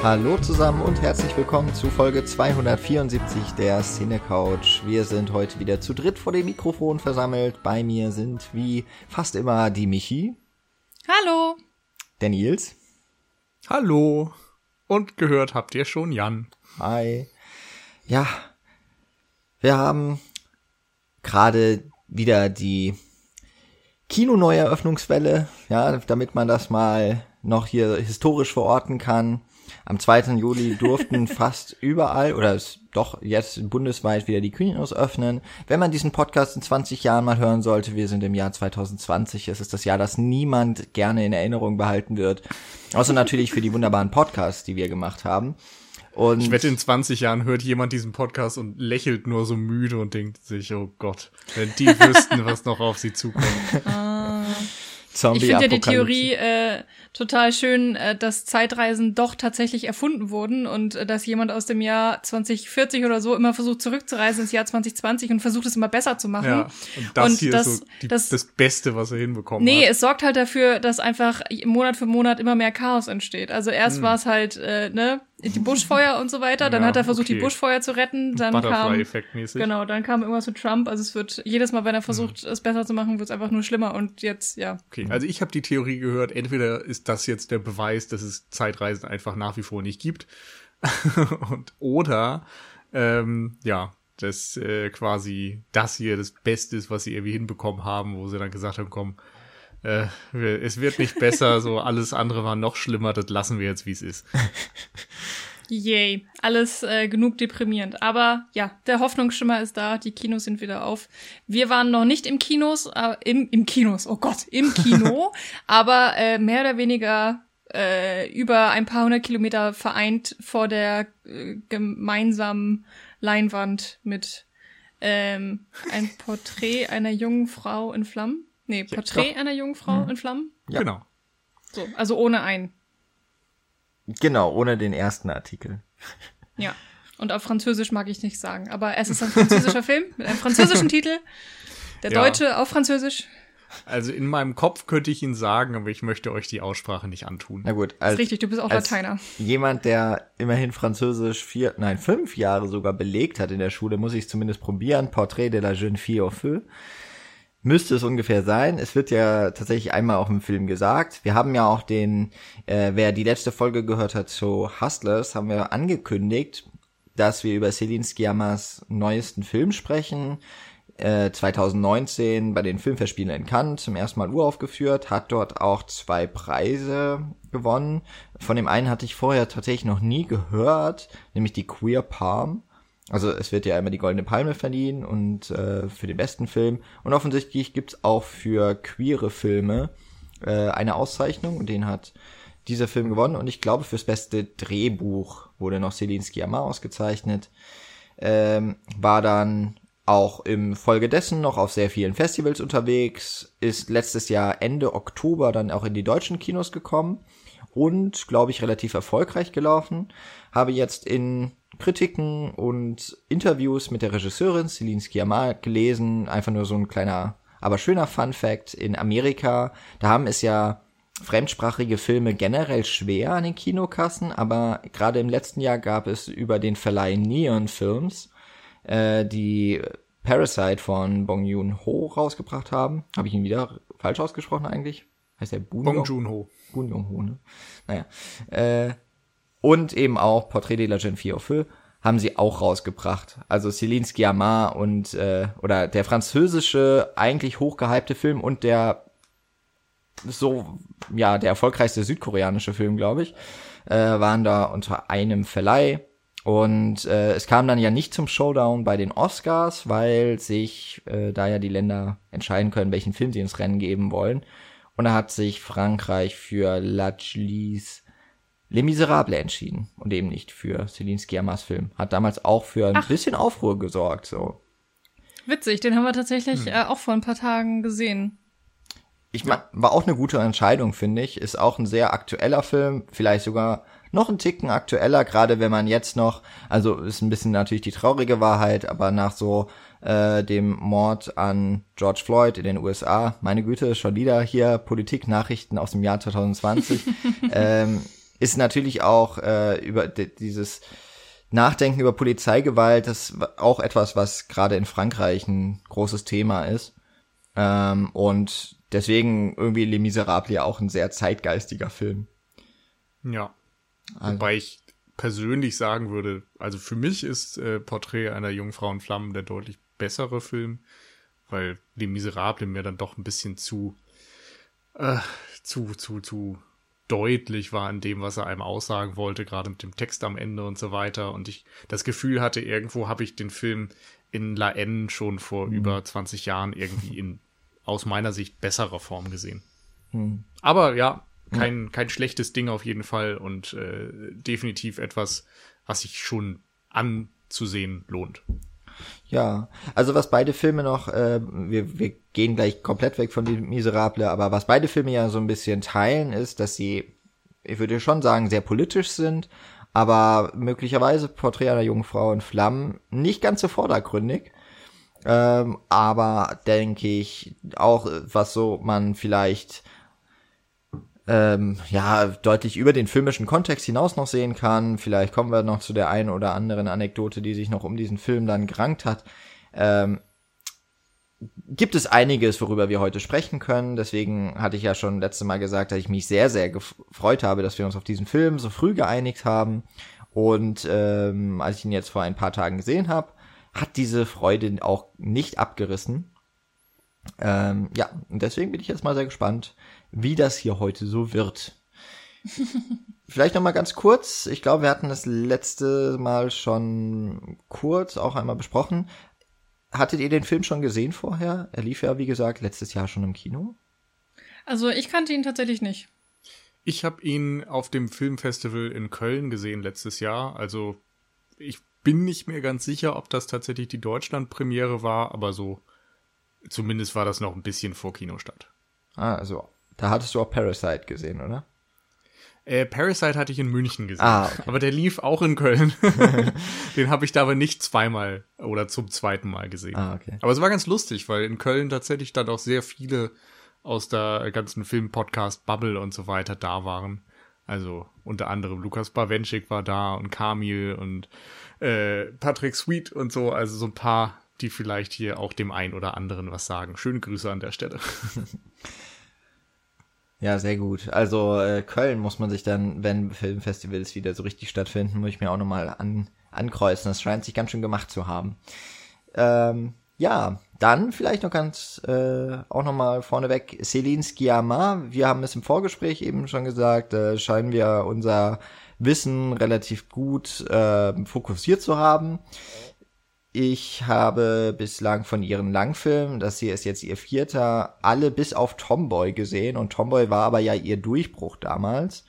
Hallo zusammen und herzlich willkommen zu Folge 274 der Cine Couch. Wir sind heute wieder zu dritt vor dem Mikrofon versammelt. Bei mir sind wie fast immer die Michi. Hallo. Der Nils. Hallo. Und gehört habt ihr schon Jan. Hi. Ja, wir haben gerade wieder die Kino-Neueröffnungswelle, ja, damit man das mal noch hier historisch verorten kann. Am 2. Juli durften fast überall, oder es doch jetzt bundesweit wieder die Kinos öffnen. Wenn man diesen Podcast in 20 Jahren mal hören sollte, wir sind im Jahr 2020. Es ist das Jahr, das niemand gerne in Erinnerung behalten wird. Außer natürlich für die wunderbaren Podcasts, die wir gemacht haben. Und ich wette, in 20 Jahren hört jemand diesen Podcast und lächelt nur so müde und denkt sich, oh Gott, wenn die wüssten, was noch auf sie zukommt. Ich finde ja die Theorie total schön, dass Zeitreisen doch tatsächlich erfunden wurden und dass jemand aus dem Jahr 2040 oder so immer versucht zurückzureisen ins Jahr 2020 und versucht es immer besser zu machen. Ja, und das hier ist so das Beste, was er hinbekommen hat. Nee, es sorgt halt dafür, dass einfach Monat für Monat immer mehr Chaos entsteht. Also erst war es halt, die Buschfeuer und so weiter, dann hat er versucht, die Buschfeuer zu retten, dann Butterfly-Effekt-mäßig. Genau, dann kam irgendwas mit Trump, also es wird jedes Mal, wenn er versucht, es besser zu machen, wird es einfach nur schlimmer und jetzt, ja. Okay, also ich habe die Theorie gehört, entweder ist das jetzt der Beweis, dass es Zeitreisen einfach nach wie vor nicht gibt, oder dass quasi das hier das Beste ist, was sie irgendwie hinbekommen haben, wo sie dann gesagt haben, komm, es wird nicht besser, so alles andere war noch schlimmer, das lassen wir jetzt, wie es ist. Yay, alles genug deprimierend. Aber ja, der Hoffnungsschimmer ist da, die Kinos sind wieder auf. Wir waren noch nicht im Kino, aber mehr oder weniger über ein paar hundert Kilometer vereint vor der gemeinsamen Leinwand mit ein Porträt einer jungen Frau in Flammen. Nee, Porträt einer jungen Frau in Flammen? Ja. Genau. So, also ohne ein. Genau, ohne den ersten Artikel. Ja, und auf Französisch mag ich nicht sagen, aber es ist ein französischer Film mit einem französischen Titel. Der Deutsche auf Französisch. Also in meinem Kopf könnte ich ihn sagen, aber ich möchte euch die Aussprache nicht antun. Na gut, ist richtig, du bist auch Lateiner. Jemand, der immerhin Französisch 5 Jahre sogar belegt hat in der Schule, muss ich es zumindest probieren. Portrait de la jeune fille au feu. Müsste es ungefähr sein. Es wird ja tatsächlich einmal auch im Film gesagt. Wir haben ja auch wer die letzte Folge gehört hat zu Hustlers, haben wir angekündigt, dass wir über Céline Sciammas neuesten Film sprechen. 2019 bei den Filmfestspielen in Cannes zum ersten Mal uraufgeführt, hat dort auch 2 Preise gewonnen. Von dem einen hatte ich vorher tatsächlich noch nie gehört, nämlich die Queer Palm. Also es wird ja immer die Goldene Palme verliehen und für den besten Film. Und offensichtlich gibt's auch für queere Filme eine Auszeichnung. Und den hat dieser Film gewonnen. Und ich glaube, fürs beste Drehbuch wurde noch Céline Sciamma ausgezeichnet. War dann auch im Folge dessen noch auf sehr vielen Festivals unterwegs. Ist letztes Jahr Ende Oktober dann auch in die deutschen Kinos gekommen. Und, glaube ich, relativ erfolgreich gelaufen. Habe jetzt in Kritiken und Interviews mit der Regisseurin Céline Sciamma gelesen, einfach nur so ein kleiner, aber schöner Fun-Fact: In Amerika, da haben es ja fremdsprachige Filme generell schwer an den Kinokassen, aber gerade im letzten Jahr gab es über den Verleih Neon Films, die Parasite von Bong Joon-ho rausgebracht haben. Habe ich ihn wieder falsch ausgesprochen eigentlich? Heißt der Bong Joon-ho. Bong Joon-ho, ne? Naja. Und eben auch Portrait de la jeune fille au feu haben sie auch rausgebracht. Also Céline Sciamma und oder der französische, eigentlich hochgehypte Film und der erfolgreichste südkoreanische Film, glaube ich, waren da unter einem Verleih. Und es kam dann ja nicht zum Showdown bei den Oscars, weil sich da ja die Länder entscheiden können, welchen Film sie ins Rennen geben wollen. Und da hat sich Frankreich für Lachlis Les Miserables entschieden und eben nicht für Céline Sciammas Film. Hat damals auch für ein bisschen Aufruhr gesorgt. So. Witzig, den haben wir tatsächlich auch vor ein paar Tagen gesehen. War auch eine gute Entscheidung, finde ich. Ist auch ein sehr aktueller Film, vielleicht sogar noch ein Ticken aktueller, gerade wenn man jetzt noch, also ist ein bisschen natürlich die traurige Wahrheit, aber nach so dem Mord an George Floyd in den USA, meine Güte, schon wieder hier Politiknachrichten aus dem Jahr 2020, ist natürlich auch über dieses Nachdenken über Polizeigewalt, das ist auch etwas, was gerade in Frankreich ein großes Thema ist. Und deswegen irgendwie Les Miserables ja auch ein sehr zeitgeistiger Film. Ja. Also. Wobei ich persönlich sagen würde, also für mich ist Porträt einer Jungfrau in Flammen der deutlich bessere Film, weil Les Miserables mir dann doch ein bisschen zu deutlich war in dem, was er einem aussagen wollte, gerade mit dem Text am Ende und so weiter. Und ich das Gefühl hatte, irgendwo habe ich den Film in La Haine schon vor über 20 Jahren irgendwie in aus meiner Sicht besserer Form gesehen. Aber ja, kein schlechtes Ding auf jeden Fall und definitiv etwas, was sich schon anzusehen lohnt. Ja, also was beide Filme noch, wir gehen gleich komplett weg von Les Miserables, aber was beide Filme ja so ein bisschen teilen, ist, dass sie, ich würde schon sagen, sehr politisch sind, aber möglicherweise Porträt einer jungen Frau in Flammen nicht ganz so vordergründig. Aber denke ich auch, was so man vielleicht deutlich über den filmischen Kontext hinaus noch sehen kann. Vielleicht kommen wir noch zu der einen oder anderen Anekdote, die sich noch um diesen Film dann gerankt hat. Gibt es einiges, worüber wir heute sprechen können. Deswegen hatte ich ja schon letztes Mal gesagt, dass ich mich sehr, sehr gefreut habe, dass wir uns auf diesen Film so früh geeinigt haben. Und als ich ihn jetzt vor ein paar Tagen gesehen habe, hat diese Freude auch nicht abgerissen. Und deswegen bin ich jetzt mal sehr gespannt, wie das hier heute so wird. Vielleicht noch mal ganz kurz. Ich glaube, wir hatten das letzte Mal schon kurz auch einmal besprochen. Hattet ihr den Film schon gesehen vorher? Er lief ja, wie gesagt, letztes Jahr schon im Kino. Also ich kannte ihn tatsächlich nicht. Ich habe ihn auf dem Filmfestival in Köln gesehen letztes Jahr. Also ich bin nicht mehr ganz sicher, ob das tatsächlich die Deutschland-Premiere war, aber so zumindest war das noch ein bisschen vor Kinostart. Also da hattest du auch Parasite gesehen, oder? Parasite hatte ich in München gesehen, okay. Aber der lief auch in Köln. Den habe ich da aber nicht zweimal oder zum zweiten Mal gesehen. Okay. Aber es war ganz lustig, weil in Köln tatsächlich dann auch sehr viele aus der ganzen Film-Podcast-Bubble und so weiter da waren. Also unter anderem Lukas Bawenschik war da und Kamil und Patrick Sweet und so. Also so ein paar, die vielleicht hier auch dem einen oder anderen was sagen. Schöne Grüße an der Stelle. Ja, sehr gut. Also Köln muss man sich dann, wenn Filmfestivals wieder so richtig stattfinden, muss ich mir auch nochmal ankreuzen. Das scheint sich ganz schön gemacht zu haben. Dann vielleicht noch ganz auch nochmal vorneweg Céline Sciamma. Wir haben es im Vorgespräch eben schon gesagt, scheinen wir unser Wissen relativ gut fokussiert zu haben. Ich habe bislang von ihren Langfilmen, das hier ist jetzt ihr 4., alle bis auf Tomboy gesehen. Und Tomboy war aber ja ihr Durchbruch damals.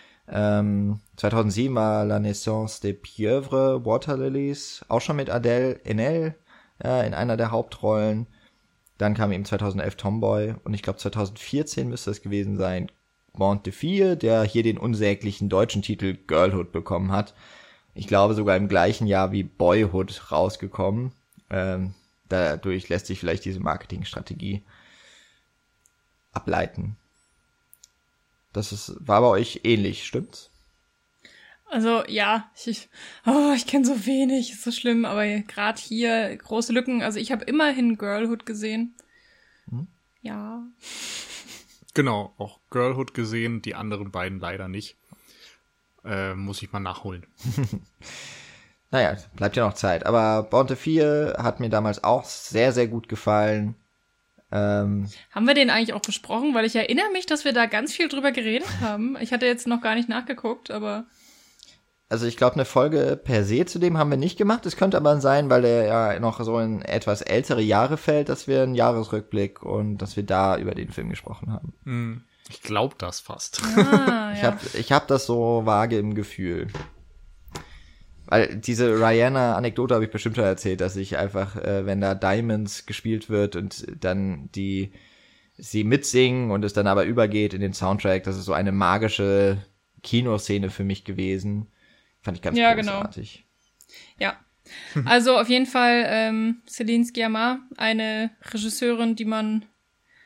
2007 war La Naissance des Pieuvres, Water Lilies, auch schon mit Adèle Haenel in einer der Hauptrollen. Dann kam eben 2011 Tomboy und ich glaube 2014 müsste es gewesen sein, Bande de Filles, der hier den unsäglichen deutschen Titel Girlhood bekommen hat. Ich glaube sogar im gleichen Jahr wie Boyhood rausgekommen. Dadurch lässt sich vielleicht diese Marketingstrategie ableiten. War bei euch ähnlich, stimmt's? Also ja, ich kenne so wenig, ist so schlimm, aber gerade hier große Lücken. Also ich habe immerhin Girlhood gesehen. Ja. Genau, auch Girlhood gesehen, die anderen beiden leider nicht. Muss ich mal nachholen. Naja, bleibt ja noch Zeit. Aber Bande de Filles hat mir damals auch sehr, sehr gut gefallen. Haben wir den eigentlich auch besprochen? Weil ich erinnere mich, dass wir da ganz viel drüber geredet haben. Ich hatte jetzt noch gar nicht nachgeguckt, aber... Also ich glaube, eine Folge per se zu dem haben wir nicht gemacht. Es könnte aber sein, weil er ja noch so in etwas ältere Jahre fällt, dass wir einen Jahresrückblick und dass wir da über den Film gesprochen haben. Ich glaube das fast. Ich hab das so vage im Gefühl. Weil diese Rihanna-Anekdote habe ich bestimmt schon erzählt, dass ich einfach, wenn da Diamonds gespielt wird und dann sie mitsingen und es dann aber übergeht in den Soundtrack, das ist so eine magische Kinoszene für mich gewesen. Fand ich ganz großartig. Genau. Ja. Also auf jeden Fall Céline Sciamma, eine Regisseurin, die man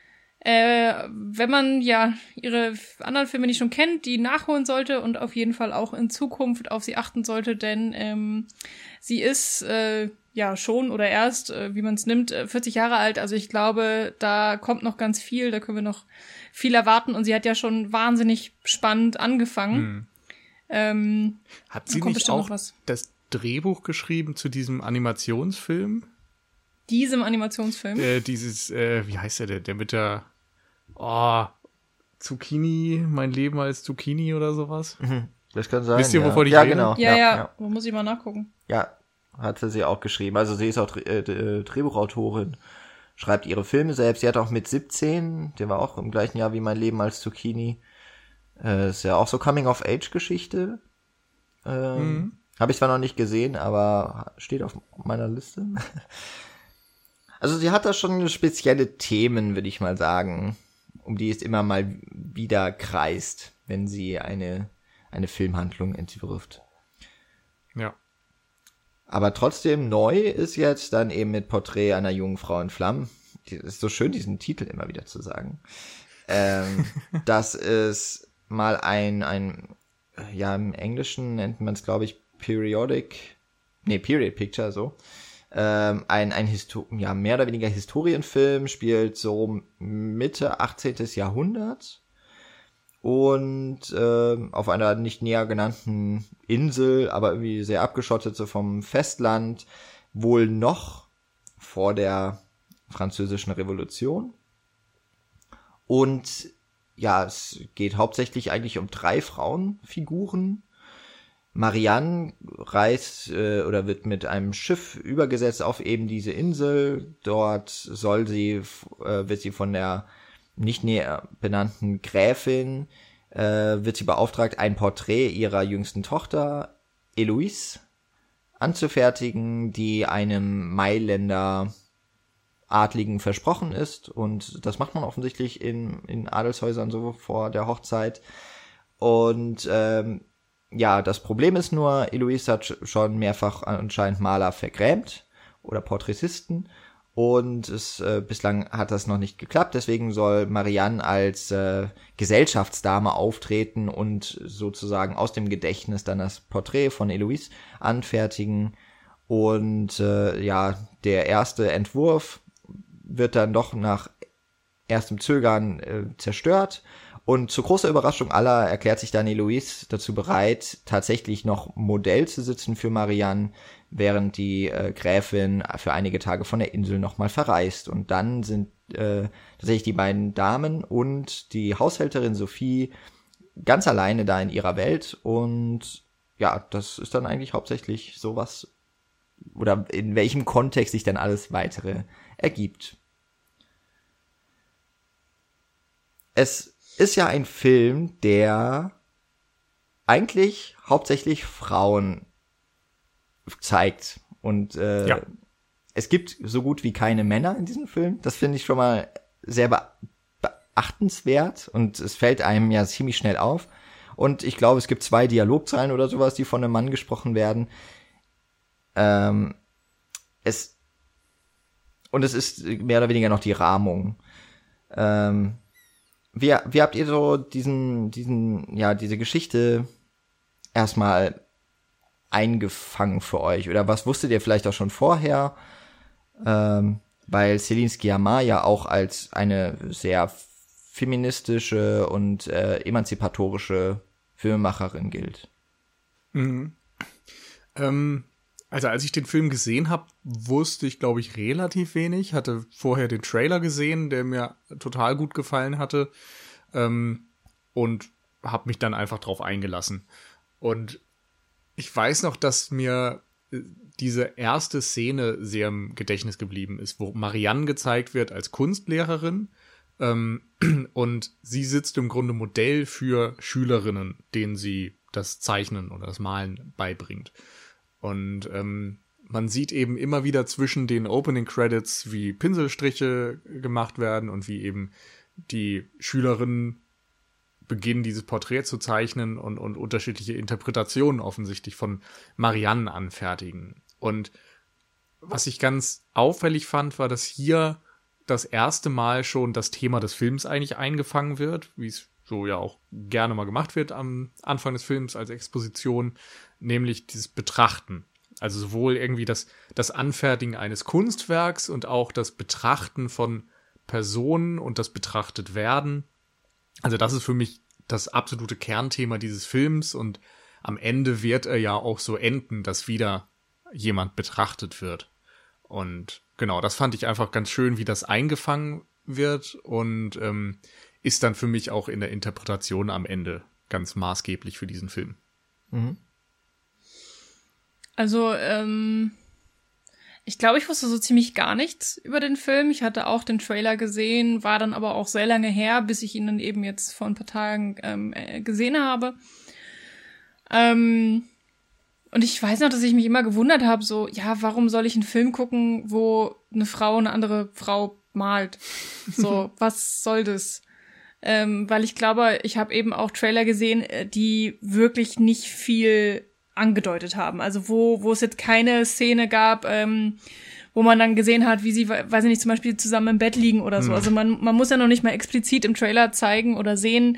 wenn man ja ihre anderen Filme nicht schon kennt, die nachholen sollte und auf jeden Fall auch in Zukunft auf sie achten sollte, denn sie ist ja schon oder erst, wie man es nimmt, 40 Jahre alt. Also ich glaube, da kommt noch ganz viel, da können wir noch viel erwarten und sie hat ja schon wahnsinnig spannend angefangen. Hat sie nicht auch das Drehbuch geschrieben zu diesem Animationsfilm? Diesem Animationsfilm? Wie heißt der mit der Zucchini, mein Leben als Zucchini oder sowas? Das kann sein. Wisst ihr, wovon ich rede? rede? Genau. Ja. Wo muss ich mal nachgucken? Ja, hatte sie auch geschrieben. Also sie ist auch Drehbuchautorin, schreibt ihre Filme selbst. Sie hat auch mit 17, der war auch im gleichen Jahr wie Mein Leben als Zucchini, ist ja auch so Coming-of-Age-Geschichte. Habe ich zwar noch nicht gesehen, aber steht auf meiner Liste. Also sie hat da schon spezielle Themen, würde ich mal sagen, um die es immer mal wieder kreist, wenn sie eine Filmhandlung entwirft. Ja. Aber trotzdem neu ist jetzt dann eben mit Porträt einer jungen Frau in Flammen. Es ist so schön, diesen Titel immer wieder zu sagen. Das ist mal im Englischen nennt man es, glaube ich, Period Picture, so. Mehr oder weniger Historienfilm, spielt so Mitte 18. Jahrhundert und auf einer nicht näher genannten Insel, aber irgendwie sehr abgeschottet so vom Festland, wohl noch vor der Französischen Revolution. Und ja, es geht hauptsächlich eigentlich um 3 Frauenfiguren. Marianne reist oder wird mit einem Schiff übergesetzt auf eben diese Insel. Dort wird sie von der nicht näher benannten Gräfin, wird sie beauftragt, ein Porträt ihrer jüngsten Tochter, Eloise, anzufertigen, die einem Mailänder Adligen versprochen ist. Und das macht man offensichtlich in Adelshäusern so vor der Hochzeit. Und das Problem ist nur, Eloise hat schon mehrfach anscheinend Maler vergrämt oder Porträtisten und bislang hat das noch nicht geklappt. Deswegen soll Marianne als Gesellschaftsdame auftreten und sozusagen aus dem Gedächtnis dann das Porträt von Eloise anfertigen. Und der erste Entwurf wird dann doch nach erstem Zögern zerstört. Und zu großer Überraschung aller erklärt sich dann Eloise dazu bereit, tatsächlich noch Modell zu sitzen für Marianne, während die Gräfin für einige Tage von der Insel nochmal verreist. Und dann sind tatsächlich die beiden Damen und die Haushälterin Sophie ganz alleine da in ihrer Welt. Und ja, das ist dann eigentlich hauptsächlich sowas, oder in welchem Kontext sich dann alles Weitere ergibt. Es ist ja ein Film, der eigentlich hauptsächlich Frauen zeigt. Und es gibt so gut wie keine Männer in diesem Film. Das finde ich schon mal sehr beachtenswert. Und es fällt einem ja ziemlich schnell auf. Und ich glaube, es gibt 2 Dialogzeilen oder sowas, die von einem Mann gesprochen werden. Es ist mehr oder weniger noch die Rahmung. Wie habt ihr so diese Geschichte erstmal eingefangen für euch? Oder was wusstet ihr vielleicht auch schon vorher? Weil Céline Sciamma ja auch als eine sehr feministische und emanzipatorische Filmemacherin gilt. Mhm. Also als ich den Film gesehen habe, wusste ich, glaube ich, relativ wenig. Hatte vorher den Trailer gesehen, der mir total gut gefallen hatte. Und habe mich dann einfach drauf eingelassen. Und ich weiß noch, dass mir diese erste Szene sehr im Gedächtnis geblieben ist, wo Marianne gezeigt wird als Kunstlehrerin. Und sie sitzt im Grunde Modell für Schülerinnen, denen sie das Zeichnen oder das Malen beibringt. Und man sieht eben immer wieder zwischen den Opening Credits, wie Pinselstriche gemacht werden und wie eben die Schülerinnen beginnen, dieses Porträt zu zeichnen und unterschiedliche Interpretationen offensichtlich von Marianne anfertigen. Und was ich ganz auffällig fand, war, dass hier das erste Mal schon das Thema des Films eigentlich eingefangen wird, wie es so ja auch gerne mal gemacht wird am Anfang des Films als Exposition, nämlich dieses Betrachten. Also sowohl irgendwie das Anfertigen eines Kunstwerks und auch das Betrachten von Personen und das betrachtet werden. Also das ist für mich das absolute Kernthema dieses Films und am Ende wird er ja auch so enden, dass wieder jemand betrachtet wird. Und genau, das fand ich einfach ganz schön, wie das eingefangen wird und ist dann für mich auch in der Interpretation am Ende ganz maßgeblich für diesen Film. Mhm. Also, ich glaube, ich wusste so ziemlich gar nichts über den Film. Ich hatte auch den Trailer gesehen, war dann aber auch sehr lange her, bis ich ihn dann eben jetzt vor ein paar Tagen gesehen habe. Und ich weiß noch, dass ich mich immer gewundert habe, so, ja, warum soll ich einen Film gucken, wo eine Frau eine andere Frau malt? So, was soll das? Weil ich glaube, ich habe eben auch Trailer gesehen, die wirklich nicht viel angedeutet haben. Also wo es jetzt keine Szene gab, wo man dann gesehen hat, wie sie, weiß ich nicht, zum Beispiel zusammen im Bett liegen oder so. Also man muss ja noch nicht mal explizit im Trailer zeigen oder sehen,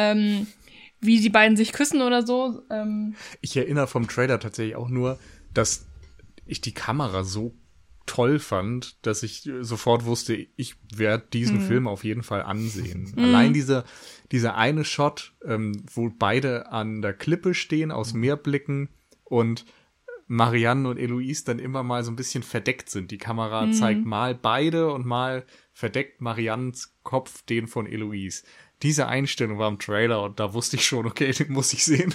wie die beiden sich küssen oder so. Ich erinnere vom Trailer tatsächlich auch nur, dass ich die Kamera so toll fand, dass ich sofort wusste, ich werde diesen Film auf jeden Fall ansehen. Allein dieser eine Shot, wo beide an der Klippe stehen, aus Meerblicken und Marianne und Eloise dann immer mal so ein bisschen verdeckt sind. Die Kamera zeigt mal beide und mal verdeckt Mariannes Kopf den von Eloise. Diese Einstellung war im Trailer und da wusste ich schon, okay, den muss ich sehen.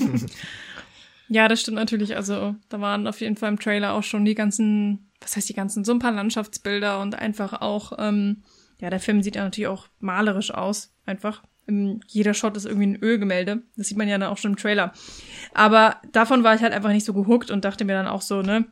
Ja, das stimmt natürlich. Also da waren auf jeden Fall im Trailer auch schon die ganzen, so ein paar Landschaftsbilder und einfach auch, der Film sieht ja natürlich auch malerisch aus, einfach. Jeder Shot ist irgendwie ein Ölgemälde. Das sieht man ja dann auch schon im Trailer. Aber davon war ich halt einfach nicht so gehuckt und dachte mir dann auch so, ne,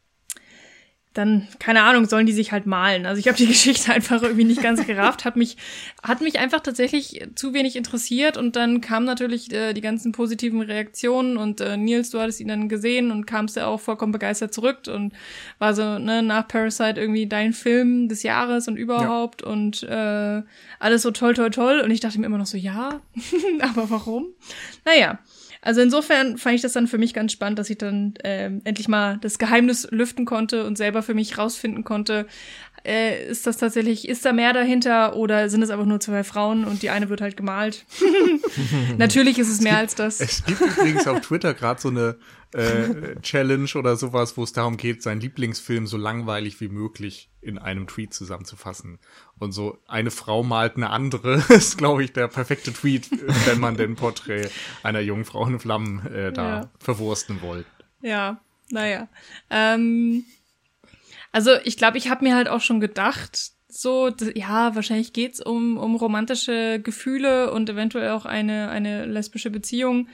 dann, keine Ahnung, sollen die sich halt malen. Also ich habe die Geschichte einfach irgendwie nicht ganz gerafft, hat mich einfach tatsächlich zu wenig interessiert und dann kamen natürlich die ganzen positiven Reaktionen und Nils, du hattest ihn dann gesehen und kamst ja auch vollkommen begeistert zurück und war so, ne, nach Parasite irgendwie dein Film des Jahres und überhaupt und alles so toll, toll, toll und ich dachte mir immer noch so, ja, aber warum? Naja. Also insofern fand ich das dann für mich ganz spannend, dass ich dann endlich mal das Geheimnis lüften konnte und selber für mich rausfinden konnte, ist da mehr dahinter oder sind es einfach nur zwei Frauen und die eine wird halt gemalt? Natürlich ist es mehr als das. Es gibt übrigens auf Twitter gerade so eine Challenge oder sowas, wo es darum geht, seinen Lieblingsfilm so langweilig wie möglich in einem Tweet zusammenzufassen. Und so eine Frau malt eine andere, ist, glaube ich, der perfekte Tweet, wenn man den Porträt einer jungen Frau in Flammen verwursten wollte. Ja, naja. Also ich glaube, ich habe mir halt auch schon gedacht, so, ja, wahrscheinlich geht's um romantische Gefühle und eventuell auch eine lesbische Beziehung.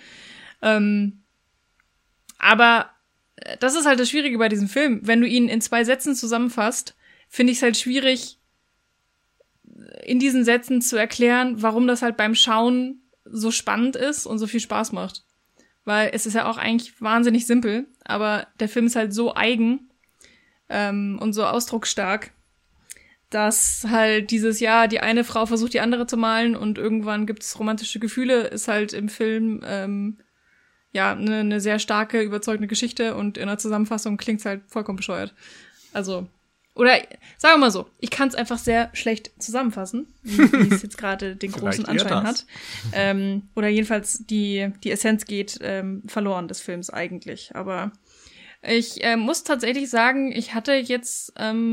Aber das ist halt das Schwierige bei diesem Film. Wenn du ihn in 2 Sätzen zusammenfasst, finde ich es halt schwierig, in diesen Sätzen zu erklären, warum das halt beim Schauen so spannend ist und so viel Spaß macht. Weil es ist ja auch eigentlich wahnsinnig simpel, aber der Film ist halt so eigen und so ausdrucksstark, dass halt dieses Jahr die eine Frau versucht, die andere zu malen und irgendwann gibt es romantische Gefühle, ist halt im Film eine sehr starke, überzeugende Geschichte und in der Zusammenfassung klingt's halt vollkommen bescheuert. Also, oder sagen wir mal so, ich kann es einfach sehr schlecht zusammenfassen, wie es jetzt gerade den großen Anschein hat. Oder jedenfalls die Essenz geht verloren des Films eigentlich. Aber ich muss tatsächlich sagen, ich hatte jetzt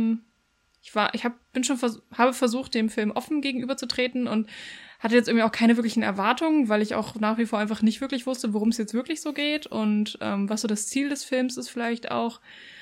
habe versucht, dem Film offen gegenüberzutreten und hatte jetzt irgendwie auch keine wirklichen Erwartungen, weil ich auch nach wie vor einfach nicht wirklich wusste, worum es jetzt wirklich so geht und was so das Ziel des Films ist vielleicht auch.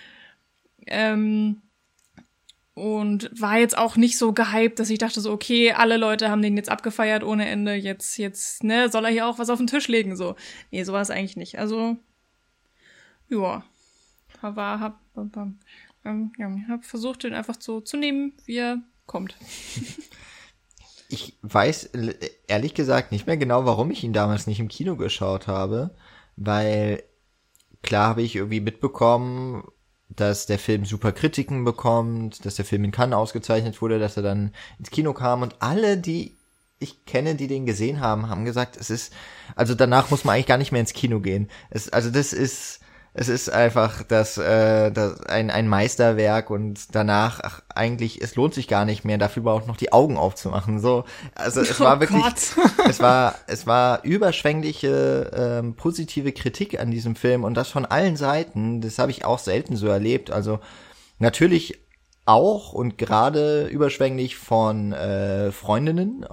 Und war jetzt auch nicht so gehypt, dass ich dachte so, okay, alle Leute haben den jetzt abgefeiert ohne Ende, jetzt, ne, soll er hier auch was auf den Tisch legen, so. Nee, so war es eigentlich nicht. Also, ja, hab versucht, den einfach so zu nehmen, wie er kommt. Ich weiß ehrlich gesagt nicht mehr genau, warum ich ihn damals nicht im Kino geschaut habe, weil klar habe ich irgendwie mitbekommen, dass der Film super Kritiken bekommt, dass der Film in Cannes ausgezeichnet wurde, dass er dann ins Kino kam und alle, die ich kenne, die den gesehen haben, haben gesagt, also danach muss man eigentlich gar nicht mehr ins Kino gehen. Es ist einfach das ein Meisterwerk und danach, eigentlich, es lohnt sich gar nicht mehr, dafür überhaupt noch die Augen aufzumachen. So, also es war wirklich, es war überschwängliche positive Kritik an diesem Film und das von allen Seiten. Das habe ich auch selten so erlebt. Also natürlich auch und gerade überschwänglich von Freundinnen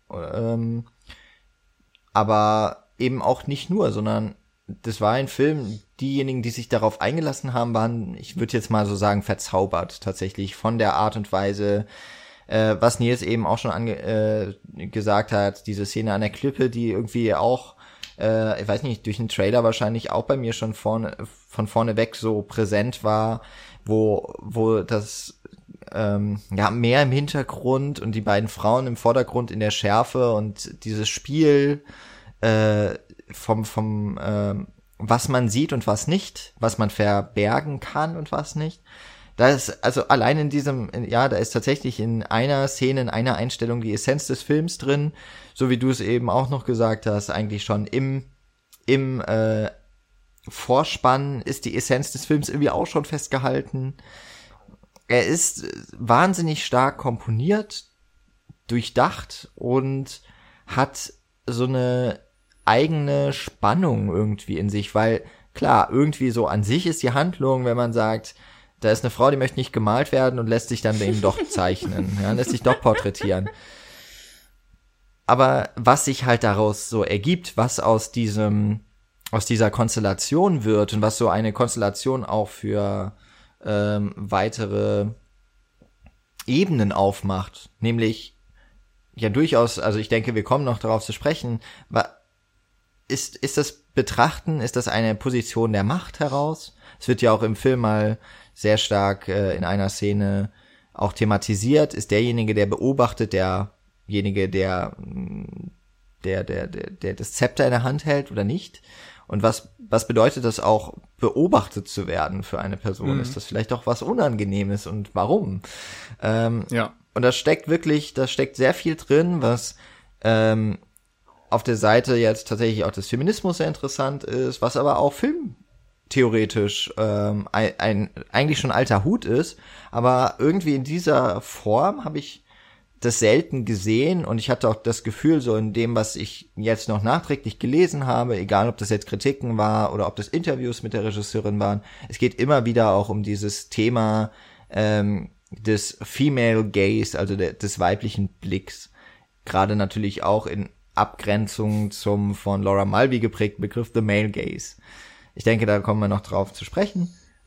aber eben auch nicht nur, sondern das war ein Film, diejenigen, die sich darauf eingelassen haben, waren, ich würde jetzt mal so sagen, verzaubert tatsächlich von der Art und Weise, was Nils eben auch schon gesagt hat, diese Szene an der Klippe, die irgendwie auch, ich weiß nicht, durch den Trailer wahrscheinlich auch bei mir schon von vorne weg so präsent war, wo das mehr im Hintergrund und die beiden Frauen im Vordergrund in der Schärfe und dieses Spiel vom was man sieht und was nicht, was man verbergen kann und was nicht. Da ist, also allein in da ist tatsächlich in einer Szene, in einer Einstellung die Essenz des Films drin, so wie du es eben auch noch gesagt hast, eigentlich schon im Vorspann ist die Essenz des Films irgendwie auch schon festgehalten. Er ist wahnsinnig stark komponiert, durchdacht und hat so eine eigene Spannung irgendwie in sich, weil klar, irgendwie so an sich ist die Handlung, wenn man sagt, da ist eine Frau, die möchte nicht gemalt werden und lässt sich dann eben doch zeichnen, ja, lässt sich doch porträtieren. Aber was sich halt daraus so ergibt, was aus dieser Konstellation wird und was so eine Konstellation auch für weitere Ebenen aufmacht, nämlich ja durchaus, also ich denke, wir kommen noch darauf zu sprechen, ist das Betrachten, ist das eine Position der Macht heraus? Es wird ja auch im Film mal sehr stark in einer Szene auch thematisiert, ist derjenige, der beobachtet, derjenige, der das Zepter in der Hand hält oder nicht? Und was bedeutet das auch, beobachtet zu werden für eine Person? Mhm. Ist das vielleicht auch was Unangenehmes und warum? Ja. Und da steckt sehr viel drin, was auf der Seite jetzt tatsächlich auch des Feminismus sehr interessant ist, was aber auch filmtheoretisch eigentlich schon alter Hut ist, aber irgendwie in dieser Form habe ich das selten gesehen und ich hatte auch das Gefühl, so in dem, was ich jetzt noch nachträglich gelesen habe, egal ob das jetzt Kritiken war oder ob das Interviews mit der Regisseurin waren, es geht immer wieder auch um dieses Thema des Female Gaze, also des weiblichen Blicks, gerade natürlich auch in Abgrenzung zum von Laura Mulvey geprägten Begriff The Male Gaze. Ich denke, da kommen wir noch drauf zu sprechen.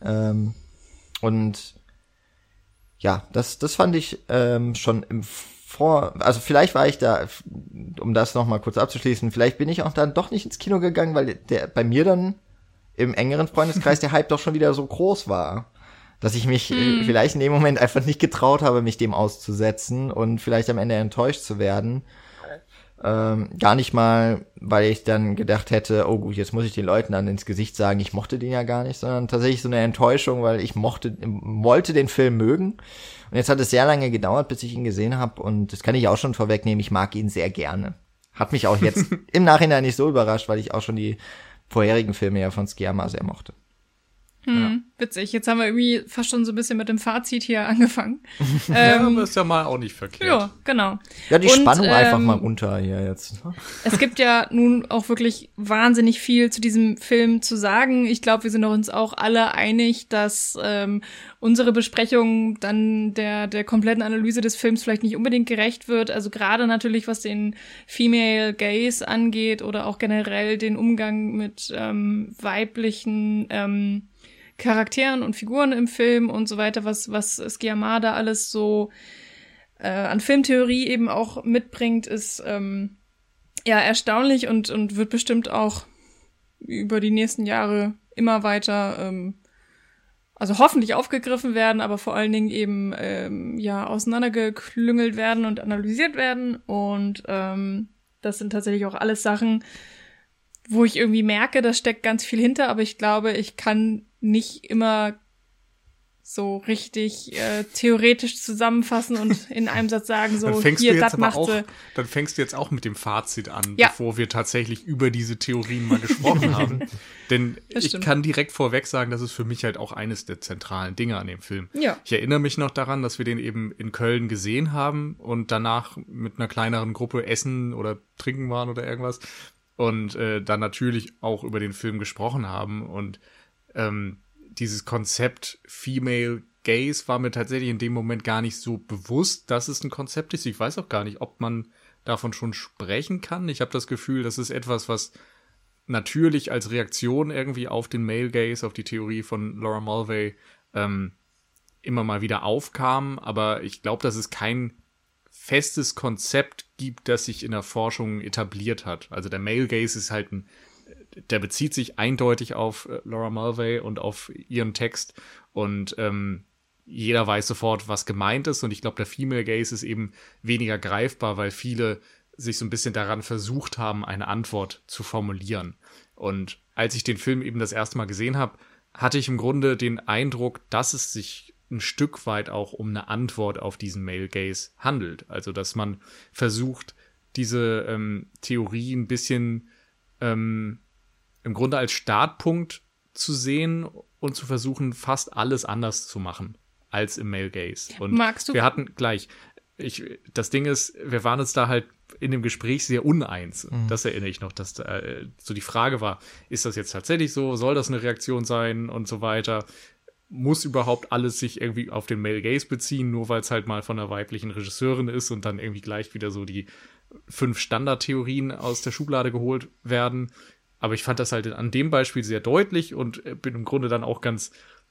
Und ja, das fand ich schon also vielleicht war ich da, um das noch mal kurz abzuschließen, vielleicht bin ich auch dann doch nicht ins Kino gegangen, weil bei mir dann im engeren Freundeskreis der Hype doch schon wieder so groß war, dass ich mich vielleicht in dem Moment einfach nicht getraut habe, mich dem auszusetzen und vielleicht am Ende enttäuscht zu werden. Gar nicht mal, weil ich dann gedacht hätte, oh gut, jetzt muss ich den Leuten dann ins Gesicht sagen, ich mochte den ja gar nicht, sondern tatsächlich so eine Enttäuschung, weil ich wollte den Film mögen. Und jetzt hat es sehr lange gedauert, bis ich ihn gesehen habe und das kann ich auch schon vorwegnehmen, ich mag ihn sehr gerne. Hat mich auch jetzt im Nachhinein nicht so überrascht, weil ich auch schon die vorherigen Filme ja von Sciamma sehr mochte. Ja. Witzig, jetzt haben wir irgendwie fast schon so ein bisschen mit dem Fazit hier angefangen. Ja, aber ist ja mal auch nicht verkehrt. Ja, genau. Ja, die Spannung einfach mal runter hier jetzt. Es gibt ja nun auch wirklich wahnsinnig viel zu diesem Film zu sagen. Ich glaube, wir sind uns auch alle einig, dass unsere Besprechung dann der kompletten Analyse des Films vielleicht nicht unbedingt gerecht wird. Also gerade natürlich, was den Female Gaze angeht oder auch generell den Umgang mit weiblichen Charakteren und Figuren im Film und so weiter, was Sciamma da alles so an Filmtheorie eben auch mitbringt, ist erstaunlich und wird bestimmt auch über die nächsten Jahre immer weiter also hoffentlich aufgegriffen werden, aber vor allen Dingen eben auseinandergeklüngelt werden und analysiert werden und das sind tatsächlich auch alles Sachen, wo ich irgendwie merke, da steckt ganz viel hinter, aber ich glaube, ich kann nicht immer so richtig theoretisch zusammenfassen und in einem Satz sagen, so, Dann hier, das macht sie. Dann fängst du jetzt auch mit dem Fazit an, Ja. bevor wir tatsächlich über diese Theorien mal gesprochen haben. Denn Das ich stimmt. kann direkt vorweg sagen, das ist für mich halt auch eines der zentralen Dinge an dem Film. Ja. Ich erinnere mich noch daran, dass wir den eben in Köln gesehen haben und danach mit einer kleineren Gruppe essen oder trinken waren oder irgendwas und dann natürlich auch über den Film gesprochen haben und dieses Konzept Female Gaze war mir tatsächlich in dem Moment gar nicht so bewusst, dass es ein Konzept ist. Ich weiß auch gar nicht, ob man davon schon sprechen kann. Ich habe das Gefühl, das ist etwas, was natürlich als Reaktion irgendwie auf den Male Gaze, auf die Theorie von Laura Mulvey immer mal wieder aufkam. Aber ich glaube, dass es kein festes Konzept gibt, das sich in der Forschung etabliert hat. Also der Male Gaze ist halt der bezieht sich eindeutig auf Laura Mulvey und auf ihren Text und jeder weiß sofort, was gemeint ist und ich glaube, der Female Gaze ist eben weniger greifbar, weil viele sich so ein bisschen daran versucht haben, eine Antwort zu formulieren. Und als ich den Film eben das erste Mal gesehen habe, hatte ich im Grunde den Eindruck, dass es sich ein Stück weit auch um eine Antwort auf diesen Male Gaze handelt. Also, dass man versucht, diese Theorie ein bisschen im Grunde als Startpunkt zu sehen und zu versuchen, fast alles anders zu machen als im Male Gaze. Und Magst du? wir hatten gleich, das Ding ist, wir waren uns da halt in dem Gespräch sehr uneins. Das erinnere ich noch, dass so die Frage war, ist das jetzt tatsächlich so? Soll das eine Reaktion sein? Und so weiter. Muss überhaupt alles sich irgendwie auf den Male Gaze beziehen, nur weil es halt mal von einer weiblichen Regisseurin ist und dann irgendwie gleich wieder so die 5 Standardtheorien aus der Schublade geholt werden. Aber ich fand das halt an dem Beispiel sehr deutlich und bin im Grunde dann auch ganz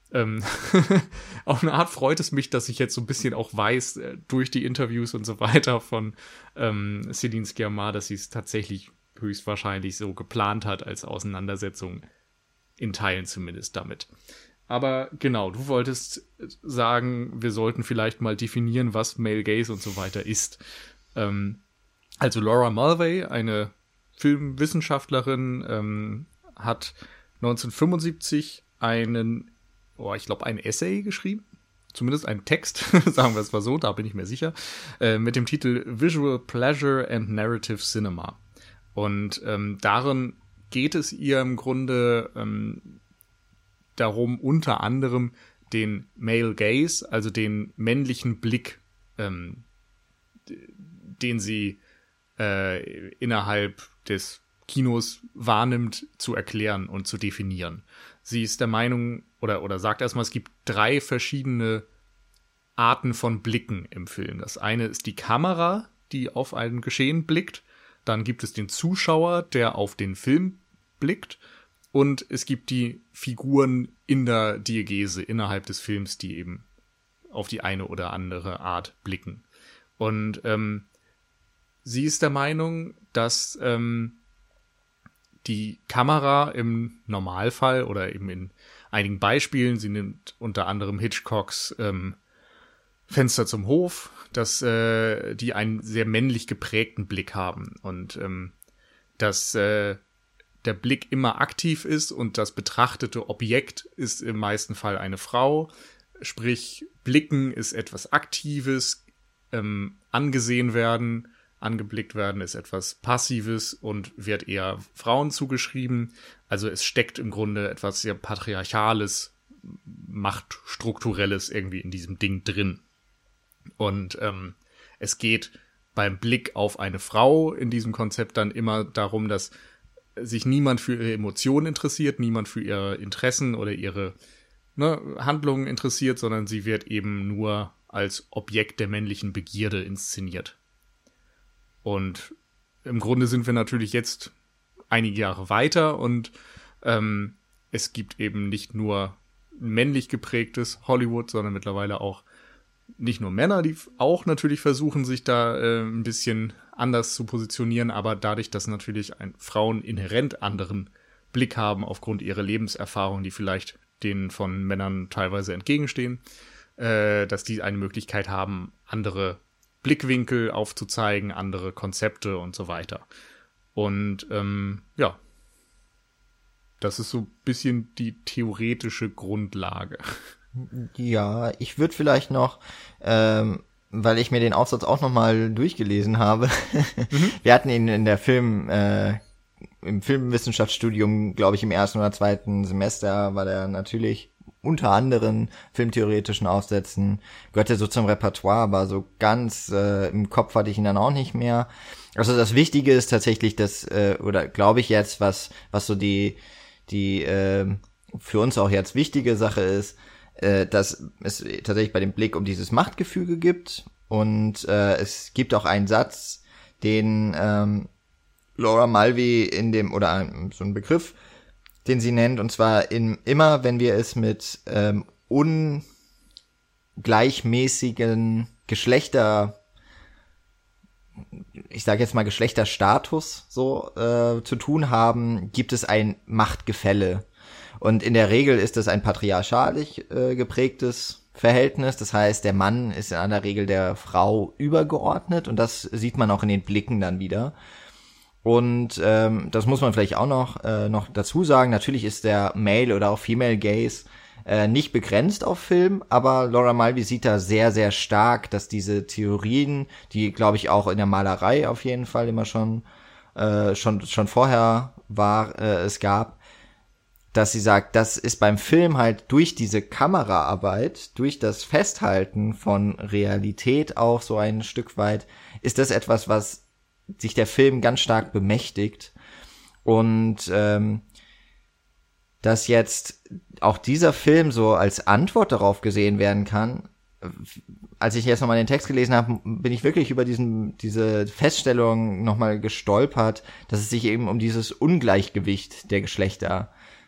auf eine Art freut es mich, dass ich jetzt so ein bisschen auch weiß, durch die Interviews und so weiter von Céline Sciamma, dass sie es tatsächlich höchstwahrscheinlich so geplant hat als Auseinandersetzung, in Teilen zumindest damit. Aber genau, du wolltest sagen, wir sollten vielleicht mal definieren, was Male Gaze und so weiter ist. Also Laura Mulvey, eine Filmwissenschaftlerin, hat 1975 ein Essay geschrieben, zumindest einen Text, sagen wir es mal so, da bin ich mir sicher, mit dem Titel Visual Pleasure and Narrative Cinema. Und darin geht es ihr im Grunde darum, unter anderem den Male Gaze, also den männlichen Blick, den sie innerhalb des Kinos wahrnimmt, zu erklären und zu definieren. Sie ist der Meinung, oder sagt erstmal, es gibt 3 verschiedene Arten von Blicken im Film. Das eine ist die Kamera, die auf ein Geschehen blickt. Dann gibt es den Zuschauer, der auf den Film blickt. Und es gibt die Figuren in der Diegese innerhalb des Films, die eben auf die eine oder andere Art blicken. Und sie ist der Meinung, dass die Kamera im Normalfall oder eben in einigen Beispielen, sie nimmt unter anderem Hitchcocks Fenster zum Hof, dass die einen sehr männlich geprägten Blick haben und dass der Blick immer aktiv ist und das betrachtete Objekt ist im meisten Fall eine Frau, sprich Blicken ist etwas Aktives, angesehen werden, angeblickt werden ist etwas Passives und wird eher Frauen zugeschrieben. Also es steckt im Grunde etwas sehr Patriarchales, Machtstrukturelles irgendwie in diesem Ding drin. Und es geht beim Blick auf eine Frau in diesem Konzept dann immer darum, dass sich niemand für ihre Emotionen interessiert, niemand für ihre Interessen oder ihre Handlungen interessiert, sondern sie wird eben nur als Objekt der männlichen Begierde inszeniert. Und im Grunde sind wir natürlich jetzt einige Jahre weiter und es gibt eben nicht nur männlich geprägtes Hollywood, sondern mittlerweile auch nicht nur Männer, die auch natürlich versuchen, sich da ein bisschen anders zu positionieren, aber dadurch, dass natürlich Frauen inhärent anderen Blick haben aufgrund ihrer Lebenserfahrung, die vielleicht denen von Männern teilweise entgegenstehen, dass die eine Möglichkeit haben, andere Blickwinkel aufzuzeigen, andere Konzepte und so weiter. Und das ist so ein bisschen die theoretische Grundlage. Ja, ich würde vielleicht noch, weil ich mir den Aufsatz auch nochmal durchgelesen habe, wir hatten ihn in der im Filmwissenschaftsstudium, glaube ich, im ersten oder zweiten Semester, war der natürlich unter anderen filmtheoretischen Aufsätzen, gehörte so zum Repertoire, aber so ganz im Kopf hatte ich ihn dann auch nicht mehr. Also das Wichtige ist tatsächlich, oder glaube ich jetzt, was so die für uns auch jetzt wichtige Sache ist, dass es tatsächlich bei dem Blick um dieses Machtgefüge gibt und es gibt auch einen Satz, den Laura Mulvey so einen Begriff, den sie nennt, und zwar immer, wenn wir es mit ungleichmäßigen Geschlechterstatus zu tun haben, gibt es ein Machtgefälle. Und in der Regel ist es ein patriarchalisch geprägtes Verhältnis. Das heißt, der Mann ist in aller Regel der Frau übergeordnet und das sieht man auch in den Blicken dann wieder. Und das muss man vielleicht auch noch dazu sagen. Natürlich ist der Male oder auch Female Gaze nicht begrenzt auf Film, aber Laura Mulvey sieht da sehr, sehr stark, dass diese Theorien, die, glaube ich, auch in der Malerei auf jeden Fall immer schon vorher es gab, dass sie sagt, das ist beim Film halt durch diese Kameraarbeit, durch das Festhalten von Realität auch so ein Stück weit, ist das etwas, was sich der Film ganz stark bemächtigt. Und dass jetzt auch dieser Film so als Antwort darauf gesehen werden kann, als ich jetzt nochmal den Text gelesen habe, bin ich wirklich über diese Feststellung nochmal gestolpert, dass es sich eben um dieses Ungleichgewicht der Geschlechter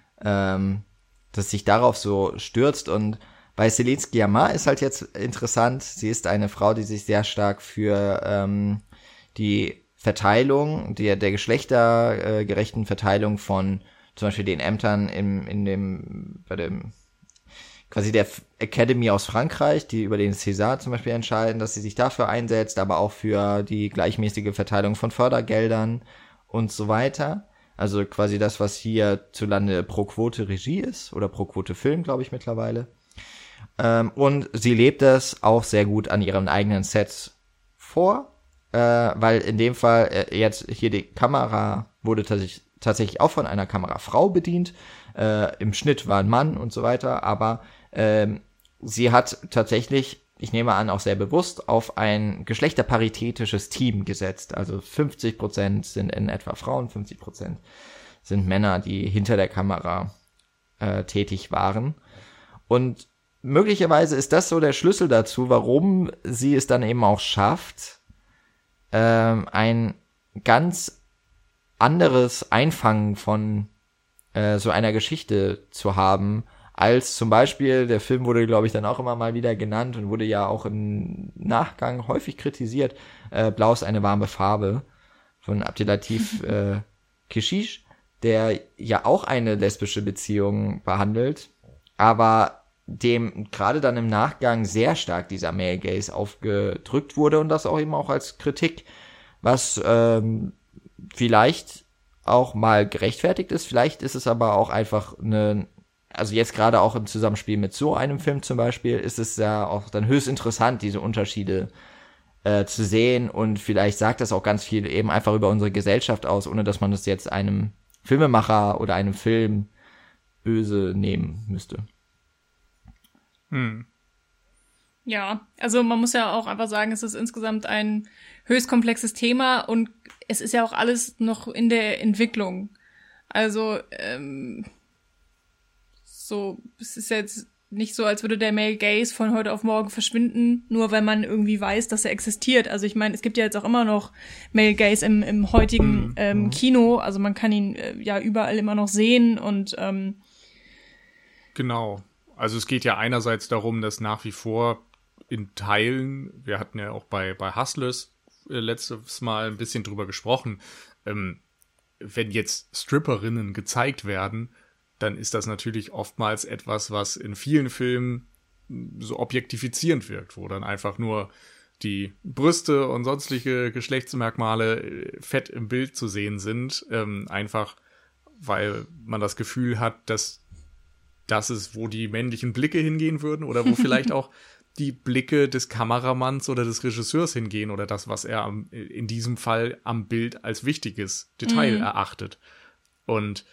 dass sich darauf so stürzt. Und bei Céline Sciamma ist halt jetzt interessant, sie ist eine Frau, die sich sehr stark für die Verteilung, der geschlechtergerechten Verteilung von zum Beispiel den Ämtern bei dem quasi der Academy aus Frankreich, die über den César zum Beispiel entscheiden, dass sie sich dafür einsetzt, aber auch für die gleichmäßige Verteilung von Fördergeldern und so weiter. Also quasi das, was hierzulande pro Quote Regie ist oder pro Quote Film, glaube ich mittlerweile. Und sie lebt das auch sehr gut an ihren eigenen Sets vor, weil in dem Fall jetzt hier die Kamera wurde tatsächlich auch von einer Kamerafrau bedient. Im Schnitt war ein Mann und so weiter, aber sie hat tatsächlich, ich nehme an, auch sehr bewusst auf ein geschlechterparitätisches Team gesetzt. Also 50% sind in etwa Frauen, 50% sind Männer, die hinter der Kamera tätig waren. Und möglicherweise ist das so der Schlüssel dazu, warum sie es dann eben auch schafft, ein ganz anderes Einfangen von so einer Geschichte zu haben, als zum Beispiel, der Film wurde, glaube ich, dann auch immer mal wieder genannt und wurde ja auch im Nachgang häufig kritisiert, Blau ist eine warme Farbe von Abdelatif Kechiche, der ja auch eine lesbische Beziehung behandelt, aber dem gerade dann im Nachgang sehr stark dieser Male Gaze aufgedrückt wurde und das auch eben auch als Kritik, was vielleicht auch mal gerechtfertigt ist, vielleicht ist es aber auch einfach also jetzt gerade auch im Zusammenspiel mit so einem Film zum Beispiel, ist es ja auch dann höchst interessant, diese Unterschiede zu sehen und vielleicht sagt das auch ganz viel eben einfach über unsere Gesellschaft aus, ohne dass man das jetzt einem Filmemacher oder einem Film böse nehmen müsste. Ja, also man muss ja auch einfach sagen, es ist insgesamt ein höchst komplexes Thema und es ist ja auch alles noch in der Entwicklung. Also es ist jetzt nicht so, als würde der Male Gaze von heute auf morgen verschwinden, nur weil man irgendwie weiß, dass er existiert. Also ich meine, es gibt ja jetzt auch immer noch Male Gaze im heutigen Kino, also man kann ihn ja überall immer noch sehen und Genau. Also es geht ja einerseits darum, dass nach wie vor in Teilen, wir hatten ja auch bei Hustlers letztes Mal ein bisschen drüber gesprochen, wenn jetzt Stripperinnen gezeigt werden, dann ist das natürlich oftmals etwas, was in vielen Filmen so objektifizierend wirkt, wo dann einfach nur die Brüste und sonstige Geschlechtsmerkmale fett im Bild zu sehen sind, einfach weil man das Gefühl hat, dass das ist, wo die männlichen Blicke hingehen würden oder wo vielleicht auch die Blicke des Kameramanns oder des Regisseurs hingehen oder das, was er in diesem Fall am Bild als wichtiges Detail erachtet. Und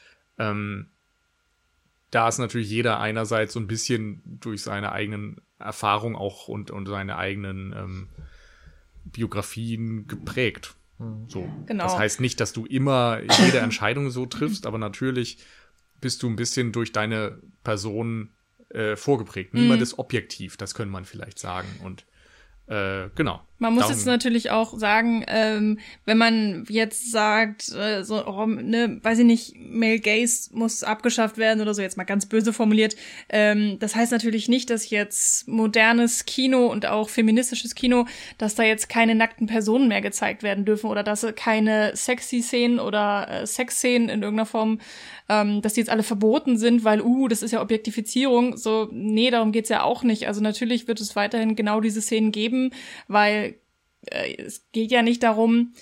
da ist natürlich jeder einerseits so ein bisschen durch seine eigenen Erfahrungen auch und seine eigenen Biografien geprägt. So. Genau. Das heißt nicht, dass du immer jede Entscheidung so triffst, aber natürlich bist du ein bisschen durch deine Person vorgeprägt. Niemand ist objektiv, das könnte man vielleicht sagen. Und genau. Man muss jetzt natürlich auch sagen, wenn man jetzt sagt, weiß ich nicht, Male Gaze muss abgeschafft werden oder so, jetzt mal ganz böse formuliert, das heißt natürlich nicht, dass jetzt modernes Kino und auch feministisches Kino, dass da jetzt keine nackten Personen mehr gezeigt werden dürfen oder dass keine sexy Szenen oder Sexszenen in irgendeiner Form, dass die jetzt alle verboten sind, weil, das ist ja Objektifizierung. So, nee, darum geht's ja auch nicht. Also natürlich wird es weiterhin genau diese Szenen geben, weil es geht ja nicht darum,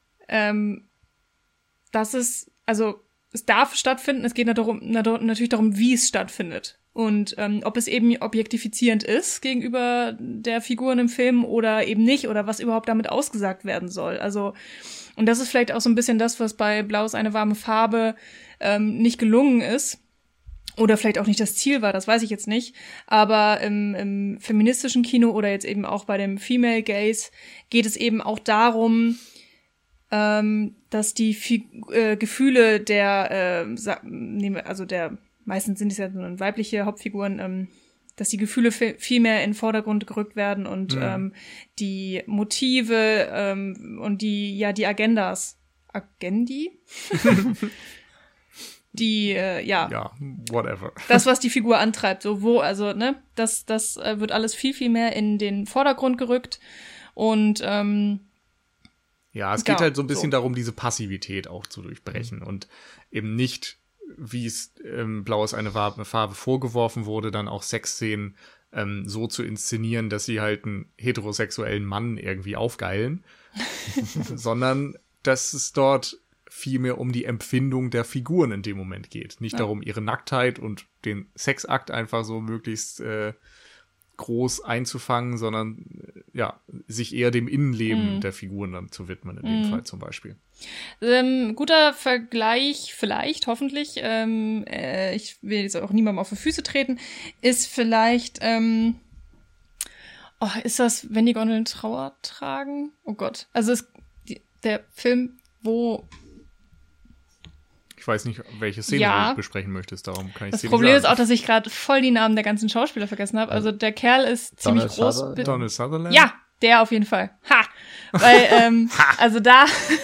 dass es darf stattfinden, es geht natürlich darum, wie es stattfindet. Und ob es eben objektifizierend ist gegenüber der Figuren im Film oder eben nicht, oder was überhaupt damit ausgesagt werden soll. Also, und das ist vielleicht auch so ein bisschen das, was bei Blau ist eine warme Farbe nicht gelungen ist. Oder vielleicht auch nicht das Ziel war, das weiß ich jetzt nicht. Aber im feministischen Kino oder jetzt eben auch bei dem Female Gaze geht es eben auch darum, dass die Gefühle meistens sind es ja nur weibliche Hauptfiguren, dass die Gefühle viel mehr in den Vordergrund gerückt werden und die Motive und die Agendas. Agendi? whatever. Das, was die Figur antreibt, das wird alles viel, viel mehr in den Vordergrund gerückt und es geht halt so ein bisschen darum, diese Passivität auch zu durchbrechen und eben nicht, wie es Blau ist eine warme Farbe vorgeworfen wurde, dann auch Sexszenen so zu inszenieren, dass sie halt einen heterosexuellen Mann irgendwie aufgeilen, sondern dass es dort vielmehr um die Empfindung der Figuren in dem Moment geht. Nicht darum, ihre Nacktheit und den Sexakt einfach so möglichst groß einzufangen, sondern sich eher dem Innenleben der Figuren dann zu widmen, in dem Fall zum Beispiel. Guter Vergleich, vielleicht, hoffentlich, ich will jetzt auch niemandem auf die Füße treten, ist vielleicht, ist das, wenn die Gondeln Trauer tragen? Oh Gott. Also der Film, wo ich weiß nicht, welche Szene du besprechen möchtest, darum kann ich es dir nicht sagen. Das Problem ist auch, dass ich gerade voll die Namen der ganzen Schauspieler vergessen habe. Also der Kerl ist ziemlich groß. Donald Sutherland? Ja, der auf jeden Fall. Weil, also da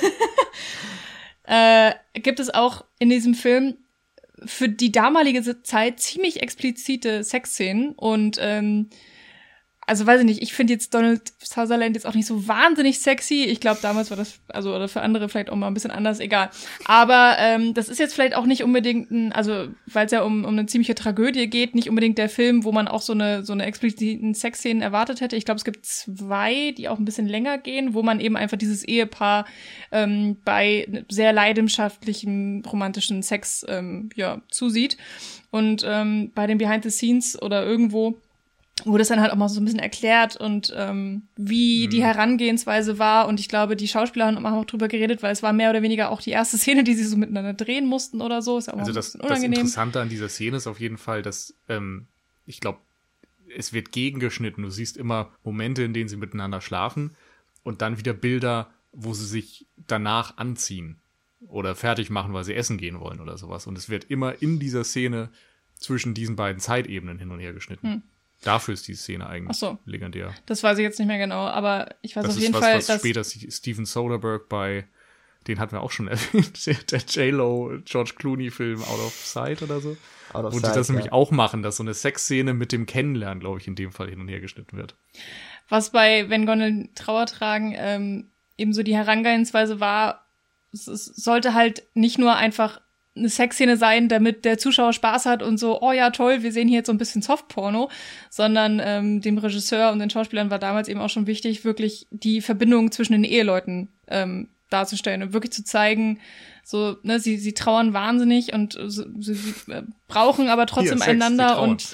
gibt es auch in diesem Film für die damalige Zeit ziemlich explizite Sexszenen und also weiß ich nicht, ich finde jetzt Donald Sutherland jetzt auch nicht so wahnsinnig sexy. Ich glaube, damals war das, oder für andere vielleicht auch mal ein bisschen anders, egal. Aber das ist jetzt vielleicht auch nicht unbedingt weil es ja um eine ziemliche Tragödie geht, nicht unbedingt der Film, wo man auch so eine expliziten Sexszenen erwartet hätte. Ich glaube, es gibt 2, die auch ein bisschen länger gehen, wo man eben einfach dieses Ehepaar bei sehr leidenschaftlichem romantischen Sex zusieht. Und bei den Behind the Scenes oder irgendwo wurde es dann halt auch mal so ein bisschen erklärt und wie die Herangehensweise war. Und ich glaube, die Schauspieler haben auch drüber geredet, weil es war mehr oder weniger auch die erste Szene, die sie so miteinander drehen mussten oder so. Ist auch also ein bisschen unangenehm. Das Interessante an dieser Szene ist auf jeden Fall, dass ich glaube, es wird gegengeschnitten. Du siehst immer Momente, in denen sie miteinander schlafen und dann wieder Bilder, wo sie sich danach anziehen oder fertig machen, weil sie essen gehen wollen oder sowas. Und es wird immer in dieser Szene zwischen diesen beiden Zeitebenen hin und her geschnitten. Dafür ist die Szene eigentlich legendär. Das weiß ich jetzt nicht mehr genau, aber ich weiß das auf jeden Fall, dass später Steven Soderbergh den hatten wir auch schon erwähnt, der J-Lo, George Clooney-Film Out of Sight oder so. Wo die das nämlich auch machen, dass so eine Sexszene mit dem Kennenlernen, glaube ich, in dem Fall hin und her geschnitten wird. Was bei Wenn Gondeln Trauer tragen eben so die Herangehensweise war, es sollte halt nicht nur einfach eine Sexszene sein, damit der Zuschauer Spaß hat und so, oh ja, toll, wir sehen hier jetzt so ein bisschen Softporno, sondern dem Regisseur und den Schauspielern war damals eben auch schon wichtig, wirklich die Verbindung zwischen den Eheleuten darzustellen und wirklich zu zeigen, so, ne, sie trauern wahnsinnig und sie brauchen aber trotzdem Sex, einander und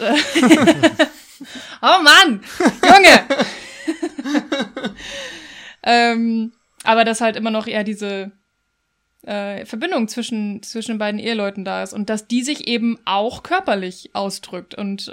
oh Mann, Junge! Aber dass halt immer noch eher diese Verbindung zwischen den beiden Eheleuten da ist und dass die sich eben auch körperlich ausdrückt und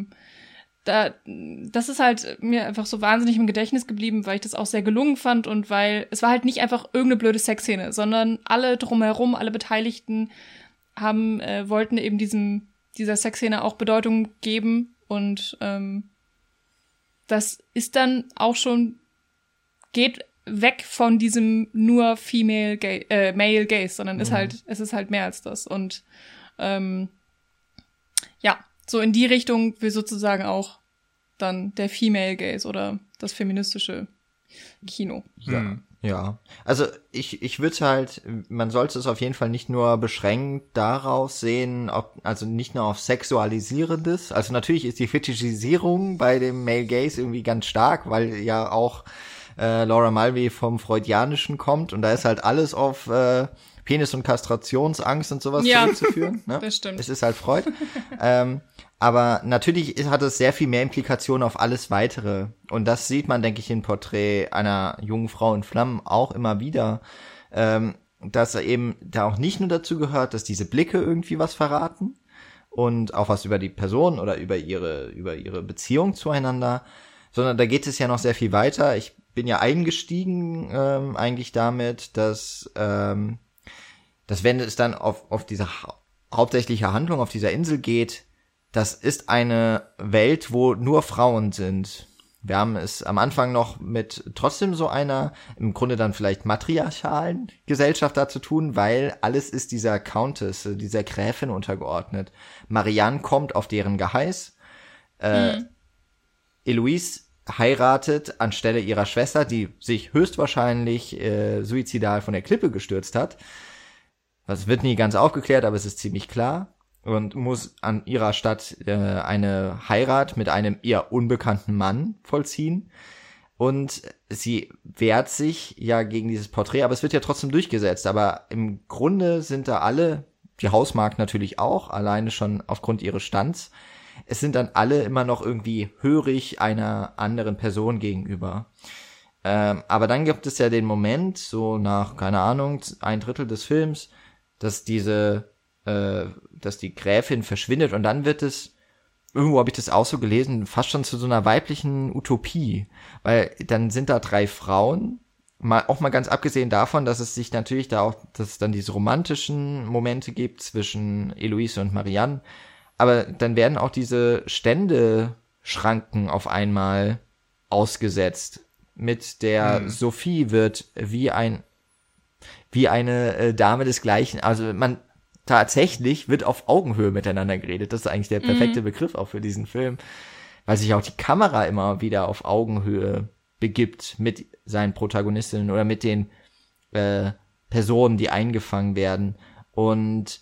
das ist halt mir einfach so wahnsinnig im Gedächtnis geblieben, weil ich das auch sehr gelungen fand und weil es war halt nicht einfach irgendeine blöde Sexszene, sondern alle drumherum, alle Beteiligten wollten eben dieser Sexszene auch Bedeutung geben und das ist dann auch schon, geht weg von diesem nur Male Gaze, sondern es ist halt mehr als das und ja, so in die Richtung will sozusagen auch dann der Female Gaze oder das feministische Kino. Ja. Also ich würde halt, man sollte es auf jeden Fall nicht nur beschränkt darauf sehen, also nicht nur auf Sexualisierendes. Also natürlich ist die Fetischisierung bei dem Male Gaze irgendwie ganz stark, weil ja auch Laura Mulvey vom Freudianischen kommt und da ist halt alles auf Penis- und Kastrationsangst und sowas zurückzuführen. Ne? Das stimmt. Es ist halt Freud. Aber natürlich hat es sehr viel mehr Implikationen auf alles Weitere. Und das sieht man, denke ich, im Porträt einer jungen Frau in Flammen auch immer wieder, dass er eben da auch nicht nur dazu gehört, dass diese Blicke irgendwie was verraten und auch was über die Person oder über ihre Beziehung zueinander, sondern da geht es ja noch sehr viel weiter. Ich bin ja eingestiegen eigentlich damit, dass wenn es dann auf diese hauptsächliche Handlung auf dieser Insel geht, das ist eine Welt, wo nur Frauen sind. Wir haben es am Anfang noch mit trotzdem so einer, im Grunde dann vielleicht matriarchalen Gesellschaft da zu tun, weil alles ist dieser Countess, dieser Gräfin untergeordnet. Marianne kommt auf deren Geheiß. Eloise heiratet anstelle ihrer Schwester, die sich höchstwahrscheinlich suizidal von der Klippe gestürzt hat. Das wird nie ganz aufgeklärt, aber es ist ziemlich klar. Und muss an ihrer Stadt eine Heirat mit einem ihr unbekannten Mann vollziehen. Und sie wehrt sich ja gegen dieses Porträt, aber es wird ja trotzdem durchgesetzt. Aber im Grunde sind da alle, die Hausmagd natürlich auch, alleine schon aufgrund ihres Stands, es sind dann alle immer noch irgendwie hörig einer anderen Person gegenüber. Aber dann gibt es ja den Moment, so nach, keine Ahnung, 1/3 des Films, dass die Gräfin verschwindet und dann wird es, irgendwo habe ich das auch so gelesen, fast schon zu so einer weiblichen Utopie, weil dann sind da 3 Frauen, auch mal ganz abgesehen davon, dass es sich natürlich dass es dann diese romantischen Momente gibt zwischen Eloise und Marianne, aber dann werden auch diese Ständeschranken auf einmal ausgesetzt. Mit der Sophie wird wie eine Dame desgleichen, also tatsächlich wird auf Augenhöhe miteinander geredet. Das ist eigentlich der perfekte Begriff auch für diesen Film, weil sich auch die Kamera immer wieder auf Augenhöhe begibt mit seinen Protagonistinnen oder mit den Personen, die eingefangen werden. Und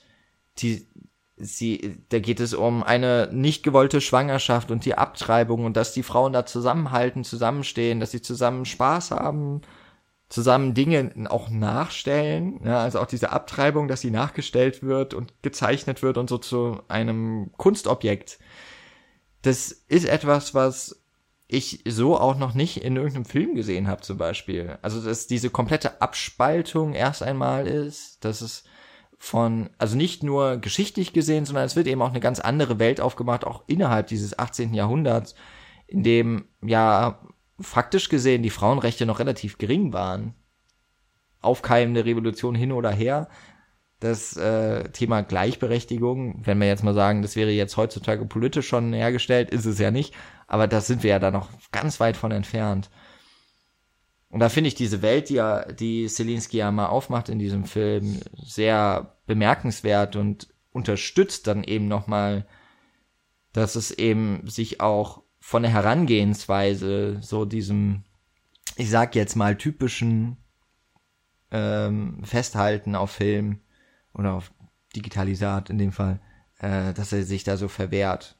da geht es um eine nicht gewollte Schwangerschaft und die Abtreibung und dass die Frauen da zusammenhalten, zusammenstehen, dass sie zusammen Spaß haben, zusammen Dinge auch nachstellen, ja, also auch diese Abtreibung, dass sie nachgestellt wird und gezeichnet wird und so zu einem Kunstobjekt. Das ist etwas, was ich so auch noch nicht in irgendeinem Film gesehen habe zum Beispiel. Also dass diese komplette Abspaltung erst einmal ist, dass es also nicht nur geschichtlich gesehen, sondern es wird eben auch eine ganz andere Welt aufgemacht, auch innerhalb dieses 18. Jahrhunderts, in dem ja faktisch gesehen die Frauenrechte noch relativ gering waren. Aufkeimende Revolution hin oder her. Das Thema Gleichberechtigung, wenn wir jetzt mal sagen, das wäre jetzt heutzutage politisch schon hergestellt, ist es ja nicht, aber da sind wir ja da noch ganz weit von entfernt. Und da finde ich diese Welt, die Szelinski ja mal aufmacht in diesem Film, sehr bemerkenswert und unterstützt dann eben nochmal, dass es eben sich auch von der Herangehensweise so diesem, ich sag jetzt mal, typischen Festhalten auf Film oder auf Digitalisat in dem Fall, dass er sich da so verwehrt.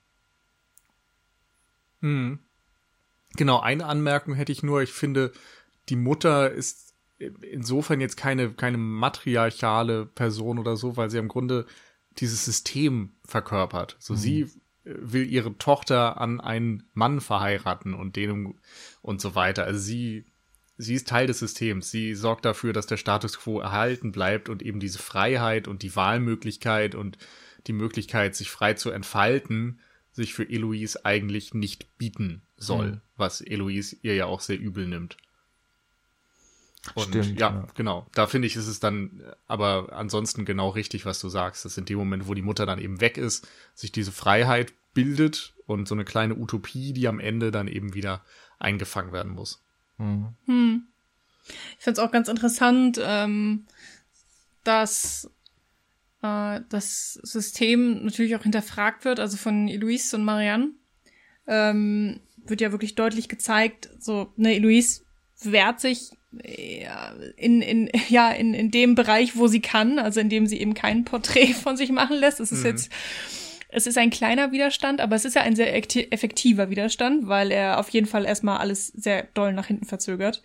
Genau, eine Anmerkung hätte ich nur, ich finde, die Mutter ist insofern jetzt keine matriarchale Person oder so, weil sie im Grunde dieses System verkörpert. So, sie will ihre Tochter an einen Mann verheiraten und so weiter. Also sie ist Teil des Systems. Sie sorgt dafür, dass der Status quo erhalten bleibt und eben diese Freiheit und die Wahlmöglichkeit und die Möglichkeit, sich frei zu entfalten, sich für Eloise eigentlich nicht bieten soll, was Eloise ihr ja auch sehr übel nimmt. Und Stimmt, ja, genau. Da finde ich, ist es dann aber ansonsten genau richtig, was du sagst. Das sind die Momente, wo die Mutter dann eben weg ist, sich diese Freiheit bildet und so eine kleine Utopie, die am Ende dann eben wieder eingefangen werden muss. Ich finde es auch ganz interessant, dass das System natürlich auch hinterfragt wird, also von Eloise und Marianne. Wird ja wirklich deutlich gezeigt, so, ne, Eloise wehrt sich in dem Bereich, wo sie kann, also in dem sie eben kein Porträt von sich machen lässt. Es ist ein kleiner Widerstand, aber es ist ja ein sehr effektiver Widerstand, weil er auf jeden Fall erstmal alles sehr doll nach hinten verzögert.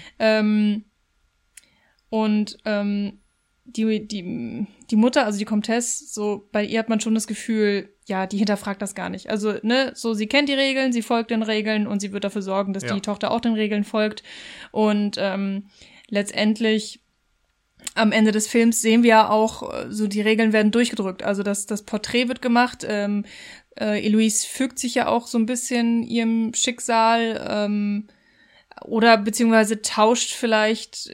Die Mutter, also die Comtesse, so bei ihr hat man schon das Gefühl, ja, die hinterfragt das gar nicht. Also, ne, so sie kennt die Regeln, sie folgt den Regeln und sie wird dafür sorgen, dass die Tochter auch den Regeln folgt. Und letztendlich am Ende des Films sehen wir ja auch, so die Regeln werden durchgedrückt. Also das Porträt wird gemacht. Eloise fügt sich ja auch so ein bisschen ihrem Schicksal oder beziehungsweise tauscht vielleicht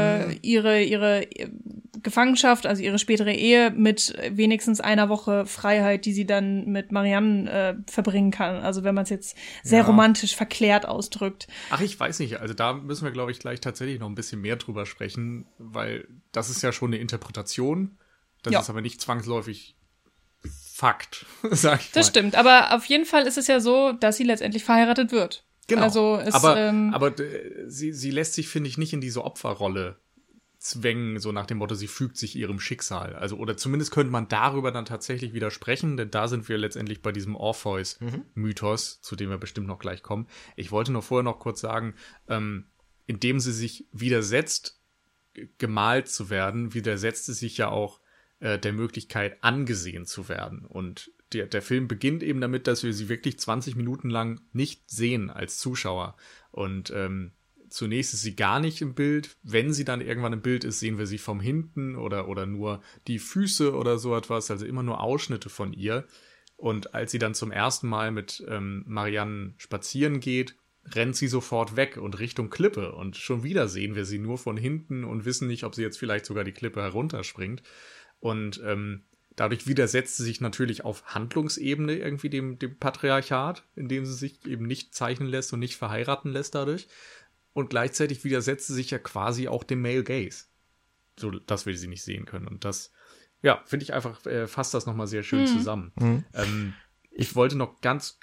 ihre Gefangenschaft, also ihre spätere Ehe, mit wenigstens einer Woche Freiheit, die sie dann mit Marianne verbringen kann. Also wenn man es jetzt sehr romantisch verklärt ausdrückt. Ach, ich weiß nicht. Also da müssen wir, glaube ich, gleich tatsächlich noch ein bisschen mehr drüber sprechen, weil das ist ja schon eine Interpretation. Das ist aber nicht zwangsläufig Fakt, sag ich mal. Das stimmt, aber auf jeden Fall ist es ja so, dass sie letztendlich verheiratet wird. Genau, also aber sie lässt sich, finde ich, nicht in diese Opferrolle zwängen, so nach dem Motto, sie fügt sich ihrem Schicksal. Also, oder zumindest könnte man darüber dann tatsächlich widersprechen, denn da sind wir letztendlich bei diesem Orpheus-Mythos, zu dem wir bestimmt noch gleich kommen. Ich wollte nur vorher noch kurz sagen, indem sie sich widersetzt, gemalt zu werden, widersetzt sie sich ja auch der Möglichkeit, angesehen zu werden. Und der Film beginnt eben damit, dass wir sie wirklich 20 Minuten lang nicht sehen als Zuschauer. Und zunächst ist sie gar nicht im Bild. Wenn sie dann irgendwann im Bild ist, sehen wir sie vom Hinten oder nur die Füße oder so etwas. Also immer nur Ausschnitte von ihr. Und als sie dann zum ersten Mal mit Marianne spazieren geht, rennt sie sofort weg und Richtung Klippe. Und schon wieder sehen wir sie nur von hinten und wissen nicht, ob sie jetzt vielleicht sogar die Klippe herunterspringt. Und dadurch widersetzt sie sich natürlich auf Handlungsebene irgendwie dem Patriarchat, indem sie sich eben nicht zeichnen lässt und nicht verheiraten lässt dadurch. Und gleichzeitig widersetzt sie sich ja quasi auch dem Male Gaze, so dass wir sie nicht sehen können. Und das, ja, finde ich einfach, fasst das nochmal sehr schön zusammen. Ich wollte noch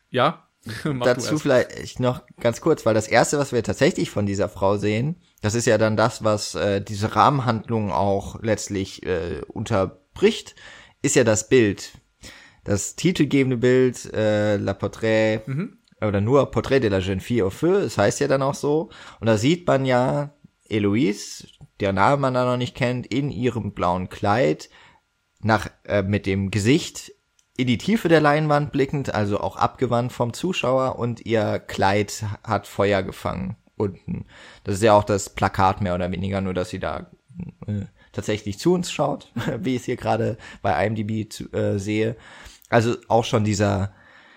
dazu vielleicht noch ganz kurz, weil das Erste, was wir tatsächlich von dieser Frau sehen, das ist ja dann das, was diese Rahmenhandlung auch letztlich unterbricht, ist ja das Bild. Das titelgebende Bild, La Portrait, oder nur Portrait de la jeune fille au feu, das heißt ja dann auch so. Und da sieht man ja Eloise, deren Namen man da noch nicht kennt, in ihrem blauen Kleid, mit dem Gesicht in die Tiefe der Leinwand blickend, also auch abgewandt vom Zuschauer, und ihr Kleid hat Feuer gefangen unten. Das ist ja auch das Plakat mehr oder weniger, nur dass sie da tatsächlich zu uns schaut, wie ich es hier gerade bei IMDb sehe. Also auch schon dieser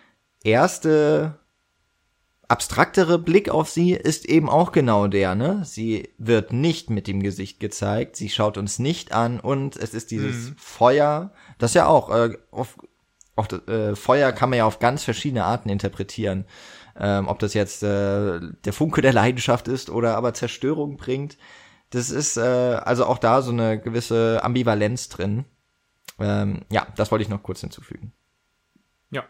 erste abstraktere Blick auf sie ist eben auch genau der, ne? Sie wird nicht mit dem Gesicht gezeigt, sie schaut uns nicht an, und es ist dieses Feuer, das ja auch Feuer kann man ja auf ganz verschiedene Arten interpretieren. Ob das jetzt der Funke der Leidenschaft ist oder aber Zerstörung bringt. Das ist also auch da so eine gewisse Ambivalenz drin. Ja, das wollte ich noch kurz hinzufügen. Ja.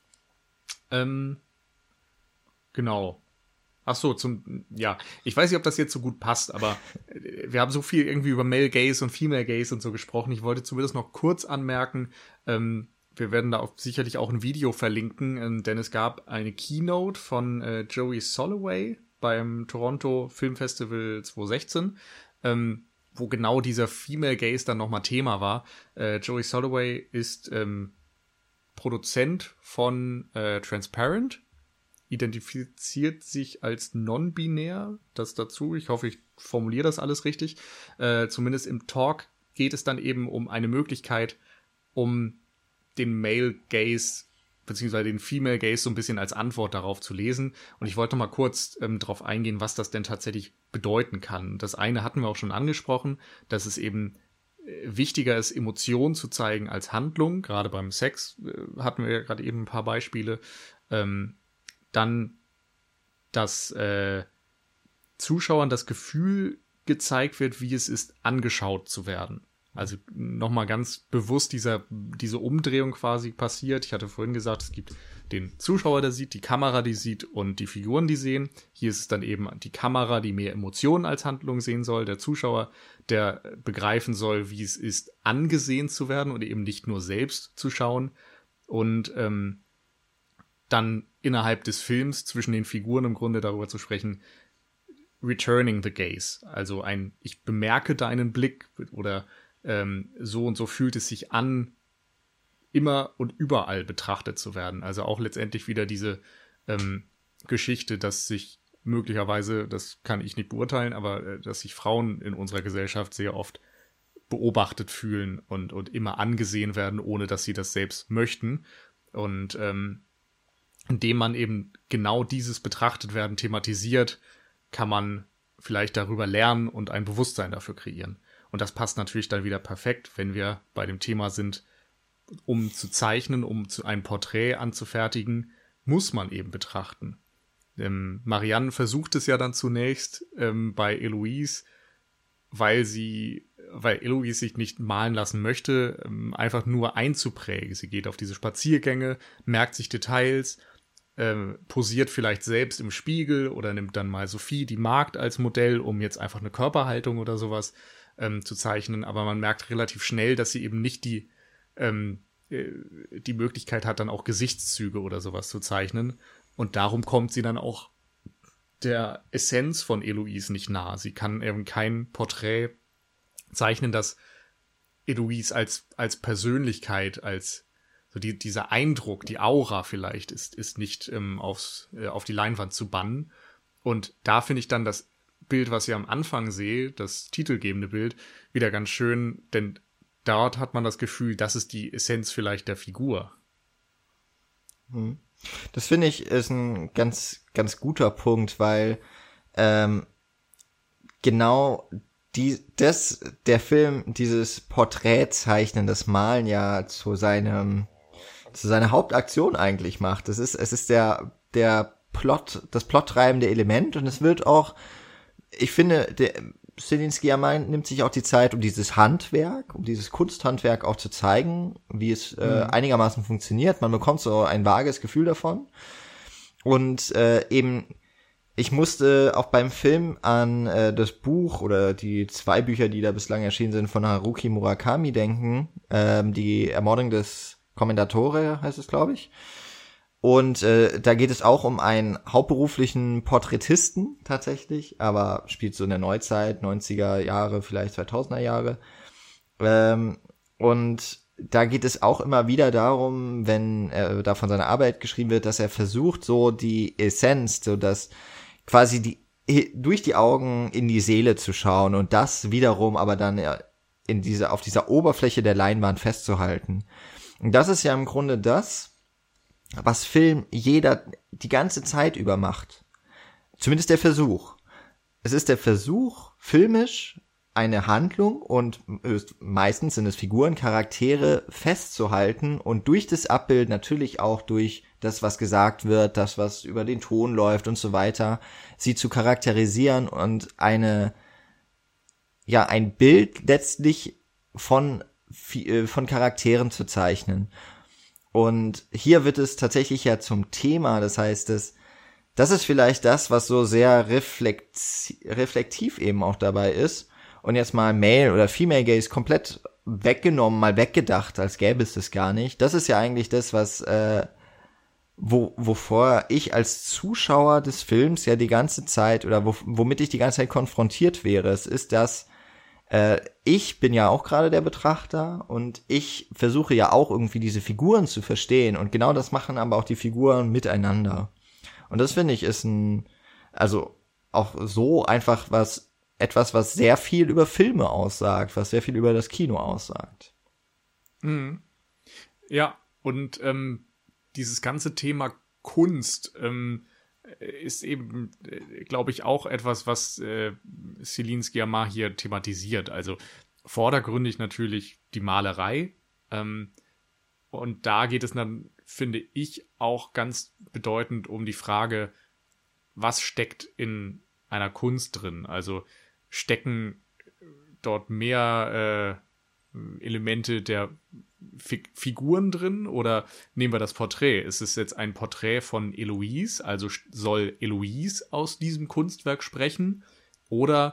Genau. Ach so, ich weiß nicht, ob das jetzt so gut passt, aber wir haben so viel irgendwie über Male Gaze und Female Gaze und so gesprochen. Ich wollte zumindest noch kurz anmerken, wir werden da sicherlich auch ein Video verlinken, denn es gab eine Keynote von Joey Soloway beim Toronto Film Festival 2016. wo genau dieser Female Gaze dann nochmal Thema war. Joey Soloway ist Produzent von Transparent, identifiziert sich als non-binär, das dazu. Ich hoffe, ich formuliere das alles richtig. Zumindest im Talk geht es dann eben um eine Möglichkeit, um den Male Gaze beziehungsweise den Female Gaze so ein bisschen als Antwort darauf zu lesen. Und ich wollte noch mal kurz darauf eingehen, was das denn tatsächlich bedeuten kann. Das eine hatten wir auch schon angesprochen, dass es eben wichtiger ist, Emotionen zu zeigen als Handlung. Gerade beim Sex hatten wir ja gerade eben ein paar Beispiele. Dann, dass Zuschauern das Gefühl gezeigt wird, wie es ist, angeschaut zu werden. Also nochmal ganz bewusst diese Umdrehung quasi passiert. Ich hatte vorhin gesagt, es gibt den Zuschauer, der sieht, die Kamera, die sieht und die Figuren, die sehen. Hier ist es dann eben die Kamera, die mehr Emotionen als Handlung sehen soll. Der Zuschauer, der begreifen soll, wie es ist, angesehen zu werden und eben nicht nur selbst zu schauen. Und dann innerhalb des Films zwischen den Figuren im Grunde darüber zu sprechen, returning the gaze. Also ich bemerke deinen Blick oder so und so fühlt es sich an, immer und überall betrachtet zu werden. Also auch letztendlich wieder diese Geschichte, dass sich möglicherweise, das kann ich nicht beurteilen, aber dass sich Frauen in unserer Gesellschaft sehr oft beobachtet fühlen und immer angesehen werden, ohne dass sie das selbst möchten. Und indem man eben genau dieses betrachtet werden thematisiert, kann man vielleicht darüber lernen und ein Bewusstsein dafür kreieren. Und das passt natürlich dann wieder perfekt, wenn wir bei dem Thema sind, um zu zeichnen, um ein Porträt anzufertigen, muss man eben betrachten. Marianne versucht es ja dann zunächst bei Eloise, weil Eloise sich nicht malen lassen möchte, einfach nur einzuprägen. Sie geht auf diese Spaziergänge, merkt sich Details, posiert vielleicht selbst im Spiegel oder nimmt dann mal Sophie, die Magd, als Modell, um jetzt einfach eine Körperhaltung oder sowas zu zeichnen. Aber man merkt relativ schnell, dass sie eben nicht die Möglichkeit hat, dann auch Gesichtszüge oder sowas zu zeichnen. Und darum kommt sie dann auch der Essenz von Eloise nicht nah. Sie kann eben kein Porträt zeichnen, das Eloise als Persönlichkeit, als so dieser Eindruck, die Aura vielleicht ist nicht auf die Leinwand zu bannen. Und da finde ich dann das Bild, was ich am Anfang sehe, das titelgebende Bild, wieder ganz schön, denn dort hat man das Gefühl, das ist die Essenz vielleicht der Figur. Das finde ich ist ein ganz, ganz guter Punkt, weil genau der Film dieses Porträtzeichnen, das Malen ja zu seiner Hauptaktion eigentlich macht. Es ist der Plot, das plottreibende Element, und es wird auch, ich finde, der Zielinski nimmt sich auch die Zeit, um dieses Kunsthandwerk auch zu zeigen, wie es einigermaßen funktioniert. Man bekommt so ein vages Gefühl davon. Und ich musste auch beim Film an das Buch oder die 2 Bücher, die da bislang erschienen sind, von Haruki Murakami denken. Die Ermordung des Commendatore heißt es, glaube ich. Und da geht es auch um einen hauptberuflichen Porträtisten tatsächlich, aber spielt so in der Neuzeit, 90er Jahre, vielleicht 2000er Jahre. Und da geht es auch immer wieder darum, wenn da von seiner Arbeit geschrieben wird, dass er versucht, so die Essenz, so dass quasi durch die Augen in die Seele zu schauen und das wiederum aber dann auf dieser Oberfläche der Leinwand festzuhalten. Und das ist ja im Grunde das, was Film die ganze Zeit über macht. Zumindest der Versuch. Es ist der Versuch, filmisch eine Handlung, und meistens sind es Figuren, Charaktere festzuhalten und durch das Abbild natürlich auch durch das, was gesagt wird, das, was über den Ton läuft und so weiter, sie zu charakterisieren und ein Bild letztlich von Charakteren zu zeichnen. Und hier wird es tatsächlich ja zum Thema, das heißt, das ist vielleicht das, was so sehr reflektiv eben auch dabei ist, und jetzt mal Male oder Female Gaze komplett weggenommen, mal weggedacht, als gäbe es das gar nicht. Das ist ja eigentlich das, was wovor ich als Zuschauer des Films ja die ganze Zeit, oder womit ich die ganze Zeit konfrontiert wäre. Es ist das, Ich bin ja auch gerade der Betrachter und ich versuche ja auch irgendwie diese Figuren zu verstehen und genau das machen aber auch die Figuren miteinander. Und das finde ich ist also auch so einfach etwas, was sehr viel über Filme aussagt, was sehr viel über das Kino aussagt. Mhm. Ja, und dieses ganze Thema Kunst ist eben, glaube ich, auch etwas, was Céline Sciamma hier thematisiert. Also vordergründig natürlich die Malerei. Und da geht es dann, finde ich, auch ganz bedeutend um die Frage, was steckt in einer Kunst drin? Also stecken dort mehr Elemente der Figuren drin oder nehmen wir das Porträt? Ist es jetzt ein Porträt von Eloise, also soll Eloise aus diesem Kunstwerk sprechen oder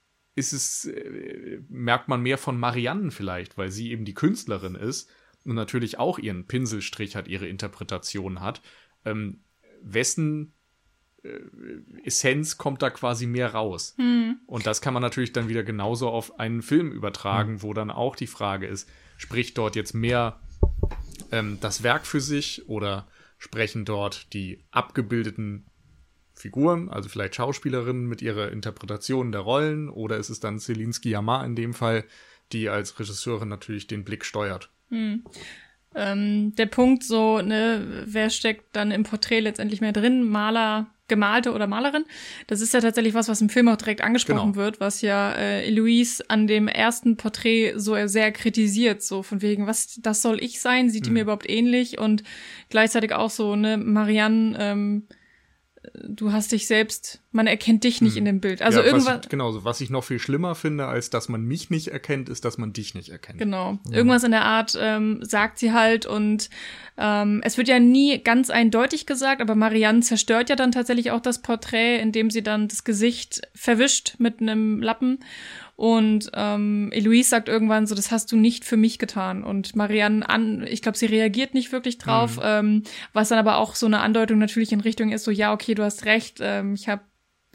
merkt man mehr von Marianne vielleicht, weil sie eben die Künstlerin ist und natürlich auch ihren Pinselstrich hat, ihre Interpretation hat. Wessen Essenz kommt da quasi mehr raus? Und das kann man natürlich dann wieder genauso auf einen Film übertragen, wo dann auch die Frage ist, spricht dort jetzt mehr das Werk für sich oder sprechen dort die abgebildeten Figuren, also vielleicht Schauspielerinnen mit ihrer Interpretation der Rollen oder ist es dann Céline Sciamma in dem Fall, die als Regisseurin natürlich den Blick steuert? Der Punkt so, ne, wer steckt dann im Porträt letztendlich mehr drin? Maler, Gemalte oder Malerin? Das ist ja tatsächlich was im Film auch direkt angesprochen wird, was ja Eloise an dem ersten Porträt so sehr kritisiert, so von wegen, was, das soll ich sein? Sieht die mir überhaupt ähnlich? Und gleichzeitig auch so, ne, Marianne, du hast dich selbst, man erkennt dich nicht in dem Bild. Also ja, irgendwas. Was ich noch viel schlimmer finde, als dass man mich nicht erkennt, ist, dass man dich nicht erkennt. Genau. Ja. Irgendwas in der Art sagt sie halt und es wird ja nie ganz eindeutig gesagt, aber Marianne zerstört ja dann tatsächlich auch das Porträt, indem sie dann das Gesicht verwischt mit einem Lappen. Und Eloise sagt irgendwann so, das hast du nicht für mich getan. Und Marianne, ich glaube, sie reagiert nicht wirklich drauf, was dann aber auch so eine Andeutung natürlich in Richtung ist, so, ja, okay, du hast recht, ich habe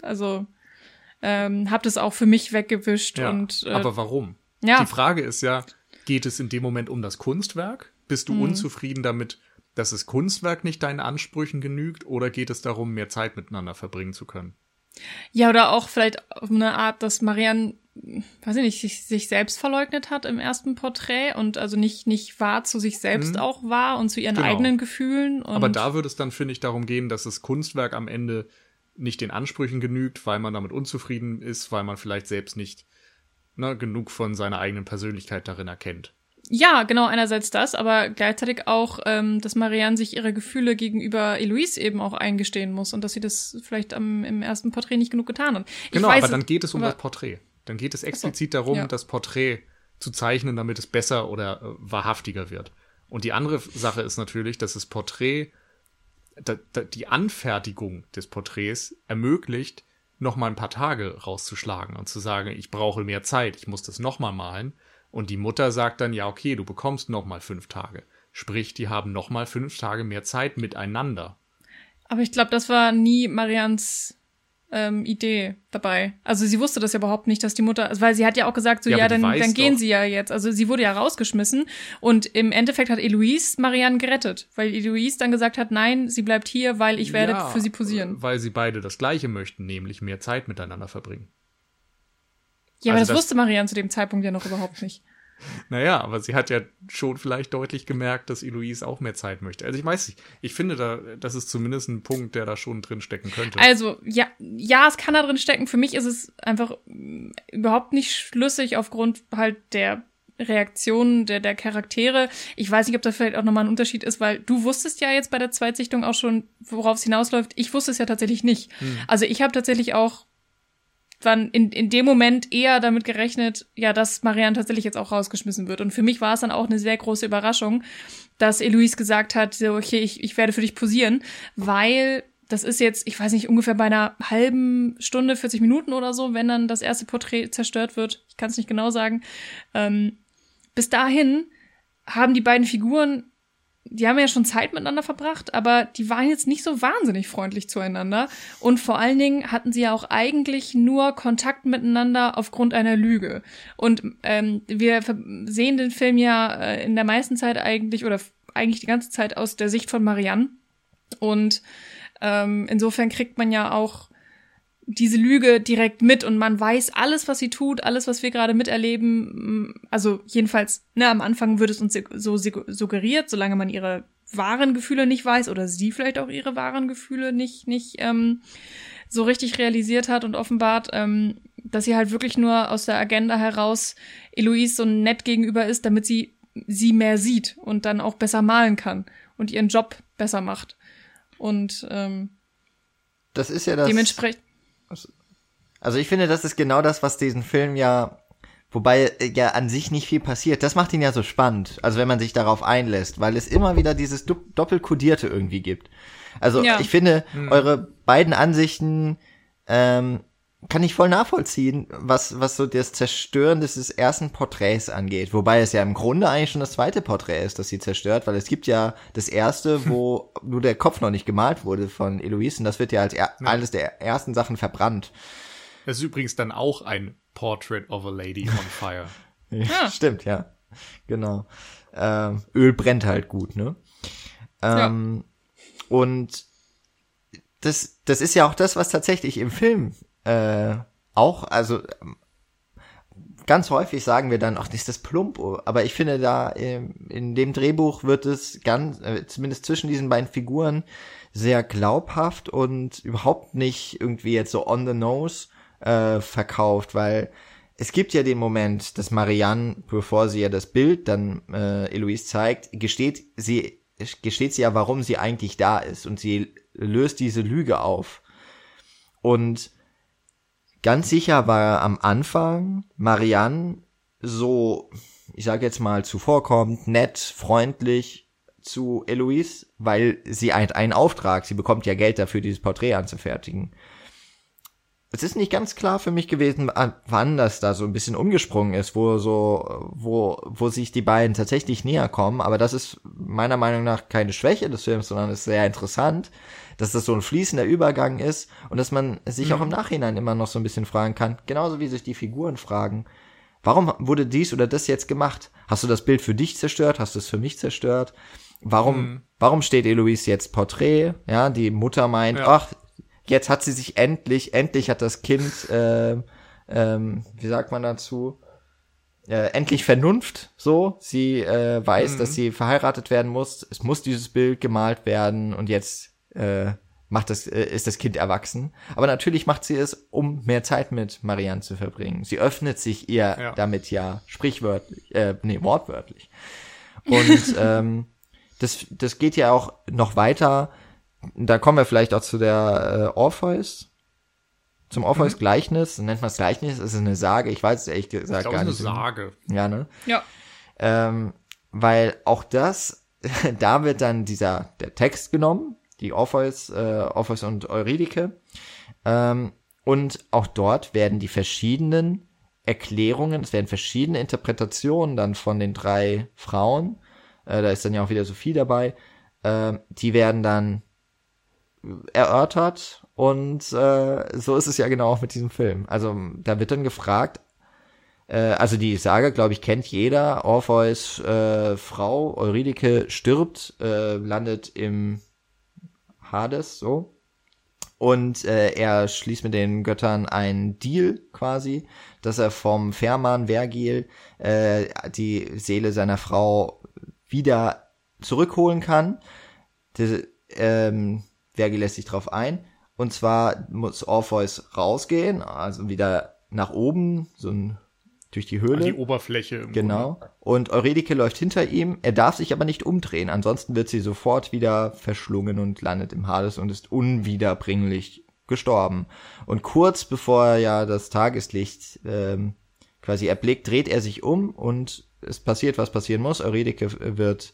das auch für mich weggewischt. Ja, und aber warum? Ja. Die Frage ist ja, geht es in dem Moment um das Kunstwerk? Bist du unzufrieden damit, dass das Kunstwerk nicht deinen Ansprüchen genügt? Oder geht es darum, mehr Zeit miteinander verbringen zu können? Ja, oder auch vielleicht auf eine Art, dass Marianne, weiß ich nicht, sich selbst verleugnet hat im ersten Porträt und also nicht wahr zu sich selbst auch war und zu ihren eigenen Gefühlen. Und aber da würde es dann, finde ich, darum gehen, dass das Kunstwerk am Ende nicht den Ansprüchen genügt, weil man damit unzufrieden ist, weil man vielleicht selbst nicht genug von seiner eigenen Persönlichkeit darin erkennt. Ja, genau, einerseits das, aber gleichzeitig auch, dass Marianne sich ihre Gefühle gegenüber Eloise eben auch eingestehen muss und dass sie das vielleicht im ersten Porträt nicht genug getan hat. Aber dann geht es um das Porträt. Dann geht es explizit darum, das Porträt zu zeichnen, damit es besser oder wahrhaftiger wird. Und die andere Sache ist natürlich, dass das Porträt, die Anfertigung des Porträts ermöglicht, noch mal ein paar Tage rauszuschlagen und zu sagen, ich brauche mehr Zeit, ich muss das noch mal malen. Und die Mutter sagt dann, ja, okay, du bekommst noch mal 5 Tage. Sprich, die haben noch mal 5 Tage mehr Zeit miteinander. Aber ich glaube, das war nie Mariannes Idee dabei. Also sie wusste das ja überhaupt nicht, dass die Mutter, weil sie hat ja auch gesagt, so, ja dann gehen sie ja jetzt. Also sie wurde ja rausgeschmissen und im Endeffekt hat Eloise Marianne gerettet, weil Eloise dann gesagt hat, nein, sie bleibt hier, weil ich werde für sie posieren. Weil sie beide das Gleiche möchten, nämlich mehr Zeit miteinander verbringen. Ja, aber das wusste Marianne zu dem Zeitpunkt ja noch überhaupt nicht. Naja, aber sie hat ja schon vielleicht deutlich gemerkt, dass Eloise auch mehr Zeit möchte. Also ich weiß nicht, ich finde, das ist zumindest ein Punkt, der da schon drin stecken könnte. Also, ja, es kann da drin stecken. Für mich ist es einfach überhaupt nicht schlüssig aufgrund halt der Reaktionen der Charaktere. Ich weiß nicht, ob das vielleicht auch nochmal ein Unterschied ist, weil du wusstest ja jetzt bei der Zweitsichtung auch schon, worauf es hinausläuft. Ich wusste es ja tatsächlich nicht. Also ich habe tatsächlich auch dann in dem Moment eher damit gerechnet, ja, dass Marianne tatsächlich jetzt auch rausgeschmissen wird. Und für mich war es dann auch eine sehr große Überraschung, dass Eloise gesagt hat, so, okay, ich werde für dich posieren, weil das ist jetzt, ich weiß nicht, ungefähr bei einer halben Stunde, 40 Minuten oder so, wenn dann das erste Porträt zerstört wird. Ich kann es nicht genau sagen. Bis dahin haben die beiden Figuren die haben ja schon Zeit miteinander verbracht, aber die waren jetzt nicht so wahnsinnig freundlich zueinander. Und vor allen Dingen hatten sie ja auch eigentlich nur Kontakt miteinander aufgrund einer Lüge. Und wir sehen den Film ja in der meisten Zeit eigentlich die ganze Zeit aus der Sicht von Marianne. Und insofern kriegt man ja auch diese Lüge direkt mit und man weiß alles, was sie tut, alles, was wir gerade miterleben. Also jedenfalls, am Anfang wird es uns so suggeriert, solange man ihre wahren Gefühle nicht weiß oder sie vielleicht auch ihre wahren Gefühle nicht so richtig realisiert hat und offenbart, dass sie halt wirklich nur aus der Agenda heraus Eloise so nett gegenüber ist, damit sie mehr sieht und dann auch besser malen kann und ihren Job besser macht. Und das ist ja das. Dementsprechend. Also ich finde, das ist genau das, was diesen Film ja, wobei ja an sich nicht viel passiert, das macht ihn ja so spannend, also wenn man sich darauf einlässt, weil es immer wieder dieses Doppelkodierte irgendwie gibt. Also ich finde, eure beiden Ansichten kann ich voll nachvollziehen, was so das Zerstören des ersten Porträts angeht. Wobei es ja im Grunde eigentlich schon das zweite Porträt ist, das sie zerstört, weil es gibt ja das erste, wo nur der Kopf noch nicht gemalt wurde von Eloise und das wird ja als eines der ersten Sachen verbrannt. Das ist übrigens dann auch ein Portrait of a Lady on Fire. Ja, stimmt, ja. Genau. Öl brennt halt gut, ne? Und das ist ja auch das, was tatsächlich im Film auch, also ganz häufig sagen wir dann, ach, ist das plump, aber ich finde da in dem Drehbuch wird es zumindest zwischen diesen beiden Figuren sehr glaubhaft und überhaupt nicht irgendwie jetzt so on the nose verkauft, weil es gibt ja den Moment, dass Marianne, bevor sie ja das Bild dann Eloise zeigt, gesteht sie ja, warum sie eigentlich da ist und sie löst diese Lüge auf. Und ganz sicher war am Anfang Marianne so, ich sage jetzt mal, zuvorkommend, nett, freundlich zu Eloise, weil sie hat einen Auftrag, sie bekommt ja Geld dafür, dieses Porträt anzufertigen. Es ist nicht ganz klar für mich gewesen, wann das da so ein bisschen umgesprungen ist, wo sich die beiden tatsächlich näher kommen, aber das ist meiner Meinung nach keine Schwäche des Films, sondern ist sehr interessant, dass das so ein fließender Übergang ist und dass man sich auch im Nachhinein immer noch so ein bisschen fragen kann, genauso wie sich die Figuren fragen, warum wurde dies oder das jetzt gemacht? Hast du das Bild für dich zerstört? Hast du es für mich zerstört? Warum steht Eloise jetzt Porträt? Ja, die Mutter meint, ach, jetzt hat sie sich endlich hat das Kind, wie sagt man dazu, endlich Vernunft, so. Sie weiß, dass sie verheiratet werden muss. Es muss dieses Bild gemalt werden und jetzt ist das Kind erwachsen. Aber natürlich macht sie es, um mehr Zeit mit Marianne zu verbringen. Sie öffnet sich ihr damit ja wortwörtlich. Und das geht ja auch noch weiter. Da kommen wir vielleicht auch zu der zum Orpheus-Gleichnis. Nennt man es Gleichnis? Ist es eine Sage? Ich weiß es ehrlich gesagt gar nicht. Ich glaube, es ist eine Sage. Ja, ne? Ja. Weil auch das, da wird dann der Text genommen, die Orpheus und Eurydike. Und auch dort werden die verschiedenen Erklärungen, es werden verschiedene Interpretationen dann von den 3 Frauen, da ist dann ja auch wieder Sophie dabei, die werden dann erörtert und so ist es ja genau auch mit diesem Film. Also da wird dann gefragt, also die Sage, glaube ich, kennt jeder, Orpheus Frau, Eurydike stirbt, landet im Hades, so. Und er schließt mit den Göttern einen Deal quasi, dass er vom Fährmann Vergil die Seele seiner Frau wieder zurückholen kann. Vergil lässt sich drauf ein. Und zwar muss Orpheus rausgehen, also wieder nach oben, durch die Höhle. An die Oberfläche. Genau. Und Eurydike läuft hinter ihm. Er darf sich aber nicht umdrehen. Ansonsten wird sie sofort wieder verschlungen und landet im Hades und ist unwiederbringlich gestorben. Und kurz bevor er das Tageslicht quasi erblickt, dreht er sich um und es passiert, was passieren muss. Eurydike wird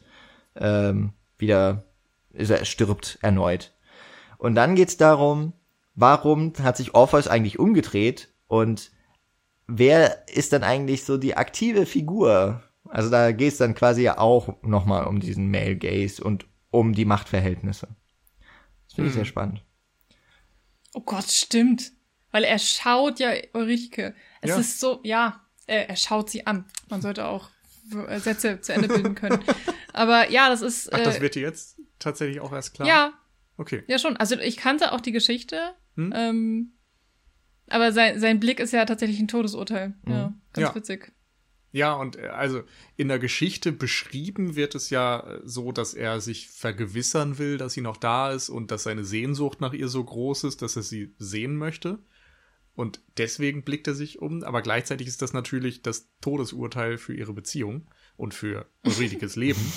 stirbt erneut. Und dann geht's darum, warum hat sich Orpheus eigentlich umgedreht und wer ist dann eigentlich so die aktive Figur? Also da geht es dann quasi ja auch nochmal um diesen Male Gaze und um die Machtverhältnisse. Das finde ich sehr spannend. Oh Gott, stimmt. Weil er schaut ja Eurydike. Es ist so, er schaut sie an. Man sollte auch Sätze zu Ende bilden können. Aber ja, das ist... Ach, das wird dir jetzt tatsächlich auch erst klar? Ja. Okay. Ja, schon. Also ich kannte auch die Geschichte. Aber sein Blick ist ja tatsächlich ein Todesurteil. Ja, ganz witzig. Ja, und also in der Geschichte beschrieben wird es ja so, dass er sich vergewissern will, dass sie noch da ist und dass seine Sehnsucht nach ihr so groß ist, dass er sie sehen möchte. Und deswegen blickt er sich um. Aber gleichzeitig ist das natürlich das Todesurteil für ihre Beziehung und für Eurydikes Leben.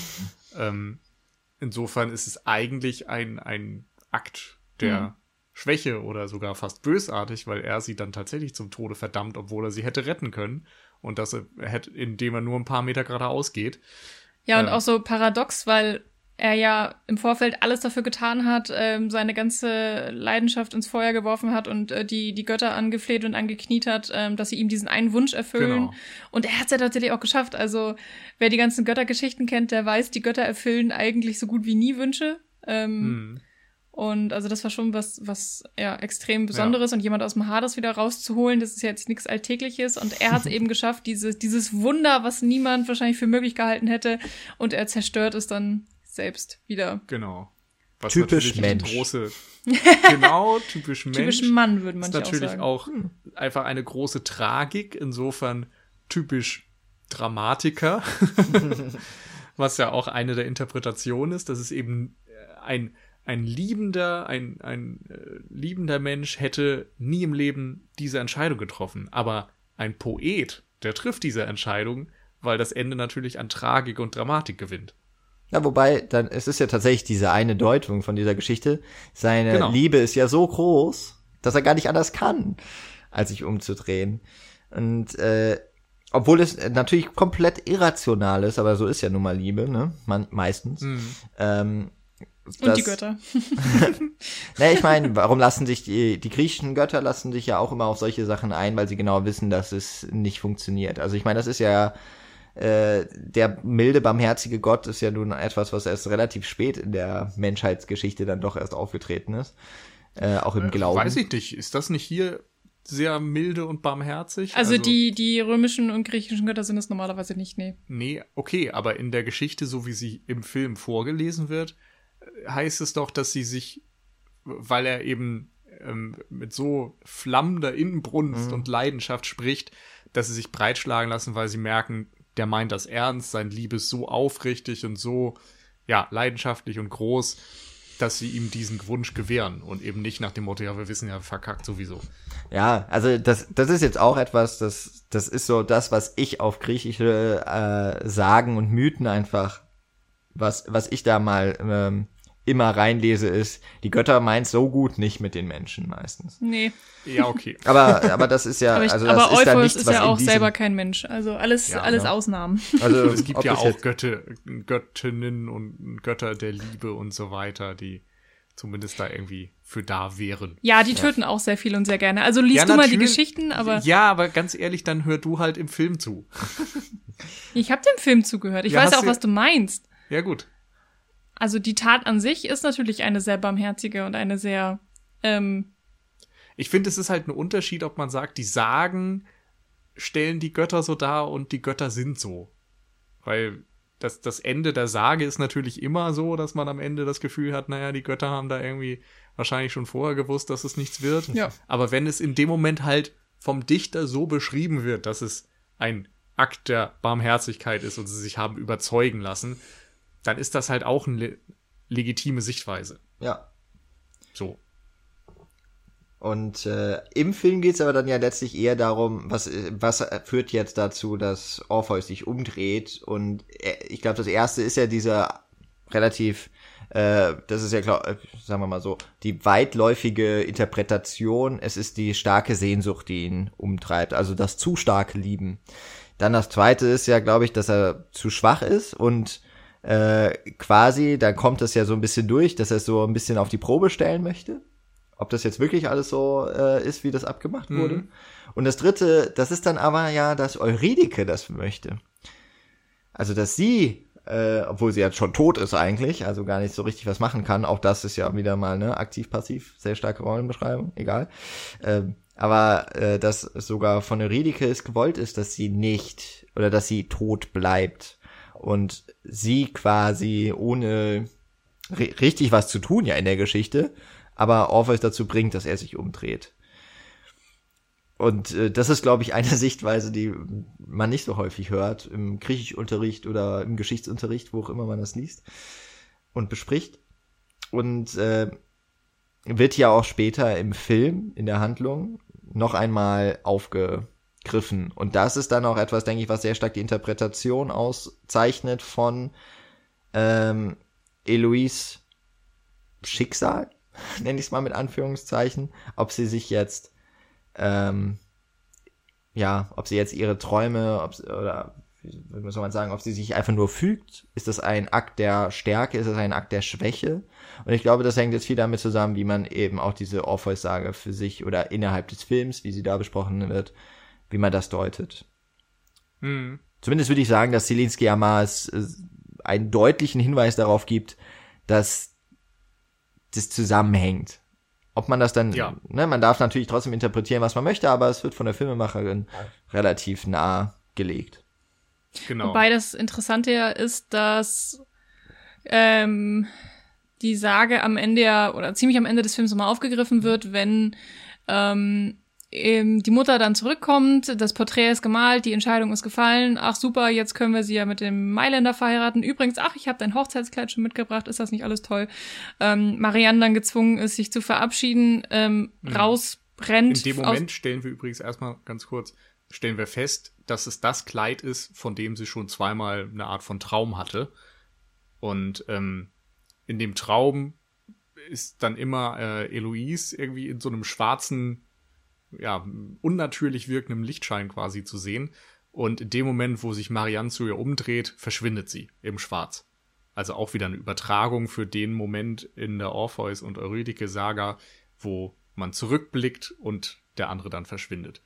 Insofern ist es eigentlich ein Akt der Schwäche oder sogar fast bösartig, weil er sie dann tatsächlich zum Tode verdammt, obwohl er sie hätte retten können. Und das indem er nur ein paar Meter geradeaus geht. Ja, und auch so paradox, weil er ja im Vorfeld alles dafür getan hat, seine ganze Leidenschaft ins Feuer geworfen hat und die Götter angefleht und angekniet hat, dass sie ihm diesen einen Wunsch erfüllen. Genau. Und er hat es ja tatsächlich auch geschafft. Also wer die ganzen Göttergeschichten kennt, der weiß, die Götter erfüllen eigentlich so gut wie nie Wünsche. Und also das war schon was extrem Besonderes und jemand aus dem Hades wieder rauszuholen, das ist ja jetzt nichts Alltägliches und er hat es eben geschafft, dieses Wunder, was niemand wahrscheinlich für möglich gehalten hätte und er zerstört es dann selbst wieder. Genau. Was typisch Mensch. Typisch Mensch. Typisch Mann, würde man auch sagen. Ist natürlich auch einfach eine große Tragik, insofern typisch Dramatiker, was ja auch eine der Interpretationen ist, dass es eben ein liebender Mensch hätte nie im Leben diese Entscheidung getroffen. Aber ein Poet, der trifft diese Entscheidung, weil das Ende natürlich an Tragik und Dramatik gewinnt. Ja, wobei, es ist ja tatsächlich diese eine Deutung von dieser Geschichte. Seine Liebe ist ja so groß, dass er gar nicht anders kann, als sich umzudrehen. Und obwohl es natürlich komplett irrational ist, aber so ist ja nun mal Liebe, ne? Meistens. Und die Götter. Ne, ich meine, warum lassen sich die griechischen Götter lassen sich ja auch immer auf solche Sachen ein, weil sie genau wissen, dass es nicht funktioniert. Also ich meine, das ist ja der milde, barmherzige Gott ist ja nun etwas, was erst relativ spät in der Menschheitsgeschichte dann doch erst aufgetreten ist. Auch im Glauben. Weiß ich nicht. Ist das nicht hier sehr milde und barmherzig? Also die römischen und griechischen Götter sind es normalerweise nicht, nee. Nee, okay, aber in der Geschichte, so wie sie im Film vorgelesen wird, heißt es doch, dass sie sich, weil er eben mit so flammender Inbrunst und Leidenschaft spricht, dass sie sich breitschlagen lassen, weil sie merken, der meint das ernst, sein Liebe ist so aufrichtig und so leidenschaftlich und groß, dass sie ihm diesen Wunsch gewähren und eben nicht nach dem Motto, ja, wir wissen ja, verkackt sowieso. Ja, also das ist jetzt auch etwas, das ist so das, was ich auf griechische Sagen und Mythen einfach, was ich da mal immer reinlese, ist, die Götter meint so gut nicht mit den Menschen meistens. Nee. Ja, okay. Aber das ist ja, aber das ist da nichts, ist was ja auch in selber kein Mensch. Also alles Ausnahmen. Also es gibt ja auch Göttinnen und Götter der Liebe und so weiter, die zumindest da irgendwie für da wären. Ja, die töten auch sehr viel und sehr gerne. Also liest du mal die Geschichten, aber... Ja, aber ganz ehrlich, dann hör du halt im Film zu. Ich habe dem Film zugehört. Ich weiß auch, was du meinst. Ja, gut. Also die Tat an sich ist natürlich eine sehr barmherzige und eine sehr... Ich finde, es ist halt ein Unterschied, ob man sagt, die Sagen stellen die Götter so dar und die Götter sind so. Weil das Ende der Sage ist natürlich immer so, dass man am Ende das Gefühl hat, naja, die Götter haben da irgendwie wahrscheinlich schon vorher gewusst, dass es nichts wird. Ja. Aber wenn es in dem Moment halt vom Dichter so beschrieben wird, dass es ein Akt der Barmherzigkeit ist und sie sich haben überzeugen lassen, dann ist das halt auch eine legitime Sichtweise. Ja. So. Und im Film geht's aber dann ja letztlich eher darum, was führt jetzt dazu, dass Orpheus sich umdreht. Und ich glaube, das erste ist ja dieser relativ, das ist ja, sagen wir mal so, die weitläufige Interpretation. Es ist die starke Sehnsucht, die ihn umtreibt, also das zu starke Lieben. Dann das zweite ist ja, glaube ich, dass er zu schwach ist und quasi, dann kommt es ja so ein bisschen durch, dass er es so ein bisschen auf die Probe stellen möchte. Ob das jetzt wirklich alles so ist, wie das abgemacht wurde. Und das dritte, das ist dann aber ja, dass Eurydike das möchte. Also, dass sie, obwohl sie jetzt schon tot ist eigentlich, also gar nicht so richtig was machen kann, auch das ist ja wieder mal, ne, aktiv-passiv, sehr starke Rollenbeschreibung, egal. Aber dass es sogar von Eurydike es gewollt ist, dass sie nicht, oder dass sie tot bleibt und sie quasi ohne richtig was zu tun ja in der Geschichte, aber Orpheus dazu bringt, dass er sich umdreht. Und das ist, glaube ich, eine Sichtweise, die man nicht so häufig hört im Griechischunterricht oder im Geschichtsunterricht, wo auch immer man das liest und bespricht. Und wird ja auch später im Film, in der Handlung, noch einmal aufgegriffen. Und das ist dann auch etwas, denke ich, was sehr stark die Interpretation auszeichnet von Heloise Schicksal, nenne ich es mal mit Anführungszeichen, ob sie sich jetzt ob sie jetzt ihre Träume, oder wie soll man sagen, ob sie sich einfach nur fügt, ist das ein Akt der Stärke, ist das ein Akt der Schwäche? Und ich glaube, das hängt jetzt viel damit zusammen, wie man eben auch diese Orpheus-Sage für sich oder innerhalb des Films, wie sie da besprochen wird, wie man das deutet. Zumindest würde ich sagen, dass Szelinski Amas einen deutlichen Hinweis darauf gibt, dass das zusammenhängt. Ob man das dann, man darf natürlich trotzdem interpretieren, was man möchte, aber es wird von der Filmemacherin relativ nah gelegt. Genau. Wobei das Interessante ja ist, dass die Sage am Ende oder ziemlich am Ende des Films nochmal aufgegriffen wird, wenn die Mutter dann zurückkommt, das Porträt ist gemalt, die Entscheidung ist gefallen, ach super, jetzt können wir sie ja mit dem Mailänder verheiraten. Übrigens, ach, ich habe dein Hochzeitskleid schon mitgebracht, ist das nicht alles toll? Marianne dann gezwungen ist, sich zu verabschieden, rausrennt. In dem Moment stellen wir übrigens erstmal ganz kurz, fest, dass es das Kleid ist, von dem sie schon zweimal eine Art von Traum hatte. Und in dem Traum ist dann immer Heloise irgendwie in so einem schwarzen, unnatürlich wirkendem Lichtschein quasi zu sehen. Und in dem Moment, wo sich Marianne zu ihr umdreht, verschwindet sie im Schwarz. Also auch wieder eine Übertragung für den Moment in der Orpheus- und Eurydike-Saga, wo man zurückblickt und der andere dann verschwindet.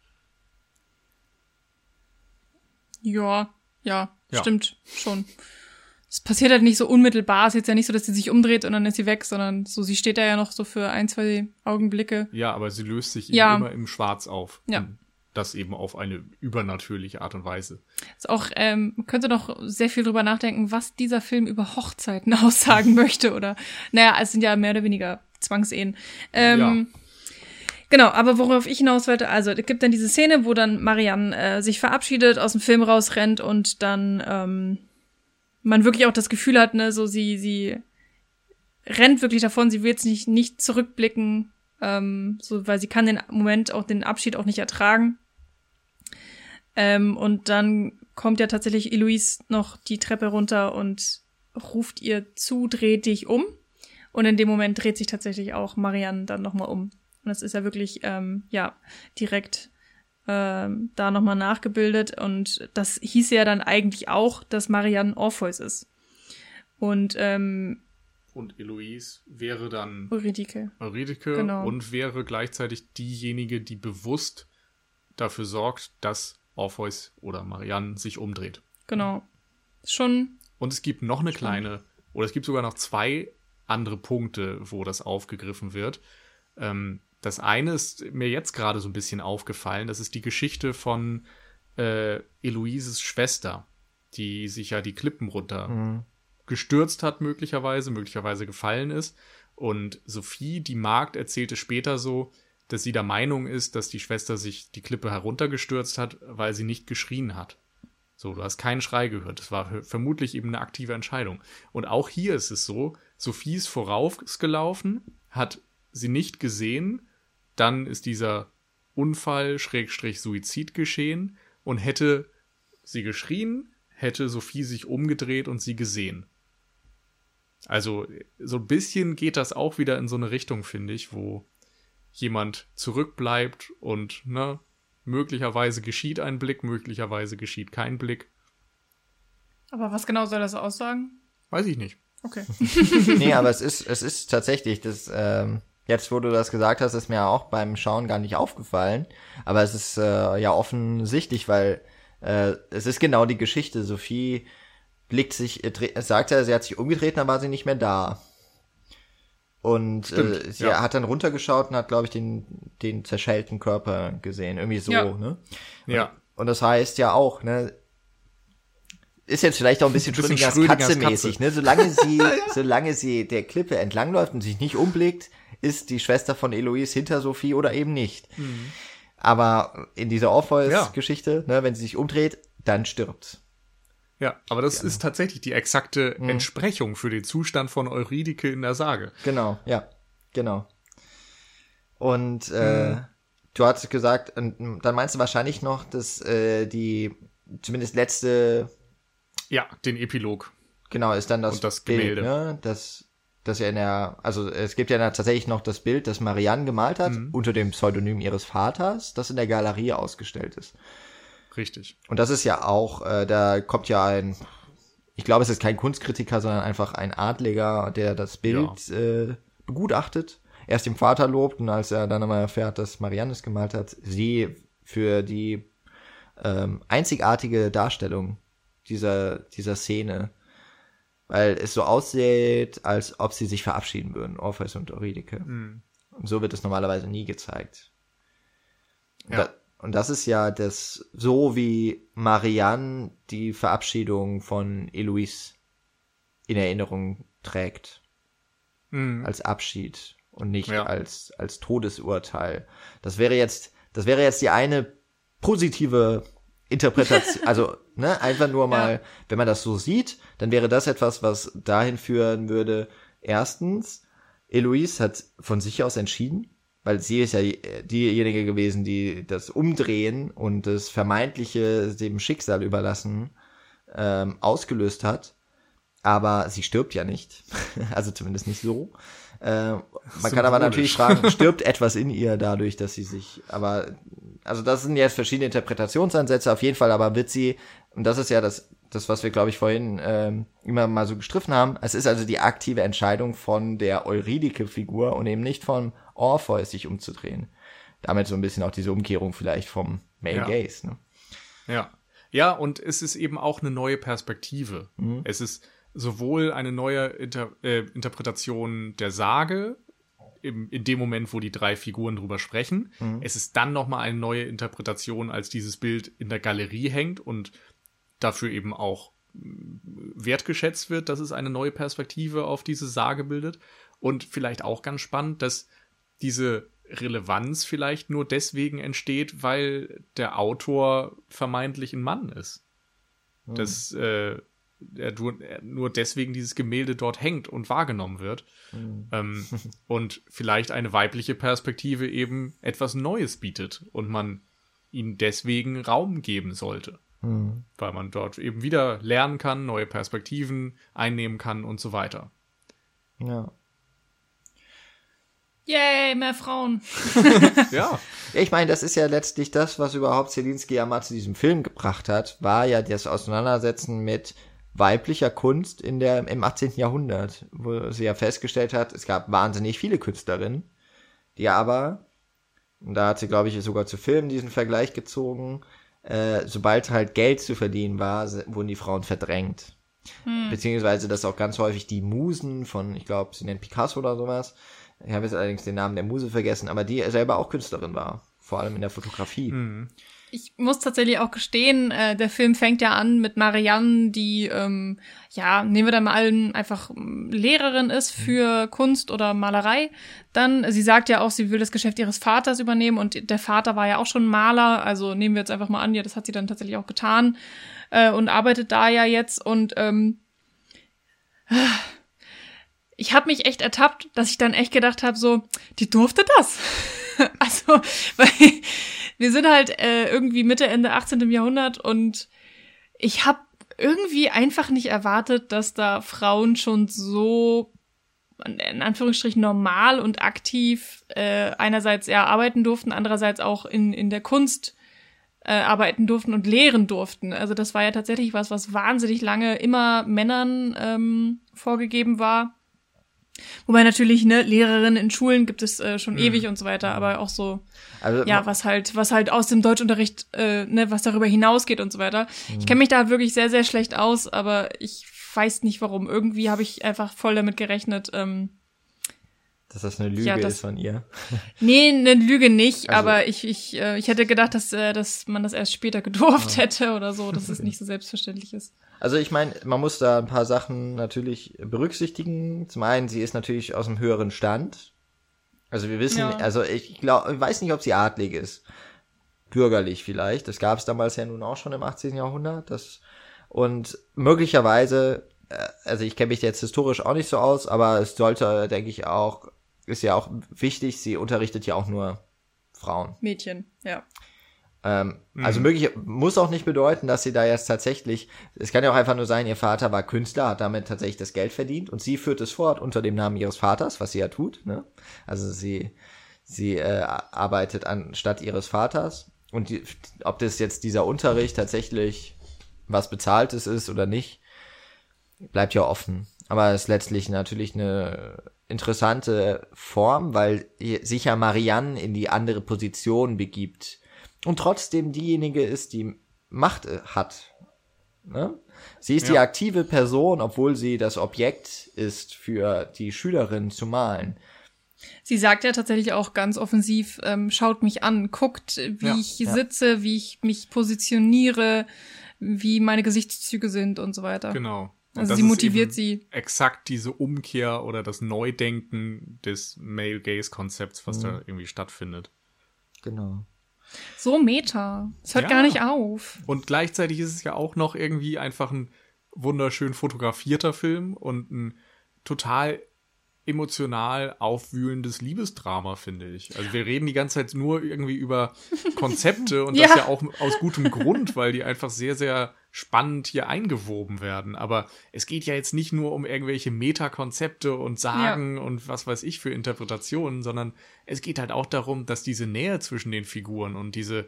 Ja, stimmt schon. Es passiert halt nicht so unmittelbar. Es ist jetzt ja nicht so, dass sie sich umdreht und dann ist sie weg, sondern so, sie steht da ja noch so für 1-2 Augenblicke. Ja, aber sie löst sich eben immer im Schwarz auf. Ja. Und das eben auf eine übernatürliche Art und Weise. Ist auch, man könnte noch sehr viel drüber nachdenken, was dieser Film über Hochzeiten aussagen möchte, oder, es sind ja mehr oder weniger Zwangsehen. Genau, aber worauf ich hinaus wollte, also es gibt dann diese Szene, wo dann Marianne sich verabschiedet, aus dem Film rausrennt und dann man wirklich auch das Gefühl hat, ne, so sie rennt wirklich davon, sie will jetzt nicht zurückblicken, so, weil sie kann den Moment auch, den Abschied auch nicht ertragen. Und dann kommt ja tatsächlich Heloise noch die Treppe runter und ruft ihr zu, dreh dich um. Und in dem Moment dreht sich tatsächlich auch Marianne dann nochmal um. Und das ist ja wirklich, direkt da nochmal nachgebildet. Und das hieß ja dann eigentlich auch, dass Marianne Orpheus ist. Und Heloise wäre dann Eurydike, genau. Und wäre gleichzeitig diejenige, die bewusst dafür sorgt, dass Orpheus oder Marianne sich umdreht. Genau. Schon. Und es gibt noch es gibt sogar noch 2 andere Punkte, wo das aufgegriffen wird. Das eine ist mir jetzt gerade so ein bisschen aufgefallen, das ist die Geschichte von Heloises Schwester, die sich ja die Klippen runter gestürzt hat, möglicherweise gefallen ist. Und Sophie, die Magd, erzählte später so, dass sie der Meinung ist, dass die Schwester sich die Klippe heruntergestürzt hat, weil sie nicht geschrien hat. So, du hast keinen Schrei gehört. Das war vermutlich eben eine aktive Entscheidung. Und auch hier ist es so, Sophie ist vorausgelaufen, hat sie nicht gesehen, dann ist dieser Unfall / Suizid geschehen und hätte sie geschrien, hätte Sophie sich umgedreht und sie gesehen. Also so ein bisschen geht das auch wieder in so eine Richtung, finde ich, wo jemand zurückbleibt und möglicherweise geschieht ein Blick, möglicherweise geschieht kein Blick. Aber was genau soll das aussagen? Weiß ich nicht. Okay. Nee, aber es ist tatsächlich, das, jetzt wo du das gesagt hast, ist mir auch beim Schauen gar nicht aufgefallen, aber es ist ja offensichtlich, weil es ist genau die Geschichte. Sophie sagt er, sie hat sich umgedreht, dann war sie nicht mehr da. Und sie hat dann runtergeschaut und hat, glaube ich, den zerschellten Körper gesehen. Irgendwie so, ne? Ja. Und das heißt ja auch, ne, ist jetzt vielleicht auch ein bisschen Schrödingers Katze-mäßig, ne? Solange sie der Klippe entlangläuft und sich nicht umblickt, ist die Schwester von Eloise hinter Sophie oder eben nicht. Mhm. Aber in dieser Orpheus-Geschichte, ne, wenn sie sich umdreht, dann stirbt. Ja, aber das ist tatsächlich die exakte Entsprechung für den Zustand von Eurydike in der Sage. Genau, ja, genau. Und du hast gesagt, dann meinst du wahrscheinlich noch, dass die zumindest letzte... Ja, den Epilog. Genau, ist dann das Gemälde. Bild, ne? Das ja also es gibt ja tatsächlich noch das Bild, das Marianne gemalt hat, unter dem Pseudonym ihres Vaters, das in der Galerie ausgestellt ist. Richtig. Und das ist ja auch, da kommt ja ich glaube, es ist kein Kunstkritiker, sondern einfach ein Adliger, der das Bild begutachtet, erst dem Vater lobt und als er dann einmal erfährt, dass Marianne es gemalt hat, sie für die einzigartige Darstellung dieser Szene, weil es so aussieht, als ob sie sich verabschieden würden, Orpheus und Eurydike. Und so wird es normalerweise nie gezeigt. Ja. Und das ist ja so wie Marianne die Verabschiedung von Eloise in Erinnerung trägt. Als Abschied und nicht als Todesurteil. Das wäre jetzt die eine positive Interpretation, also, ne, einfach nur mal, wenn man das so sieht, dann wäre das etwas, was dahin führen würde, erstens, Eloise hat von sich aus entschieden, weil sie ist ja diejenige gewesen, die das Umdrehen und das Vermeintliche dem Schicksal überlassen ausgelöst hat, aber sie stirbt ja nicht, also zumindest nicht so. Man kann aber natürlich fragen, stirbt etwas in ihr dadurch, dass sie sich, also das sind jetzt verschiedene Interpretationsansätze auf jeden Fall, aber wird sie, und das ist ja das was wir, glaube ich, vorhin immer mal so gestriffen haben, es ist also die aktive Entscheidung von der Eurydike-Figur und eben nicht von Orpheus, sich umzudrehen. Damit so ein bisschen auch diese Umkehrung vielleicht vom Male Gaze, ne? Ja. Ja, und es ist eben auch eine neue Perspektive. Es ist sowohl eine neue Interpretation der Sage, in dem Moment, wo die drei Figuren drüber sprechen. Es ist dann nochmal eine neue Interpretation, als dieses Bild in der Galerie hängt und dafür eben auch wertgeschätzt wird, dass es eine neue Perspektive auf diese Sage bildet. Und vielleicht auch ganz spannend, dass diese Relevanz vielleicht nur deswegen entsteht, weil der Autor vermeintlich ein Mann ist. Dass er nur deswegen dieses Gemälde dort hängt und wahrgenommen wird. Und vielleicht eine weibliche Perspektive eben etwas Neues bietet und man ihnen deswegen Raum geben sollte. Weil man dort eben wieder lernen kann, neue Perspektiven einnehmen kann und so weiter. Ja. Yay, mehr Frauen. Ja. Ich meine, das ist ja letztlich das, was überhaupt Zielinski ja mal zu diesem Film gebracht hat, war ja das Auseinandersetzen mit weiblicher Kunst im 18. Jahrhundert, wo sie ja festgestellt hat, es gab wahnsinnig viele Künstlerinnen, die aber, und da hat sie, glaube ich, sogar zu Filmen diesen Vergleich gezogen, sobald halt Geld zu verdienen war, wurden die Frauen verdrängt. Beziehungsweise, dass auch ganz häufig die Musen von, ich glaube, sie nennt Picasso oder sowas, ich habe jetzt allerdings den Namen der Muse vergessen, aber die selber auch Künstlerin war, vor allem in der Fotografie. Ich muss tatsächlich auch gestehen, der Film fängt ja an mit Marianne, die, nehmen wir da mal einfach Lehrerin ist für Kunst oder Malerei. Dann, sie sagt ja auch, sie will das Geschäft ihres Vaters übernehmen und der Vater war ja auch schon Maler, also nehmen wir jetzt einfach mal an, ja, das hat sie dann tatsächlich auch getan und arbeitet da ja jetzt und ich habe mich echt ertappt, dass ich dann echt gedacht habe, so, die durfte das. Also, weil wir sind halt irgendwie Mitte, Ende 18. Jahrhundert und ich habe irgendwie einfach nicht erwartet, dass da Frauen schon so in Anführungsstrichen normal und aktiv einerseits arbeiten durften, andererseits auch in der Kunst arbeiten durften und lehren durften. Also das war ja tatsächlich was wahnsinnig lange immer Männern vorgegeben war. Wobei natürlich, ne, Lehrerinnen in Schulen gibt es schon ewig und so weiter, aber auch so, Also, ja, was halt aus dem Deutschunterricht, ne, was darüber hinausgeht und so weiter. Ich kenne mich da wirklich sehr, sehr schlecht aus, aber ich weiß nicht warum. Irgendwie habe ich einfach voll damit gerechnet, dass das eine Lüge ist von ihr. Nee, eine Lüge nicht, Also, aber ich hätte gedacht, dass man das erst später gedurft hätte oder so, dass es nicht so selbstverständlich ist. Also ich meine, man muss da ein paar Sachen natürlich berücksichtigen. Zum einen, sie ist natürlich aus einem höheren Stand. Also wir wissen, also ich weiß nicht, ob sie adlig ist. Bürgerlich vielleicht. Das gab es damals ja nun auch schon im 18. Jahrhundert. Und möglicherweise, also ich kenne mich jetzt historisch auch nicht so aus, aber es sollte, denke ich auch, ist ja auch wichtig, sie unterrichtet ja auch nur Frauen. Mädchen, ja. Also muss auch nicht bedeuten, dass sie da jetzt tatsächlich, es kann ja auch einfach nur sein, ihr Vater war Künstler, hat damit tatsächlich das Geld verdient und sie führt es fort unter dem Namen ihres Vaters, was sie ja tut, ne? Also sie arbeitet anstatt ihres Vaters und ob das jetzt dieser Unterricht tatsächlich was Bezahltes ist oder nicht, bleibt ja offen. Aber es ist letztlich natürlich eine interessante Form, weil sich ja Marianne in die andere Position begibt und trotzdem diejenige ist, die Macht hat. Ne? Sie ist die aktive Person, obwohl sie das Objekt ist, für die Schülerin zu malen. Sie sagt ja tatsächlich auch ganz offensiv, schaut mich an, guckt, wie ich sitze, wie ich mich positioniere, wie meine Gesichtszüge sind und so weiter. Genau. Und also sie motiviert sie. Exakt diese Umkehr oder das Neudenken des Male-Gaze-Konzepts, was da irgendwie stattfindet. Genau. So Meta. Es hört gar nicht auf. Und gleichzeitig ist es ja auch noch irgendwie einfach ein wunderschön fotografierter Film und ein total emotional aufwühlendes Liebesdrama, finde ich. Also wir reden die ganze Zeit nur irgendwie über Konzepte und das ja auch aus gutem Grund, weil die einfach sehr, sehr spannend hier eingewoben werden. Aber es geht ja jetzt nicht nur um irgendwelche Metakonzepte und Sagen und was weiß ich für Interpretationen, sondern es geht halt auch darum, dass diese Nähe zwischen den Figuren und diese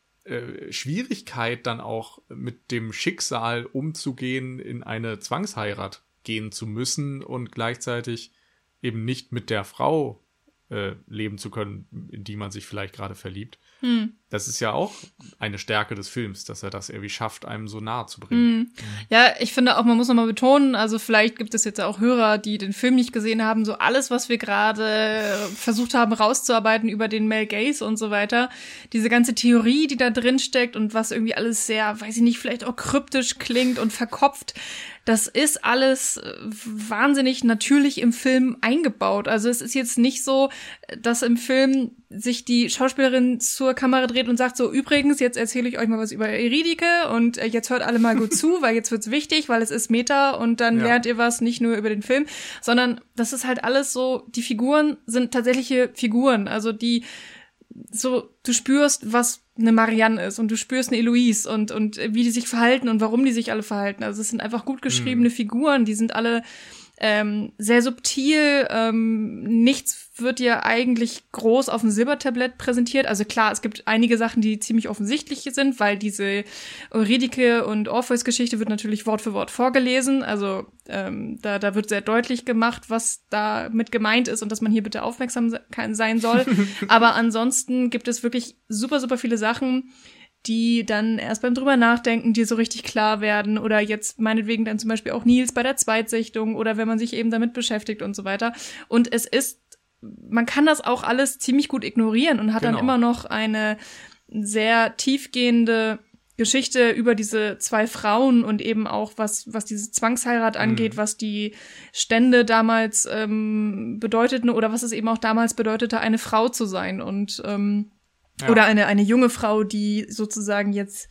Schwierigkeit dann auch mit dem Schicksal umzugehen, in eine Zwangsheirat gehen zu müssen und gleichzeitig eben nicht mit der Frau leben zu können, in die man sich vielleicht gerade verliebt. Das ist ja auch eine Stärke des Films, dass er das irgendwie schafft, einem so nahe zu bringen. Ja, ich finde auch, man muss nochmal betonen, also vielleicht gibt es jetzt auch Hörer, die den Film nicht gesehen haben, so alles, was wir gerade versucht haben rauszuarbeiten über den Male Gaze und so weiter, diese ganze Theorie, die da drin steckt und was irgendwie alles sehr, weiß ich nicht, vielleicht auch kryptisch klingt und verkopft, das ist alles wahnsinnig natürlich im Film eingebaut. Also es ist jetzt nicht so, dass im Film sich die Schauspielerin zur Kamera dreht und sagt so, übrigens, jetzt erzähle ich euch mal was über Eurydike und jetzt hört alle mal gut zu, weil jetzt wird's wichtig, weil es ist Meta und dann lernt ihr was, nicht nur über den Film, sondern das ist halt alles so, die Figuren sind tatsächliche Figuren, also die so, du spürst, was eine Marianne ist und du spürst eine Eloise und wie die sich verhalten und warum die sich alle verhalten. Also es sind einfach gut geschriebene Figuren, die sind alle sehr subtil, nichts wird dir eigentlich groß auf dem Silbertablett präsentiert. Also klar, es gibt einige Sachen, die ziemlich offensichtlich sind, weil diese Eurydike und Orpheus-Geschichte wird natürlich Wort für Wort vorgelesen. Also da wird sehr deutlich gemacht, was da mit gemeint ist und dass man hier bitte aufmerksam sein soll. Aber ansonsten gibt es wirklich super, super viele Sachen, die dann erst beim drüber nachdenken, die so richtig klar werden oder jetzt meinetwegen dann zum Beispiel auch Nils bei der Zweitsichtung oder wenn man sich eben damit beschäftigt und so weiter. Und man kann das auch alles ziemlich gut ignorieren und hat dann immer noch eine sehr tiefgehende Geschichte über diese zwei Frauen und eben auch was diese Zwangsheirat angeht, was die Stände damals bedeuteten oder was es eben auch damals bedeutete, eine Frau zu sein und oder eine junge Frau, die sozusagen jetzt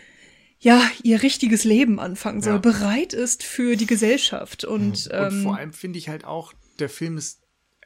ihr richtiges Leben anfangen soll, bereit ist für die Gesellschaft. Und vor allem finde ich halt auch, der Film ist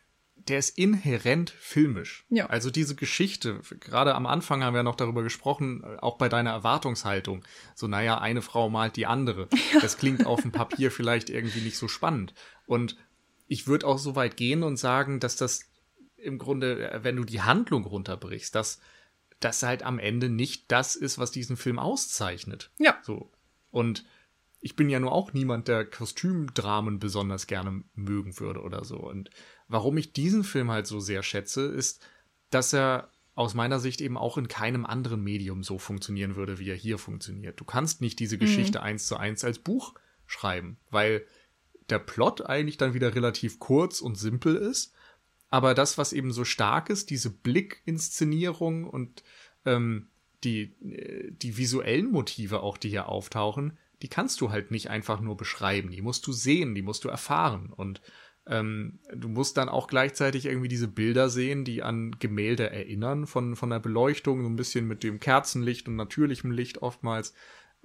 inhärent filmisch. Ja. Also diese Geschichte, gerade am Anfang haben wir noch darüber gesprochen, auch bei deiner Erwartungshaltung. So, eine Frau malt die andere. Ja. Das klingt auf dem Papier vielleicht irgendwie nicht so spannend. Und ich würde auch so weit gehen und sagen, dass das im Grunde, wenn du die Handlung runterbrichst, dass das halt am Ende nicht das ist, was diesen Film auszeichnet. Ja. So. Und ich bin ja nur auch niemand, der Kostümdramen besonders gerne mögen würde oder so. Und warum ich diesen Film halt so sehr schätze, ist, dass er aus meiner Sicht eben auch in keinem anderen Medium so funktionieren würde, wie er hier funktioniert. Du kannst nicht diese Geschichte 1:1 als Buch schreiben, weil der Plot eigentlich dann wieder relativ kurz und simpel ist. Aber das, was eben so stark ist, diese Blickinszenierung und die visuellen Motive auch, die hier auftauchen, die kannst du halt nicht einfach nur beschreiben. Die musst du sehen, die musst du erfahren. Und du musst dann auch gleichzeitig irgendwie diese Bilder sehen, die an Gemälde erinnern, von der Beleuchtung, so ein bisschen mit dem Kerzenlicht und natürlichem Licht oftmals.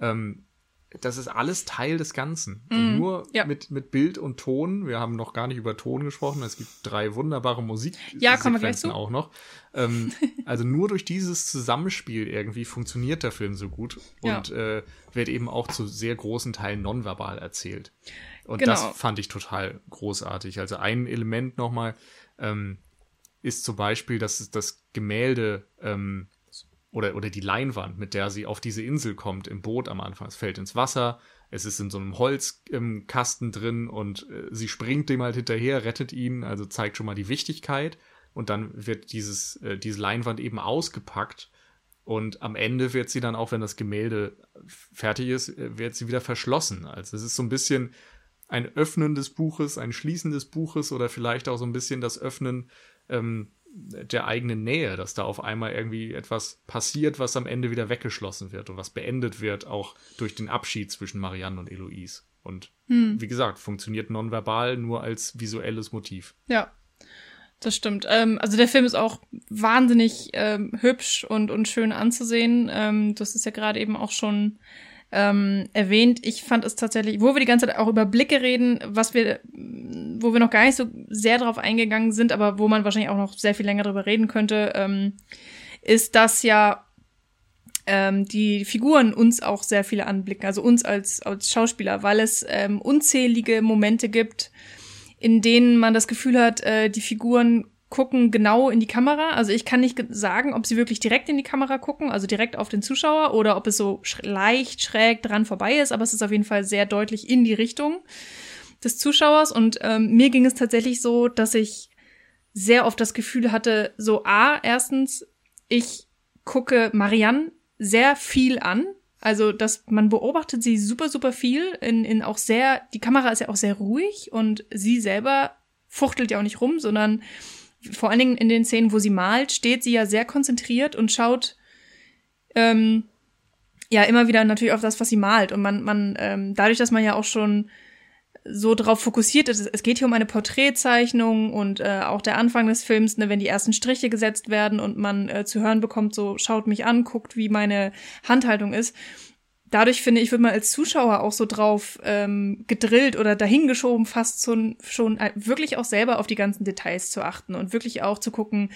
Das ist alles Teil des Ganzen. Und nur mit Bild und Ton, wir haben noch gar nicht über Ton gesprochen, es gibt 3 wunderbare Musiksequenzen auch noch. Also nur durch dieses Zusammenspiel irgendwie funktioniert der Film so gut und wird eben auch zu sehr großen Teilen nonverbal erzählt. Und das fand ich total großartig. Also ein Element nochmal ist zum Beispiel, dass das Gemälde oder die Leinwand, mit der sie auf diese Insel kommt, im Boot am Anfang. Es fällt ins Wasser, es ist in so einem Holzkasten drin und sie springt dem halt hinterher, rettet ihn, also zeigt schon mal die Wichtigkeit. Und dann wird diese Leinwand eben ausgepackt und am Ende wird sie dann auch, wenn das Gemälde fertig ist, wird sie wieder verschlossen. Also es ist so ein bisschen ein Öffnen des Buches, ein Schließen des Buches oder vielleicht auch so ein bisschen das Öffnen der eigenen Nähe, dass da auf einmal irgendwie etwas passiert, was am Ende wieder weggeschlossen wird und was beendet wird, auch durch den Abschied zwischen Marianne und Eloise. Und wie gesagt, funktioniert nonverbal nur als visuelles Motiv. Ja, das stimmt. Also der Film ist auch wahnsinnig hübsch und schön anzusehen. Du hast es ja gerade eben auch schon erwähnt. Ich fand es tatsächlich, wo wir die ganze Zeit auch über Blicke reden, wo wir noch gar nicht so sehr drauf eingegangen sind, aber wo man wahrscheinlich auch noch sehr viel länger drüber reden könnte, ist, dass ja die Figuren uns auch sehr viele anblicken, also uns als Schauspieler, weil es unzählige Momente gibt, in denen man das Gefühl hat, die Figuren gucken genau in die Kamera. Also ich kann nicht sagen, ob sie wirklich direkt in die Kamera gucken, also direkt auf den Zuschauer, oder ob es so leicht schräg dran vorbei ist, aber es ist auf jeden Fall sehr deutlich in die Richtung des Zuschauers. Und mir ging es tatsächlich so, dass ich sehr oft das Gefühl hatte, so erstens, ich gucke Marianne sehr viel an. Also, man beobachtet sie super, super viel, die Kamera ist ja auch sehr ruhig und sie selber fuchtelt ja auch nicht rum, sondern vor allen Dingen in den Szenen, wo sie malt, steht sie ja sehr konzentriert und schaut immer wieder natürlich auf das, was sie malt. Und man dadurch, dass man ja auch schon so drauf fokussiert ist, es geht hier um eine Porträtzeichnung und auch der Anfang des Films, ne, wenn die ersten Striche gesetzt werden und man zu hören bekommt, so schaut mich an, guckt, wie meine Handhaltung ist. Dadurch, finde ich, wird man als Zuschauer auch so drauf gedrillt oder dahingeschoben, fast schon wirklich auch selber auf die ganzen Details zu achten und wirklich auch zu gucken,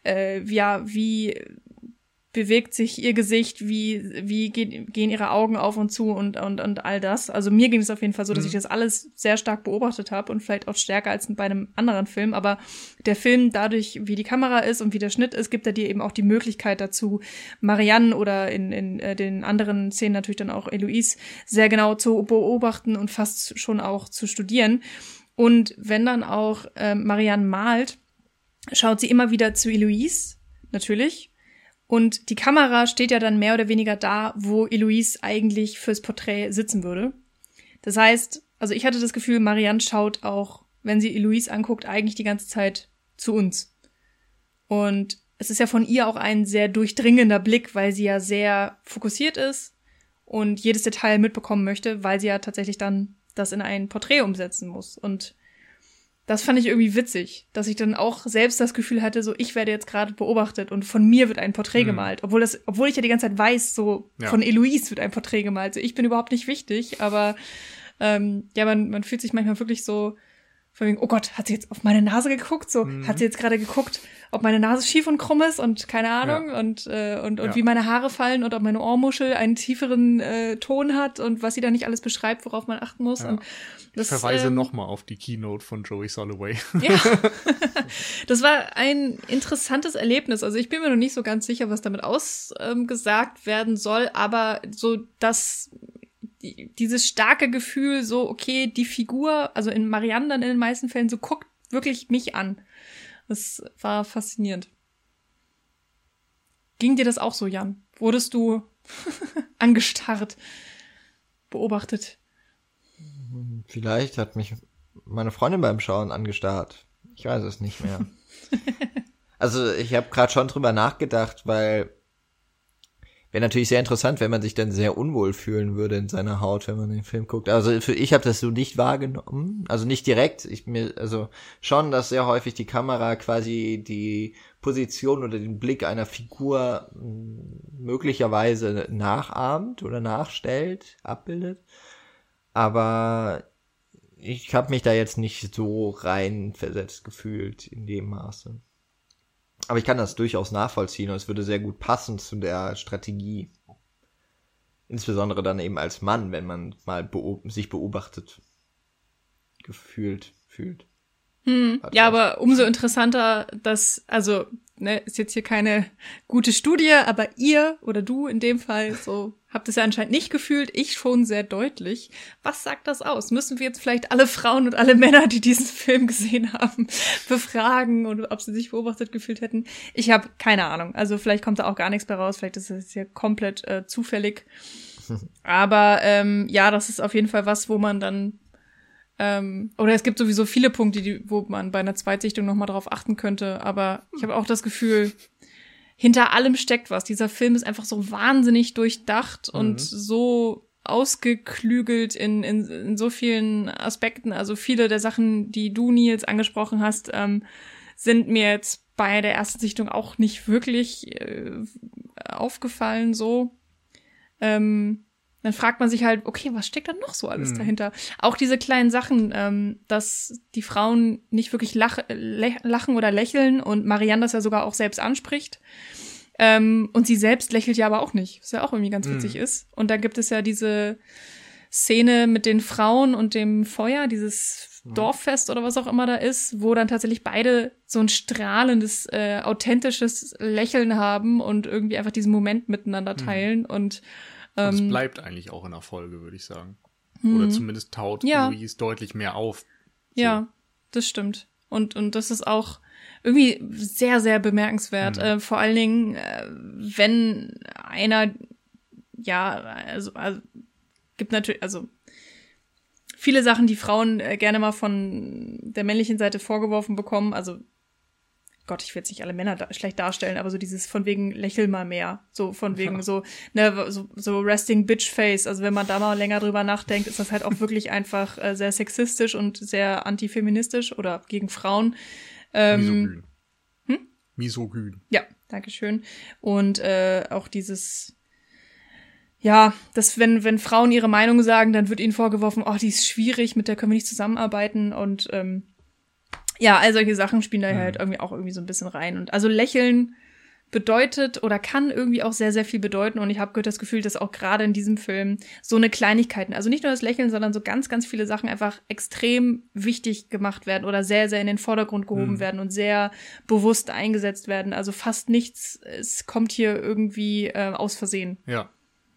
wie bewegt sich ihr Gesicht, wie gehen ihre Augen auf und zu und all das. Also mir ging es auf jeden Fall so, dass ich das alles sehr stark beobachtet habe und vielleicht auch stärker als bei einem anderen Film. Aber der Film, dadurch, wie die Kamera ist und wie der Schnitt ist, gibt er dir eben auch die Möglichkeit dazu, Marianne oder in den anderen Szenen natürlich dann auch Eloise sehr genau zu beobachten und fast schon auch zu studieren. Und wenn dann auch Marianne malt, schaut sie immer wieder zu Eloise, natürlich. Und die Kamera steht ja dann mehr oder weniger da, wo Eloise eigentlich fürs Porträt sitzen würde. Das heißt, also ich hatte das Gefühl, Marianne schaut auch, wenn sie Eloise anguckt, eigentlich die ganze Zeit zu uns. Und es ist ja von ihr auch ein sehr durchdringender Blick, weil sie ja sehr fokussiert ist und jedes Detail mitbekommen möchte, weil sie ja tatsächlich dann das in ein Porträt umsetzen muss. Und das fand ich irgendwie witzig, dass ich dann auch selbst das Gefühl hatte, so ich werde jetzt gerade beobachtet und von mir wird ein Porträt gemalt, obwohl ich ja die ganze Zeit weiß, so von Eloise wird ein Porträt gemalt. So, ich bin überhaupt nicht wichtig, aber man fühlt sich manchmal wirklich so von wegen, oh Gott, hat sie jetzt auf meine Nase geguckt? So, hat sie jetzt gerade geguckt, ob meine Nase schief und krumm ist und keine Ahnung und wie meine Haare fallen und ob meine Ohrmuschel einen tieferen Ton hat und was sie da nicht alles beschreibt, worauf man achten muss. Ja. Und das, ich verweise nochmal auf die Keynote von Joey Soloway. Ja, das war ein interessantes Erlebnis. Also ich bin mir noch nicht so ganz sicher, was damit ausgesagt werden soll, aber so, dass dieses starke Gefühl, so, okay, die Figur, also in Marianne dann in den meisten Fällen, so guckt wirklich mich an. Das war faszinierend. Ging dir das auch so, Jan? Wurdest du angestarrt, beobachtet? Vielleicht hat mich meine Freundin beim Schauen angestarrt. Ich weiß es nicht mehr. Also ich habe gerade schon drüber nachgedacht, weil wäre natürlich sehr interessant, wenn man sich dann sehr unwohl fühlen würde in seiner Haut, wenn man den Film guckt. Also ich habe das so nicht wahrgenommen, also nicht direkt. Also schon, dass sehr häufig die Kamera quasi die Position oder den Blick einer Figur möglicherweise nachahmt oder nachstellt, abbildet. Aber ich habe mich da jetzt nicht so reinversetzt gefühlt in dem Maße. Aber ich kann das durchaus nachvollziehen und es würde sehr gut passen zu der Strategie. Insbesondere dann eben als Mann, wenn man mal sich beobachtet fühlt. Ja, aber umso interessanter, dass, also, ne, ist jetzt hier keine gute Studie, aber ihr oder du in dem Fall so habt es ja anscheinend nicht gefühlt, ich schon sehr deutlich. Was sagt das aus? Müssen wir jetzt vielleicht alle Frauen und alle Männer, die diesen Film gesehen haben, befragen und ob sie sich beobachtet gefühlt hätten? Ich habe keine Ahnung. Also vielleicht kommt da auch gar nichts mehr raus. Vielleicht ist es hier komplett zufällig. Aber ja, das ist auf jeden Fall was, wo man dann oder es gibt sowieso viele Punkte, wo man bei einer Zweitsichtung nochmal drauf achten könnte. Aber ich habe auch das Gefühl, hinter allem steckt was. Dieser Film ist einfach so wahnsinnig durchdacht und so ausgeklügelt in so vielen Aspekten. Also viele der Sachen, die du, Nils, angesprochen hast, sind mir jetzt bei der ersten Sichtung auch nicht wirklich aufgefallen so. Dann fragt man sich halt, okay, was steckt da noch so alles dahinter? Auch diese kleinen Sachen, dass die Frauen nicht wirklich lachen oder lächeln und Marianne das ja sogar auch selbst anspricht. Und sie selbst lächelt ja aber auch nicht, was ja auch irgendwie ganz witzig ist. Und da gibt es ja diese Szene mit den Frauen und dem Feuer, dieses Dorffest oder was auch immer da ist, wo dann tatsächlich beide so ein strahlendes, authentisches Lächeln haben und irgendwie einfach diesen Moment miteinander teilen und es bleibt eigentlich auch in der Folge, würde ich sagen. Oder zumindest taut Louise deutlich mehr auf. So. Ja, das stimmt. Und das ist auch irgendwie sehr, sehr bemerkenswert. Vor allen Dingen, wenn einer, ja, also gibt natürlich, also viele Sachen, die Frauen gerne mal von der männlichen Seite vorgeworfen bekommen, also Gott, ich will jetzt nicht alle Männer schlecht darstellen, aber so dieses von wegen lächel mal mehr, so von wegen so, ne, so resting bitch face, also wenn man da mal länger drüber nachdenkt, ist das halt auch wirklich einfach sehr sexistisch und sehr antifeministisch oder gegen Frauen. Misogyn. Misogyn. Ja, dankeschön. Und auch dieses, ja, dass wenn Frauen ihre Meinung sagen, dann wird ihnen vorgeworfen, oh, die ist schwierig, mit der können wir nicht zusammenarbeiten und ja, all solche Sachen spielen da halt irgendwie so ein bisschen rein. Und also Lächeln bedeutet oder kann irgendwie auch sehr, sehr viel bedeuten. Und ich habe das Gefühl, dass auch gerade in diesem Film so eine Kleinigkeiten, also nicht nur das Lächeln, sondern so ganz, ganz viele Sachen einfach extrem wichtig gemacht werden oder sehr, sehr in den Vordergrund gehoben werden und sehr bewusst eingesetzt werden. Also fast nichts, es kommt hier irgendwie aus Versehen. Ja.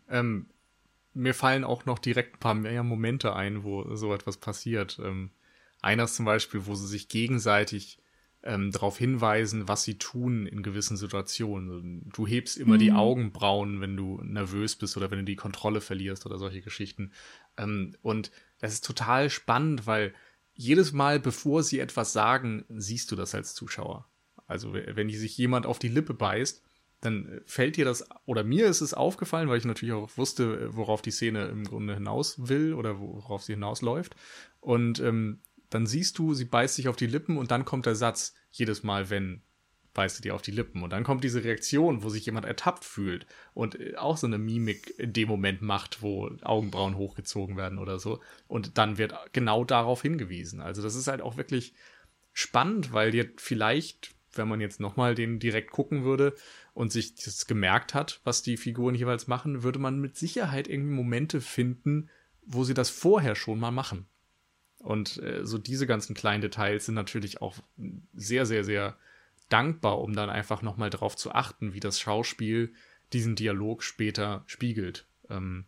Mir fallen auch noch direkt ein paar mehr Momente ein, wo so etwas passiert. Einer ist zum Beispiel, wo sie sich gegenseitig darauf hinweisen, was sie tun in gewissen Situationen. Du hebst immer die Augenbrauen, wenn du nervös bist oder wenn du die Kontrolle verlierst oder solche Geschichten. Und das ist total spannend, weil jedes Mal, bevor sie etwas sagen, siehst du das als Zuschauer. Also wenn sich jemand auf die Lippe beißt, dann fällt dir das, oder mir ist es aufgefallen, weil ich natürlich auch wusste, worauf die Szene im Grunde hinaus will oder worauf sie hinausläuft. Und dann siehst du, sie beißt sich auf die Lippen und dann kommt der Satz, jedes Mal, wenn, beißt sie dir auf die Lippen. Und dann kommt diese Reaktion, wo sich jemand ertappt fühlt und auch so eine Mimik in dem Moment macht, wo Augenbrauen hochgezogen werden oder so. Und dann wird genau darauf hingewiesen. Also das ist halt auch wirklich spannend, weil dir vielleicht, wenn man jetzt nochmal den direkt gucken würde und sich das gemerkt hat, was die Figuren jeweils machen, würde man mit Sicherheit irgendwie Momente finden, wo sie das vorher schon mal machen. Und so diese ganzen kleinen Details sind natürlich auch sehr, sehr, sehr dankbar, um dann einfach nochmal drauf zu achten, wie das Schauspiel diesen Dialog später spiegelt.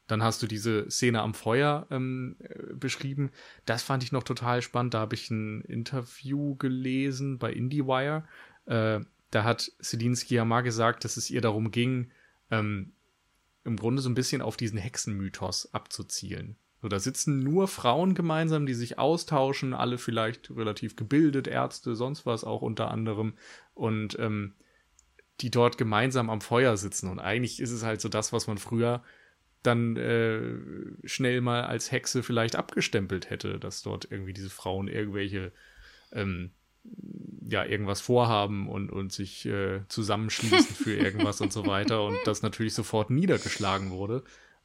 Dann hast du diese Szene am Feuer beschrieben. Das fand ich noch total spannend. Da habe ich ein Interview gelesen bei IndieWire. Da hat Céline Sciamma gesagt, dass es ihr darum ging, im Grunde so ein bisschen auf diesen Hexenmythos abzuzielen. So, da sitzen nur Frauen gemeinsam, die sich austauschen, alle vielleicht relativ gebildet, Ärzte, sonst was auch unter anderem. Und die dort gemeinsam am Feuer sitzen. Und eigentlich ist es halt so das, was man früher dann schnell mal als Hexe vielleicht abgestempelt hätte, dass dort irgendwie diese Frauen irgendwelche irgendwas vorhaben und sich zusammenschließen für irgendwas und so weiter und das natürlich sofort niedergeschlagen wurde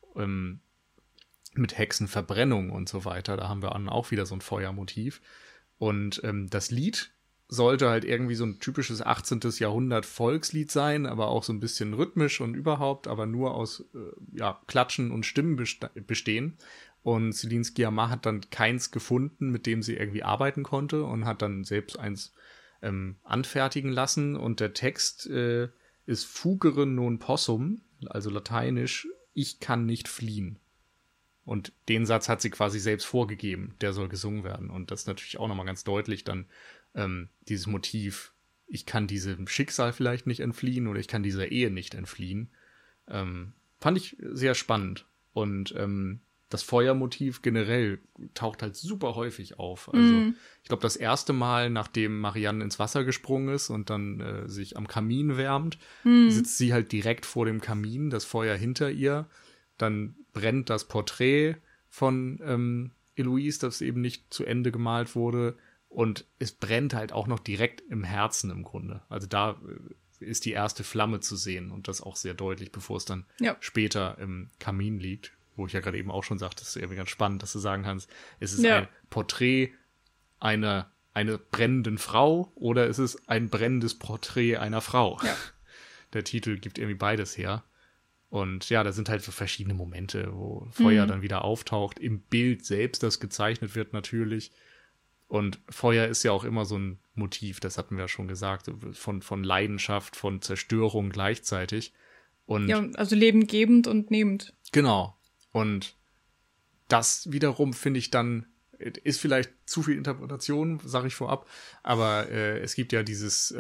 mit Hexenverbrennung und so weiter. Da haben wir dann auch wieder so ein Feuermotiv und das Lied sollte halt irgendwie so ein typisches 18. Jahrhundert Volkslied sein, aber auch so ein bisschen rhythmisch und überhaupt, aber nur aus Klatschen und Stimmen bestehen. Und Céline Sciamma hat dann keins gefunden, mit dem sie irgendwie arbeiten konnte und hat dann selbst eins anfertigen lassen. Und der Text ist Fugere non possum, also lateinisch, ich kann nicht fliehen. Und den Satz hat sie quasi selbst vorgegeben, der soll gesungen werden. Und das ist natürlich auch nochmal ganz deutlich dann dieses Motiv, ich kann diesem Schicksal vielleicht nicht entfliehen oder ich kann dieser Ehe nicht entfliehen, fand ich sehr spannend. Und das Feuermotiv generell taucht halt super häufig auf. Also ich glaube, das erste Mal, nachdem Marianne ins Wasser gesprungen ist und dann sich am Kamin wärmt, sitzt sie halt direkt vor dem Kamin, das Feuer hinter ihr. Dann brennt das Porträt von Eloise, das eben nicht zu Ende gemalt wurde. Und es brennt halt auch noch direkt im Herzen im Grunde. Also da ist die erste Flamme zu sehen und das auch sehr deutlich, bevor es dann später im Kamin liegt. Wo ich ja gerade eben auch schon sagte, das ist irgendwie ganz spannend, dass du sagen kannst, es ist ein Porträt einer brennenden Frau oder es ist ein brennendes Porträt einer Frau. Ja. Der Titel gibt irgendwie beides her. Und ja, da sind halt so verschiedene Momente, wo Feuer dann wieder auftaucht, im Bild selbst, das gezeichnet wird natürlich. Und Feuer ist ja auch immer so ein Motiv, das hatten wir ja schon gesagt, von Leidenschaft, von Zerstörung gleichzeitig. Und ja, also lebengebend und nehmend. Genau. Und das wiederum finde ich dann, ist vielleicht zu viel Interpretation, sage ich vorab, aber es gibt ja dieses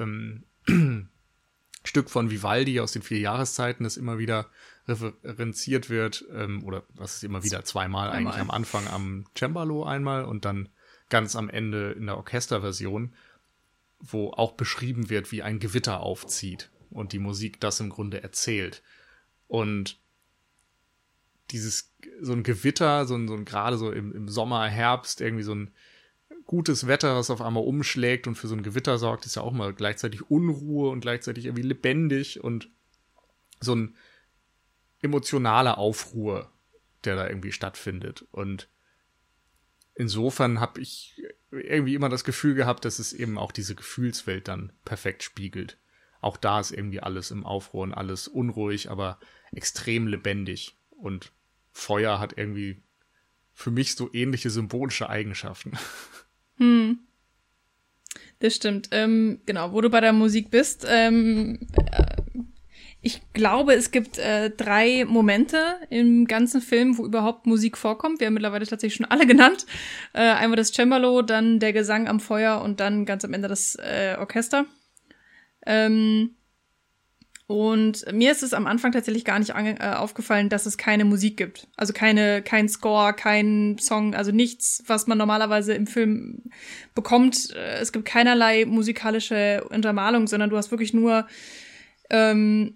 Stück von Vivaldi aus den 4 Jahreszeiten, das immer wieder referenziert wird, oder was ist immer wieder zweimal eigentlich am Anfang am Cembalo einmal und dann ganz am Ende in der Orchesterversion, wo auch beschrieben wird, wie ein Gewitter aufzieht und die Musik das im Grunde erzählt. Und so ein Gewitter, so ein gerade so im Sommer, Herbst, irgendwie so ein gutes Wetter, was auf einmal umschlägt und für so ein Gewitter sorgt, ist ja auch mal gleichzeitig Unruhe und gleichzeitig irgendwie lebendig und so ein emotionaler Aufruhr, der da irgendwie stattfindet. Und insofern habe ich irgendwie immer das Gefühl gehabt, dass es eben auch diese Gefühlswelt dann perfekt spiegelt. Auch da ist irgendwie alles im Aufruhr und alles unruhig, aber extrem lebendig. Und Feuer hat irgendwie für mich so ähnliche symbolische Eigenschaften. Das stimmt. Genau, wo du bei der Musik bist, ich glaube, es gibt 3 Momente im ganzen Film, wo überhaupt Musik vorkommt. Wir haben mittlerweile tatsächlich schon alle genannt. Einmal das Cembalo, dann der Gesang am Feuer und dann ganz am Ende das Orchester. Und mir ist es am Anfang tatsächlich gar nicht aufgefallen, dass es keine Musik gibt. Also kein Score, kein Song, also nichts, was man normalerweise im Film bekommt. Es gibt keinerlei musikalische Untermalung, sondern du hast wirklich nur die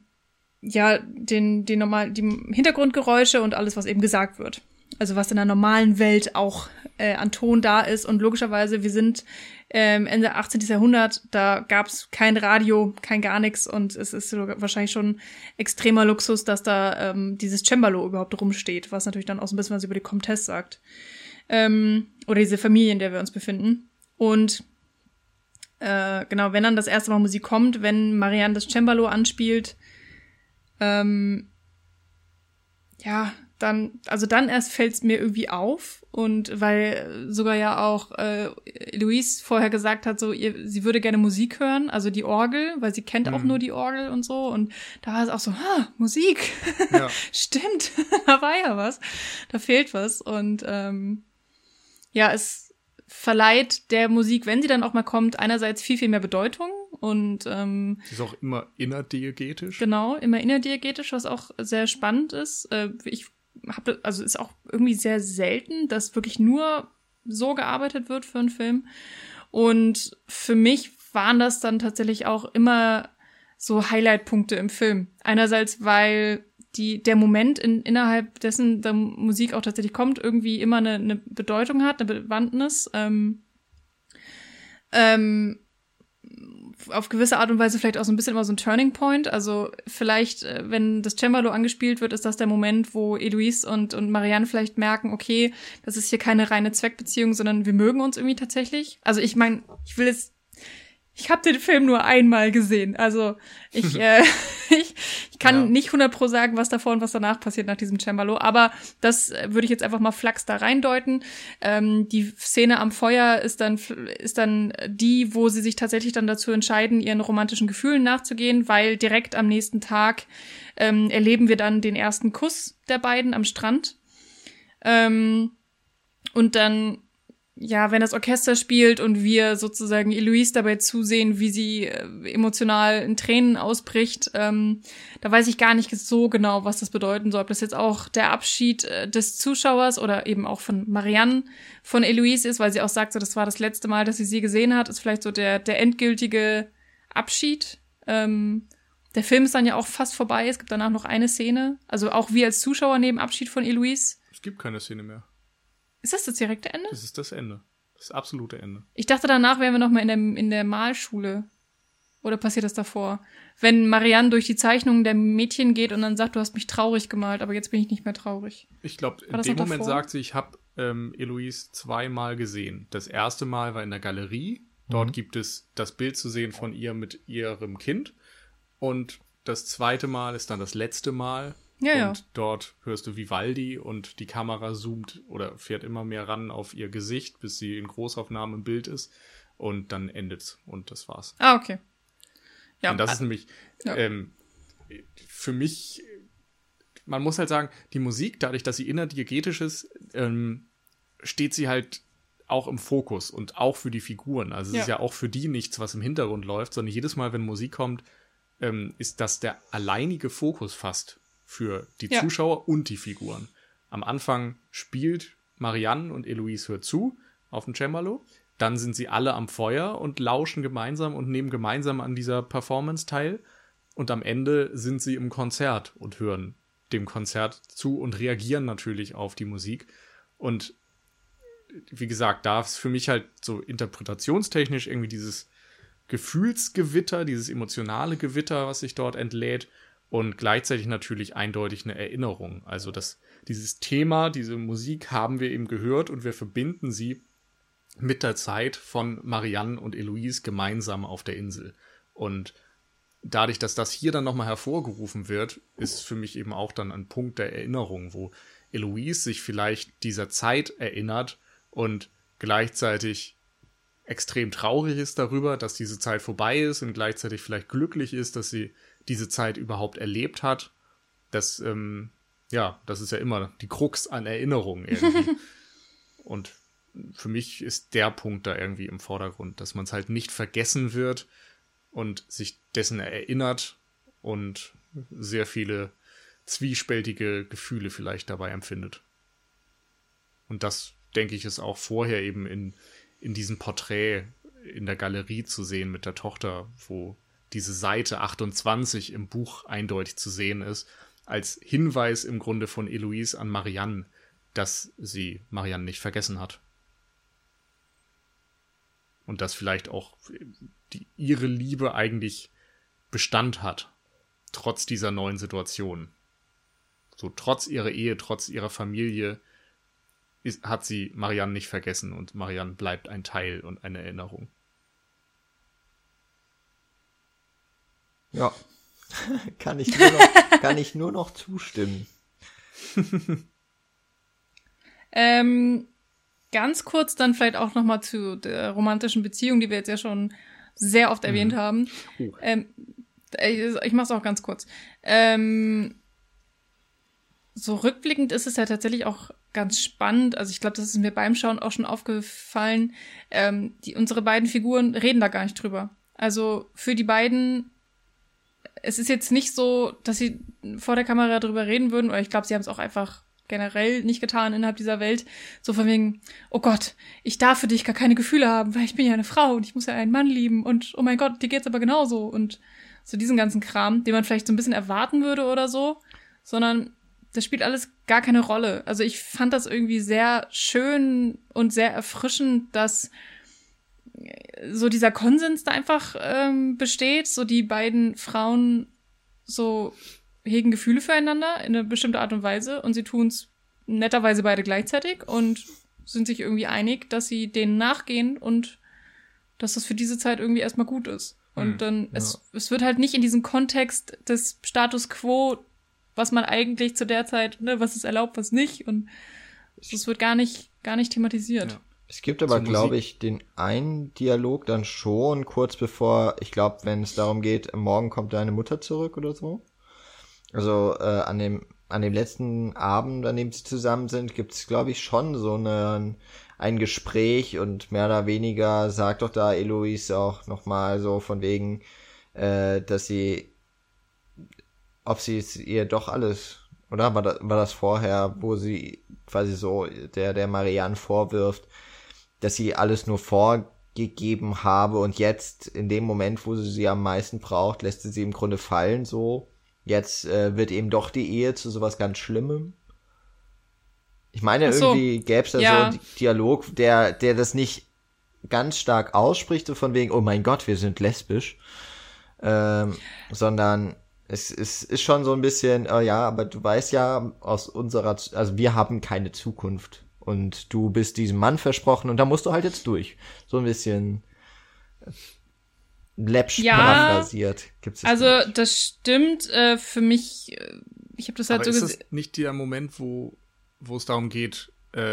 Hintergrundgeräusche und alles, was eben gesagt wird. Also was in der normalen Welt auch an Ton da ist. Und logischerweise, wir sind Ende 18. Jahrhundert, da gab's kein Radio, kein gar nichts. Und es ist wahrscheinlich schon extremer Luxus, dass da dieses Cembalo überhaupt rumsteht, was natürlich dann auch so ein bisschen was über die Comtesse sagt. Oder diese Familie, in der wir uns befinden. Und genau, wenn dann das erste Mal Musik kommt, wenn Marianne das Cembalo anspielt, dann erst fällt's mir irgendwie auf. Und weil sogar ja auch Louise vorher gesagt hat, sie würde gerne Musik hören, also die Orgel, weil sie kennt auch nur die Orgel und so. Und da war es auch so, Musik. Ja. Stimmt, da war ja was. Da fehlt was. Und es verleiht der Musik, wenn sie dann auch mal kommt, einerseits viel, viel mehr Bedeutung. Und sie ist auch immer innerdiegetisch. Genau, immer innerdiegetisch, was auch sehr spannend ist. Ist auch irgendwie sehr selten, dass wirklich nur so gearbeitet wird für einen Film. Und für mich waren das dann tatsächlich auch immer so Highlight-Punkte im Film. Einerseits, weil der Moment innerhalb dessen der Musik auch tatsächlich kommt, irgendwie immer eine Bedeutung hat, eine Bewandtnis. Auf gewisse Art und Weise vielleicht auch so ein bisschen immer so ein Turning Point. Also vielleicht, wenn das Cembalo angespielt wird, ist das der Moment, wo Eloise und Marianne vielleicht merken, okay, das ist hier keine reine Zweckbeziehung, sondern wir mögen uns irgendwie tatsächlich. Also ich meine, ich habe den Film nur einmal gesehen. Also ich kann nicht 100% sagen, was davor und was danach passiert nach diesem Cembalo. Aber das würde ich jetzt einfach mal flachs da reindeuten. Die Szene am Feuer ist dann die, wo sie sich tatsächlich dann dazu entscheiden, ihren romantischen Gefühlen nachzugehen, weil direkt am nächsten Tag erleben wir dann den ersten Kuss der beiden am Strand. Und dann wenn das Orchester spielt und wir sozusagen Eloise dabei zusehen, wie sie emotional in Tränen ausbricht, da weiß ich gar nicht so genau, was das bedeuten soll. Ob das jetzt auch der Abschied des Zuschauers oder eben auch von Marianne von Eloise ist, weil sie auch sagt, so, das war das letzte Mal, dass sie gesehen hat, ist vielleicht so der endgültige Abschied. Der Film ist dann ja auch fast vorbei, es gibt danach noch eine Szene. Also auch wir als Zuschauer nehmen Abschied von Eloise. Es gibt keine Szene mehr. Ist das direkte Ende? Das ist das Ende. Das absolute Ende. Ich dachte, danach wären wir noch mal in der Malschule. Oder passiert das davor? Wenn Marianne durch die Zeichnungen der Mädchen geht und dann sagt, du hast mich traurig gemalt, aber jetzt bin ich nicht mehr traurig. Ich glaube, in dem Moment sagt sie, ich habe Eloise 2-mal gesehen. Das erste Mal war in der Galerie. Dort gibt es das Bild zu sehen von ihr mit ihrem Kind. Und das zweite Mal ist dann das letzte Mal. Und dort hörst du Vivaldi und die Kamera zoomt oder fährt immer mehr ran auf ihr Gesicht, bis sie in Großaufnahme im Bild ist. Und dann endet's. Und das war's. Ah, okay. Ja. Und das ist nämlich für mich, man muss halt sagen, die Musik, dadurch, dass sie innerdiegetisch ist, steht sie halt auch im Fokus und auch für die Figuren. Also es ist ja auch für die nichts, was im Hintergrund läuft, sondern jedes Mal, wenn Musik kommt, ist das der alleinige Fokus fast für die Zuschauer und die Figuren. Am Anfang spielt Marianne und Eloise hört zu auf dem Cembalo. Dann sind sie alle am Feuer und lauschen gemeinsam und nehmen gemeinsam an dieser Performance teil. Und am Ende sind sie im Konzert und hören dem Konzert zu und reagieren natürlich auf die Musik. Und wie gesagt, da ist für mich halt so interpretationstechnisch irgendwie dieses Gefühlsgewitter, dieses emotionale Gewitter, was sich dort entlädt. Und gleichzeitig natürlich eindeutig eine Erinnerung. Also dieses Thema, diese Musik haben wir eben gehört und wir verbinden sie mit der Zeit von Marianne und Eloise gemeinsam auf der Insel. Und dadurch, dass das hier dann nochmal hervorgerufen wird, ist für mich eben auch dann ein Punkt der Erinnerung, wo Eloise sich vielleicht dieser Zeit erinnert und gleichzeitig extrem traurig ist darüber, dass diese Zeit vorbei ist und gleichzeitig vielleicht glücklich ist, dass sie diese Zeit überhaupt erlebt hat. Das ist ja immer die Krux an Erinnerungen irgendwie. Und für mich ist der Punkt da irgendwie im Vordergrund, dass man es halt nicht vergessen wird und sich dessen erinnert und sehr viele zwiespältige Gefühle vielleicht dabei empfindet. Und das, denke ich, ist auch vorher eben in diesem Porträt in der Galerie zu sehen mit der Tochter, wo diese Seite 28 im Buch eindeutig zu sehen ist, als Hinweis im Grunde von Eloise an Marianne, dass sie Marianne nicht vergessen hat. Und dass vielleicht auch ihre Liebe eigentlich Bestand hat, trotz dieser neuen Situation. So trotz ihrer Ehe, trotz ihrer Familie hat sie Marianne nicht vergessen und Marianne bleibt ein Teil und eine Erinnerung. Ja, kann ich nur noch zustimmen. Ganz kurz dann vielleicht auch nochmal zu der romantischen Beziehung, die wir jetzt ja schon sehr oft erwähnt haben. Ich mach's auch ganz kurz. So rückblickend ist es ja tatsächlich auch ganz spannend. Also ich glaube, das ist mir beim Schauen auch schon aufgefallen. Unsere beiden Figuren reden da gar nicht drüber. Also für die beiden, es ist jetzt nicht so, dass sie vor der Kamera drüber reden würden, oder ich glaube, sie haben es auch einfach generell nicht getan innerhalb dieser Welt. So von wegen, oh Gott, ich darf für dich gar keine Gefühle haben, weil ich bin ja eine Frau und ich muss ja einen Mann lieben und oh mein Gott, dir geht's aber genauso. Und so diesen ganzen Kram, den man vielleicht so ein bisschen erwarten würde oder so, sondern das spielt alles gar keine Rolle. Also ich fand das irgendwie sehr schön und sehr erfrischend, dass so dieser Konsens da einfach besteht, so die beiden Frauen so hegen Gefühle füreinander in eine bestimmte Art und Weise und sie tun es netterweise beide gleichzeitig und sind sich irgendwie einig, dass sie denen nachgehen und dass das für diese Zeit irgendwie erstmal gut ist. Und dann, es wird halt nicht in diesem Kontext des Status quo, was man eigentlich zu der Zeit, ne, was ist erlaubt, was nicht, und es wird gar nicht thematisiert. Ja. Es gibt aber, glaube ich, den einen Dialog dann schon, kurz bevor, ich glaube, wenn es darum geht, morgen kommt deine Mutter zurück oder so. Also an dem letzten Abend, an dem sie zusammen sind, gibt es, glaube ich, schon so ein Gespräch und mehr oder weniger sagt doch da Eloise auch nochmal so von wegen, dass ob sie es ihr doch alles, oder? War das vorher, wo sie quasi so der Marianne vorwirft, dass sie alles nur vorgegeben habe und jetzt in dem Moment, wo sie am meisten braucht, lässt sie im Grunde fallen so. Jetzt wird eben doch die Ehe zu sowas ganz Schlimmem. Ich meine, irgendwie gäbe es da so einen Dialog, der das nicht ganz stark ausspricht, so von wegen, oh mein Gott, wir sind lesbisch, sondern es ist schon so ein bisschen, ja, aber du weißt ja, also wir haben keine Zukunft und du bist diesem Mann versprochen und da musst du halt jetzt durch. So ein bisschen läppsch paraphrasiert. Gibt's das also nicht. Das stimmt für mich, ich habe das halt aber so gesehen. Ist das nicht der Moment, wo es darum geht,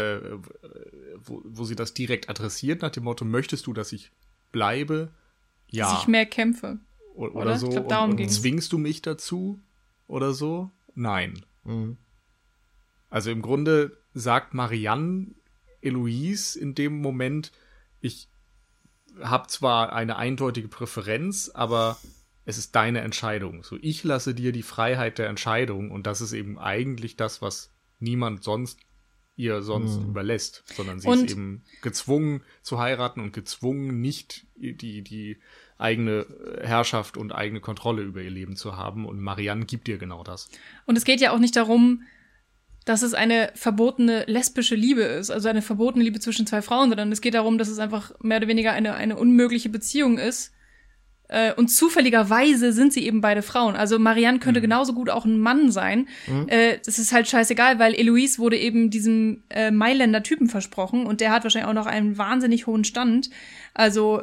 wo sie das direkt adressiert, nach dem Motto, möchtest du, dass ich bleibe? Ja. Dass ich mehr kämpfe. Oder so. Ich glaub, darum ging's. Zwingst du mich dazu? Oder so? Nein. Mhm. Also im Grunde sagt Marianne Eloise in dem Moment, ich habe zwar eine eindeutige Präferenz, aber es ist deine Entscheidung. So, ich lasse dir die Freiheit der Entscheidung und das ist eben eigentlich das, was niemand ihr überlässt, sondern sie ist eben gezwungen zu heiraten und gezwungen, nicht die eigene Herrschaft und eigene Kontrolle über ihr Leben zu haben. Und Marianne gibt ihr genau das. Und es geht ja auch nicht darum, dass es eine verbotene lesbische Liebe ist, also eine verbotene Liebe zwischen zwei Frauen, sondern es geht darum, dass es einfach mehr oder weniger eine unmögliche Beziehung ist. Und zufälligerweise sind sie eben beide Frauen. Also Marianne könnte genauso gut auch ein Mann sein. Das ist halt scheißegal, weil Eloise wurde eben diesem Mailänder Typen versprochen und der hat wahrscheinlich auch noch einen wahnsinnig hohen Stand. Also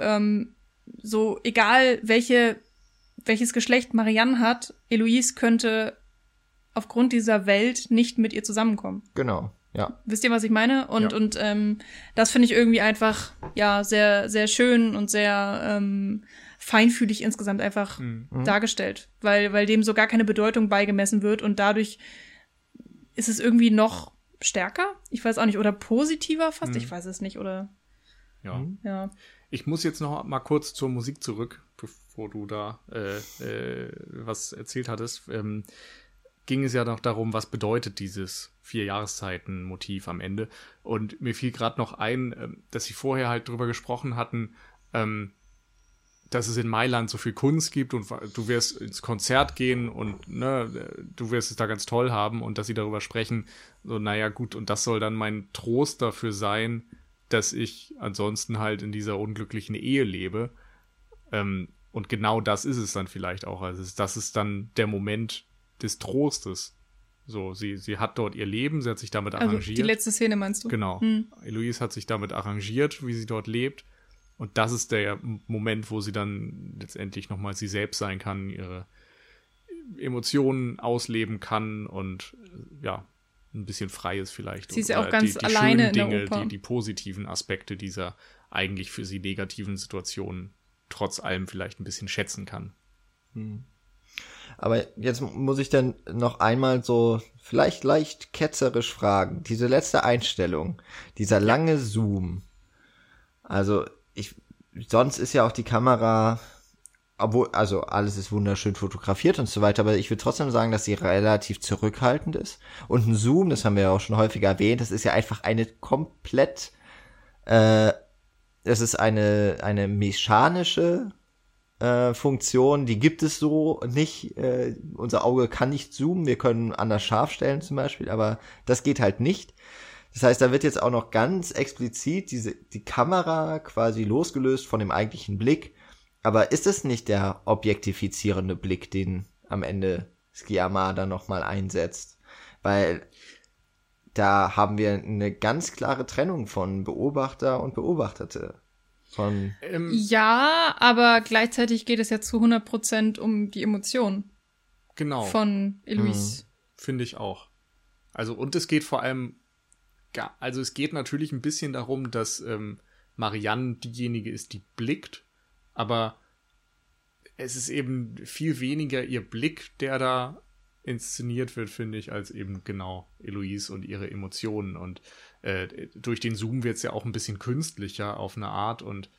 so egal welches Geschlecht Marianne hat, Eloise könnte aufgrund dieser Welt nicht mit ihr zusammenkommen. Genau, ja. Wisst ihr, was ich meine? Und das finde ich irgendwie einfach, ja, sehr, sehr schön und sehr feinfühlig insgesamt einfach dargestellt, weil dem so gar keine Bedeutung beigemessen wird und dadurch ist es irgendwie noch stärker? Ich weiß auch nicht, oder positiver fast? Ich weiß es nicht, oder? Ja. Ich muss jetzt noch mal kurz zur Musik zurück, bevor du da was erzählt hattest. Ging es ja noch darum, was bedeutet dieses 4-Jahreszeiten-Motiv am Ende. Und mir fiel gerade noch ein, dass sie vorher halt drüber gesprochen hatten, dass es in Mailand so viel Kunst gibt und du wirst ins Konzert gehen und du wirst es da ganz toll haben und dass sie darüber sprechen, so naja gut, und das soll dann mein Trost dafür sein, dass ich ansonsten halt in dieser unglücklichen Ehe lebe. Und genau das ist es dann vielleicht auch. Also das ist dann der Moment des Trostes. So, sie hat dort ihr Leben, sie hat sich damit arrangiert. Also die letzte Szene meinst du? Genau. Eloise hat sich damit arrangiert, wie sie dort lebt. Und das ist der Moment, wo sie dann letztendlich nochmal sie selbst sein kann, ihre Emotionen ausleben kann und ja, ein bisschen frei ist vielleicht. Sie ist ja auch Oder ganz die alleine schönen in der Dinge, Oper. die positiven Aspekte dieser eigentlich für sie negativen Situationen trotz allem vielleicht ein bisschen schätzen kann. Aber jetzt muss ich dann noch einmal so vielleicht leicht ketzerisch fragen. Diese letzte Einstellung, dieser lange Zoom. Also sonst ist ja auch die Kamera, obwohl, also alles ist wunderschön fotografiert und so weiter, aber ich würde trotzdem sagen, dass sie relativ zurückhaltend ist. Und ein Zoom, das haben wir ja auch schon häufiger erwähnt, das ist ja einfach eine komplett, das ist eine mechanische Funktion, die gibt es so nicht. Unser Auge kann nicht zoomen, wir können anders scharf stellen zum Beispiel, aber das geht halt nicht. Das heißt, da wird jetzt auch noch ganz explizit die Kamera quasi losgelöst von dem eigentlichen Blick. Aber ist es nicht der objektifizierende Blick, den am Ende Sciamma nochmal einsetzt? Weil da haben wir eine ganz klare Trennung von Beobachter und Beobachtete. Ja, aber gleichzeitig geht es ja zu 100% um die Emotionen Genau. von Eloise. Finde ich auch. Also, und es geht vor allem, also es geht natürlich ein bisschen darum, dass Marianne diejenige ist, die blickt, aber es ist eben viel weniger ihr Blick, der da inszeniert wird, finde ich, als eben genau Eloise und ihre Emotionen. Und durch den Zoom wird es ja auch ein bisschen künstlicher auf eine Art und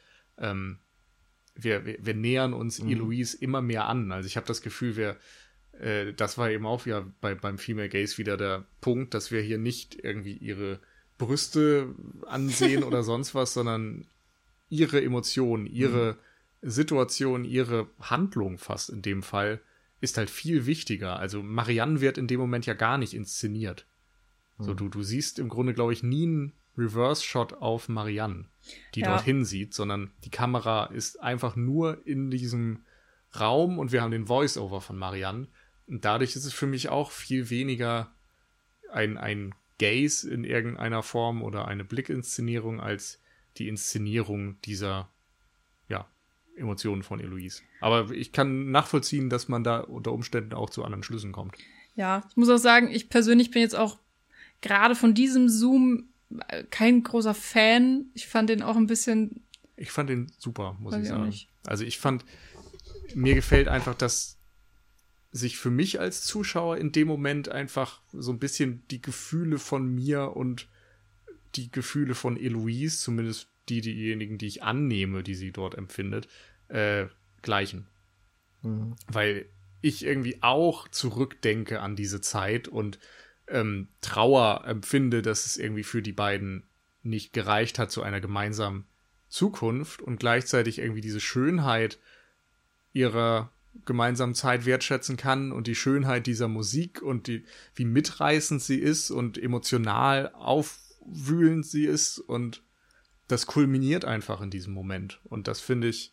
wir nähern uns Eloise immer mehr an. Also ich habe das Gefühl, das war eben auch ja beim Female Gaze wieder der Punkt, dass wir hier nicht irgendwie ihre Brüste ansehen oder sonst was, sondern ihre Emotionen, ihre Situation, ihre Handlung fast in dem Fall ist halt viel wichtiger. Also Marianne wird in dem Moment ja gar nicht inszeniert. So, du siehst im Grunde, glaube ich, nie einen Reverse-Shot auf Marianne, die dorthin sieht, sondern die Kamera ist einfach nur in diesem Raum und wir haben den Voice-Over von Marianne. Und dadurch ist es für mich auch viel weniger ein Gaze in irgendeiner Form oder eine Blickinszenierung als die Inszenierung dieser Emotionen von Eloise. Aber ich kann nachvollziehen, dass man da unter Umständen auch zu anderen Schlüssen kommt. Ja, ich muss auch sagen, ich persönlich bin jetzt auch gerade von diesem Zoom kein großer Fan. Ich fand den auch ein bisschen... Ich fand den super, muss ich sagen. Nicht. Also mir gefällt einfach, dass sich für mich als Zuschauer in dem Moment einfach so ein bisschen die Gefühle von mir und die Gefühle von Eloise, zumindest diejenigen, die ich annehme, die sie dort empfindet, gleichen. Weil ich irgendwie auch zurückdenke an diese Zeit und Trauer empfinde, dass es irgendwie für die beiden nicht gereicht hat zu einer gemeinsamen Zukunft und gleichzeitig irgendwie diese Schönheit ihrer gemeinsamen Zeit wertschätzen kann und die Schönheit dieser Musik und wie mitreißend sie ist und emotional aufwühlend sie ist und das kulminiert einfach in diesem Moment. Und das finde ich,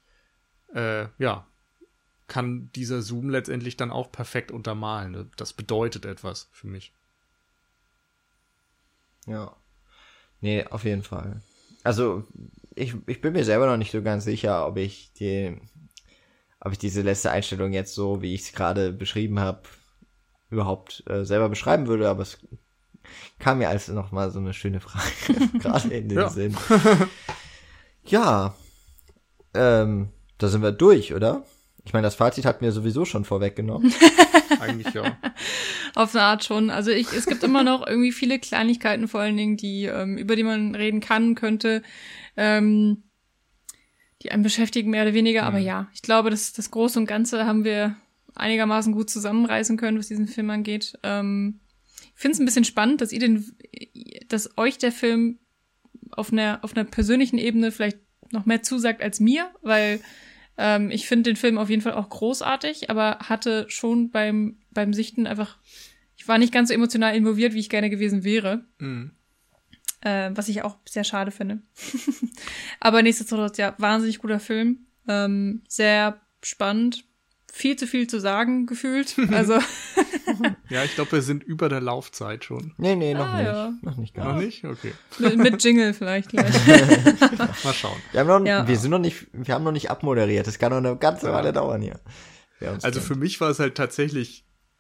kann dieser Zoom letztendlich dann auch perfekt untermalen. Das bedeutet etwas für mich. Ja. Nee, auf jeden Fall. Also, ich bin mir selber noch nicht so ganz sicher, ob ich diese letzte Einstellung jetzt so, wie ich es gerade beschrieben habe, überhaupt selber beschreiben würde, aber es kam mir als noch mal so eine schöne Frage gerade in den Sinn. Ja, da sind wir durch, oder? Ich meine, das Fazit hatten wir sowieso schon vorweggenommen. Eigentlich ja. Auf eine Art schon. Also es gibt immer noch irgendwie viele Kleinigkeiten vor allen Dingen, über die man reden könnte, die einen beschäftigen, mehr oder weniger. Aber ja, ich glaube, das Große und Ganze haben wir einigermaßen gut zusammenreißen können, was diesen Film angeht. Ich finde es ein bisschen spannend, dass euch der Film auf einer persönlichen Ebene vielleicht noch mehr zusagt als mir, weil ich finde den Film auf jeden Fall auch großartig, aber hatte schon beim Sichten einfach, ich war nicht ganz so emotional involviert, wie ich gerne gewesen wäre. Was ich auch sehr schade finde. Aber nichtsdestotrotz, ja, wahnsinnig guter Film. Sehr spannend. Viel zu sagen, gefühlt. Also. Ja, ich glaube, wir sind über der Laufzeit schon. Nee, noch nicht. Ja. Noch nicht Noch ganz. nicht? Okay. Mit Jingle vielleicht gleich. Mal schauen. Wir haben noch nicht abmoderiert. Das kann noch eine ganze Weile dauern hier. Also für mich war es halt tatsächlich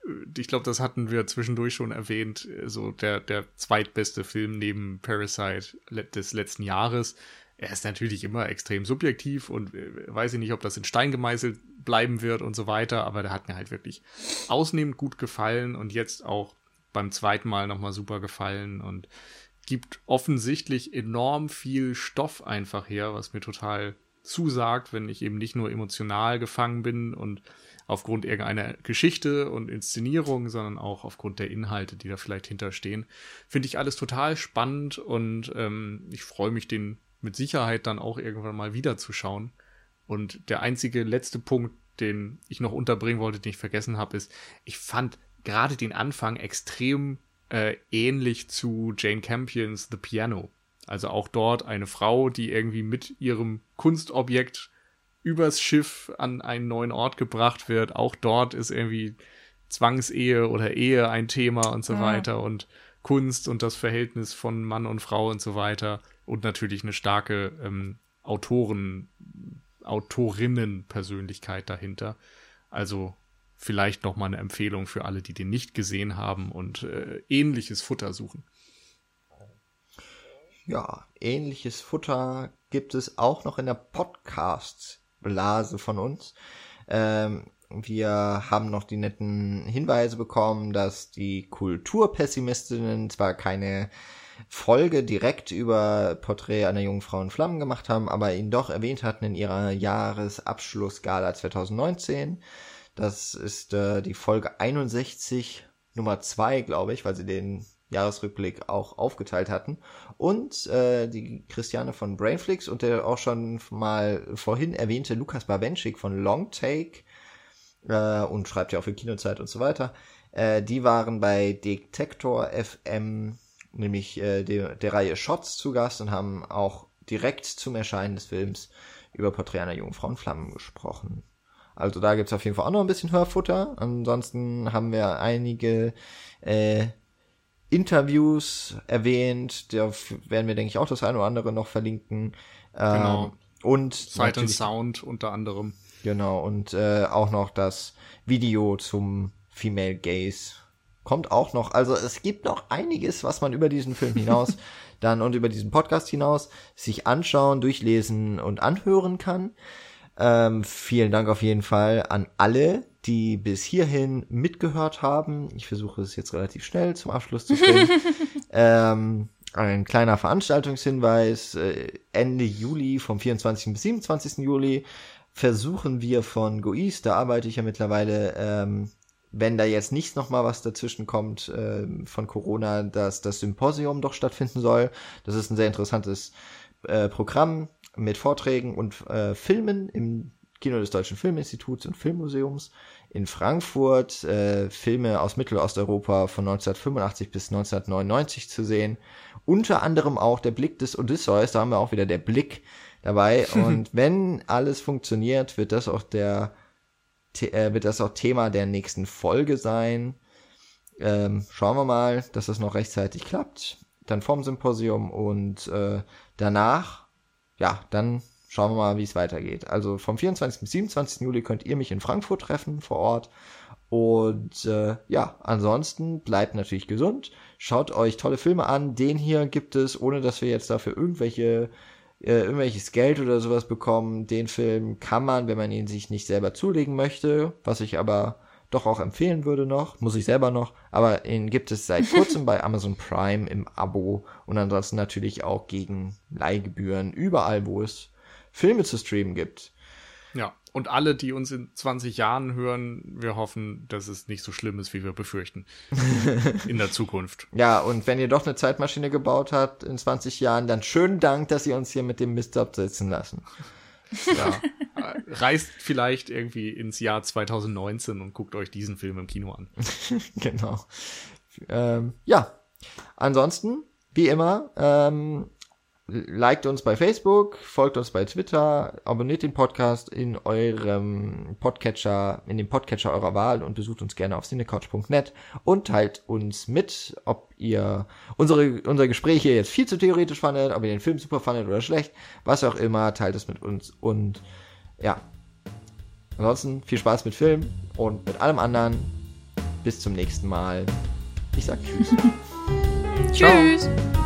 ich glaube, das hatten wir zwischendurch schon erwähnt, so der zweitbeste Film neben Parasite des letzten Jahres. Er ist natürlich immer extrem subjektiv und weiß ich nicht, ob das in Stein gemeißelt bleiben wird und so weiter, aber der hat mir halt wirklich ausnehmend gut gefallen und jetzt auch beim zweiten Mal nochmal super gefallen und gibt offensichtlich enorm viel Stoff einfach her, was mir total zusagt, wenn ich eben nicht nur emotional gefangen bin und aufgrund irgendeiner Geschichte und Inszenierung, sondern auch aufgrund der Inhalte, die da vielleicht hinterstehen. Finde ich alles total spannend und ich freue mich, den mit Sicherheit dann auch irgendwann mal wieder zu schauen. Und der einzige letzte Punkt, den ich noch unterbringen wollte, den ich vergessen habe, ist, ich fand gerade den Anfang extrem ähnlich zu Jane Campions The Piano. Also auch dort eine Frau, die irgendwie mit ihrem Kunstobjekt übers Schiff an einen neuen Ort gebracht wird. Auch dort ist irgendwie Zwangsehe oder Ehe ein Thema und so weiter und Kunst und das Verhältnis von Mann und Frau und so weiter und natürlich eine starke Autorinnen-Persönlichkeit dahinter. Also vielleicht noch mal eine Empfehlung für alle, die den nicht gesehen haben und ähnliches Futter suchen. Ja, ähnliches Futter gibt es auch noch in der Podcast-Blase von uns. Wir haben noch die netten Hinweise bekommen, dass die Kulturpessimistinnen zwar keine Folge direkt über Porträt einer jungen Frau in Flammen gemacht haben, aber ihn doch erwähnt hatten in ihrer Jahresabschlussgala 2019. Das ist die Folge 61, Nummer 2, glaube ich, weil sie den Jahresrückblick auch aufgeteilt hatten. Und die Christiane von Brainflix und der auch schon mal vorhin erwähnte Lukas Bawenschik von Longtake und schreibt ja auch für Kinozeit und so weiter. Die waren bei Detektor FM, nämlich der Reihe Shots zu Gast und haben auch direkt zum Erscheinen des Films über Porträt einer jungen Frau in Flammen gesprochen. Also da gibt's auf jeden Fall auch noch ein bisschen Hörfutter. Ansonsten haben wir einige Interviews erwähnt. Da werden wir, denke ich, auch das eine oder andere noch verlinken. Genau. Und Sight and Sound unter anderem. Genau, und auch noch das Video zum Female Gaze kommt auch noch. Also es gibt noch einiges, was man über diesen Film hinaus dann und über diesen Podcast hinaus sich anschauen, durchlesen und anhören kann. Vielen Dank auf jeden Fall an alle, die bis hierhin mitgehört haben. Ich versuche es jetzt relativ schnell zum Abschluss zu bringen. Ein kleiner Veranstaltungshinweis. Ende Juli, vom 24. bis 27. Juli, versuchen wir von GoEast, da arbeite ich ja mittlerweile, wenn da jetzt nicht nochmal was dazwischen kommt von Corona, dass das Symposium doch stattfinden soll. Das ist ein sehr interessantes Programm mit Vorträgen und Filmen im Kino des Deutschen Filminstituts und Filmmuseums in Frankfurt. Filme aus Mittel- und Osteuropa von 1985 bis 1999 zu sehen. Unter anderem auch der Blick des Odysseus, da haben wir auch wieder der Blick dabei. Und wenn alles funktioniert, wird das auch Thema der nächsten Folge sein. Schauen wir mal, dass das noch rechtzeitig klappt. Dann vorm Symposium und danach, ja, dann schauen wir mal, wie es weitergeht. Also vom 24. bis 27. Juli könnt ihr mich in Frankfurt treffen, vor Ort. Und ja, ansonsten bleibt natürlich gesund. Schaut euch tolle Filme an. Den hier gibt es, ohne dass wir jetzt dafür irgendwelches Geld oder sowas bekommen. Den Film kann man, wenn man ihn sich nicht selber zulegen möchte, was ich aber doch auch empfehlen würde noch, muss ich selber noch, aber ihn gibt es seit kurzem bei Amazon Prime im Abo und ansonsten natürlich auch gegen Leihgebühren überall, wo es Filme zu streamen gibt. Ja, und alle, die uns in 20 Jahren hören, wir hoffen, dass es nicht so schlimm ist, wie wir befürchten in der Zukunft. Ja, und wenn ihr doch eine Zeitmaschine gebaut habt in 20 Jahren, dann schönen Dank, dass ihr uns hier mit dem Mist habt sitzen lassen. Ja, reist vielleicht irgendwie ins Jahr 2019 und guckt euch diesen Film im Kino an. Genau. Ja, ansonsten, wie immer, liked uns bei Facebook, folgt uns bei Twitter, abonniert den Podcast in dem Podcatcher eurer Wahl und besucht uns gerne auf cinecouch.net und teilt uns mit, ob ihr unser Gespräch hier jetzt viel zu theoretisch fandet, ob ihr den Film super fandet oder schlecht, was auch immer, teilt es mit uns und ja, ansonsten viel Spaß mit Film und mit allem anderen. bis zum nächsten Mal. Ich sag Tschüss. Tschüss.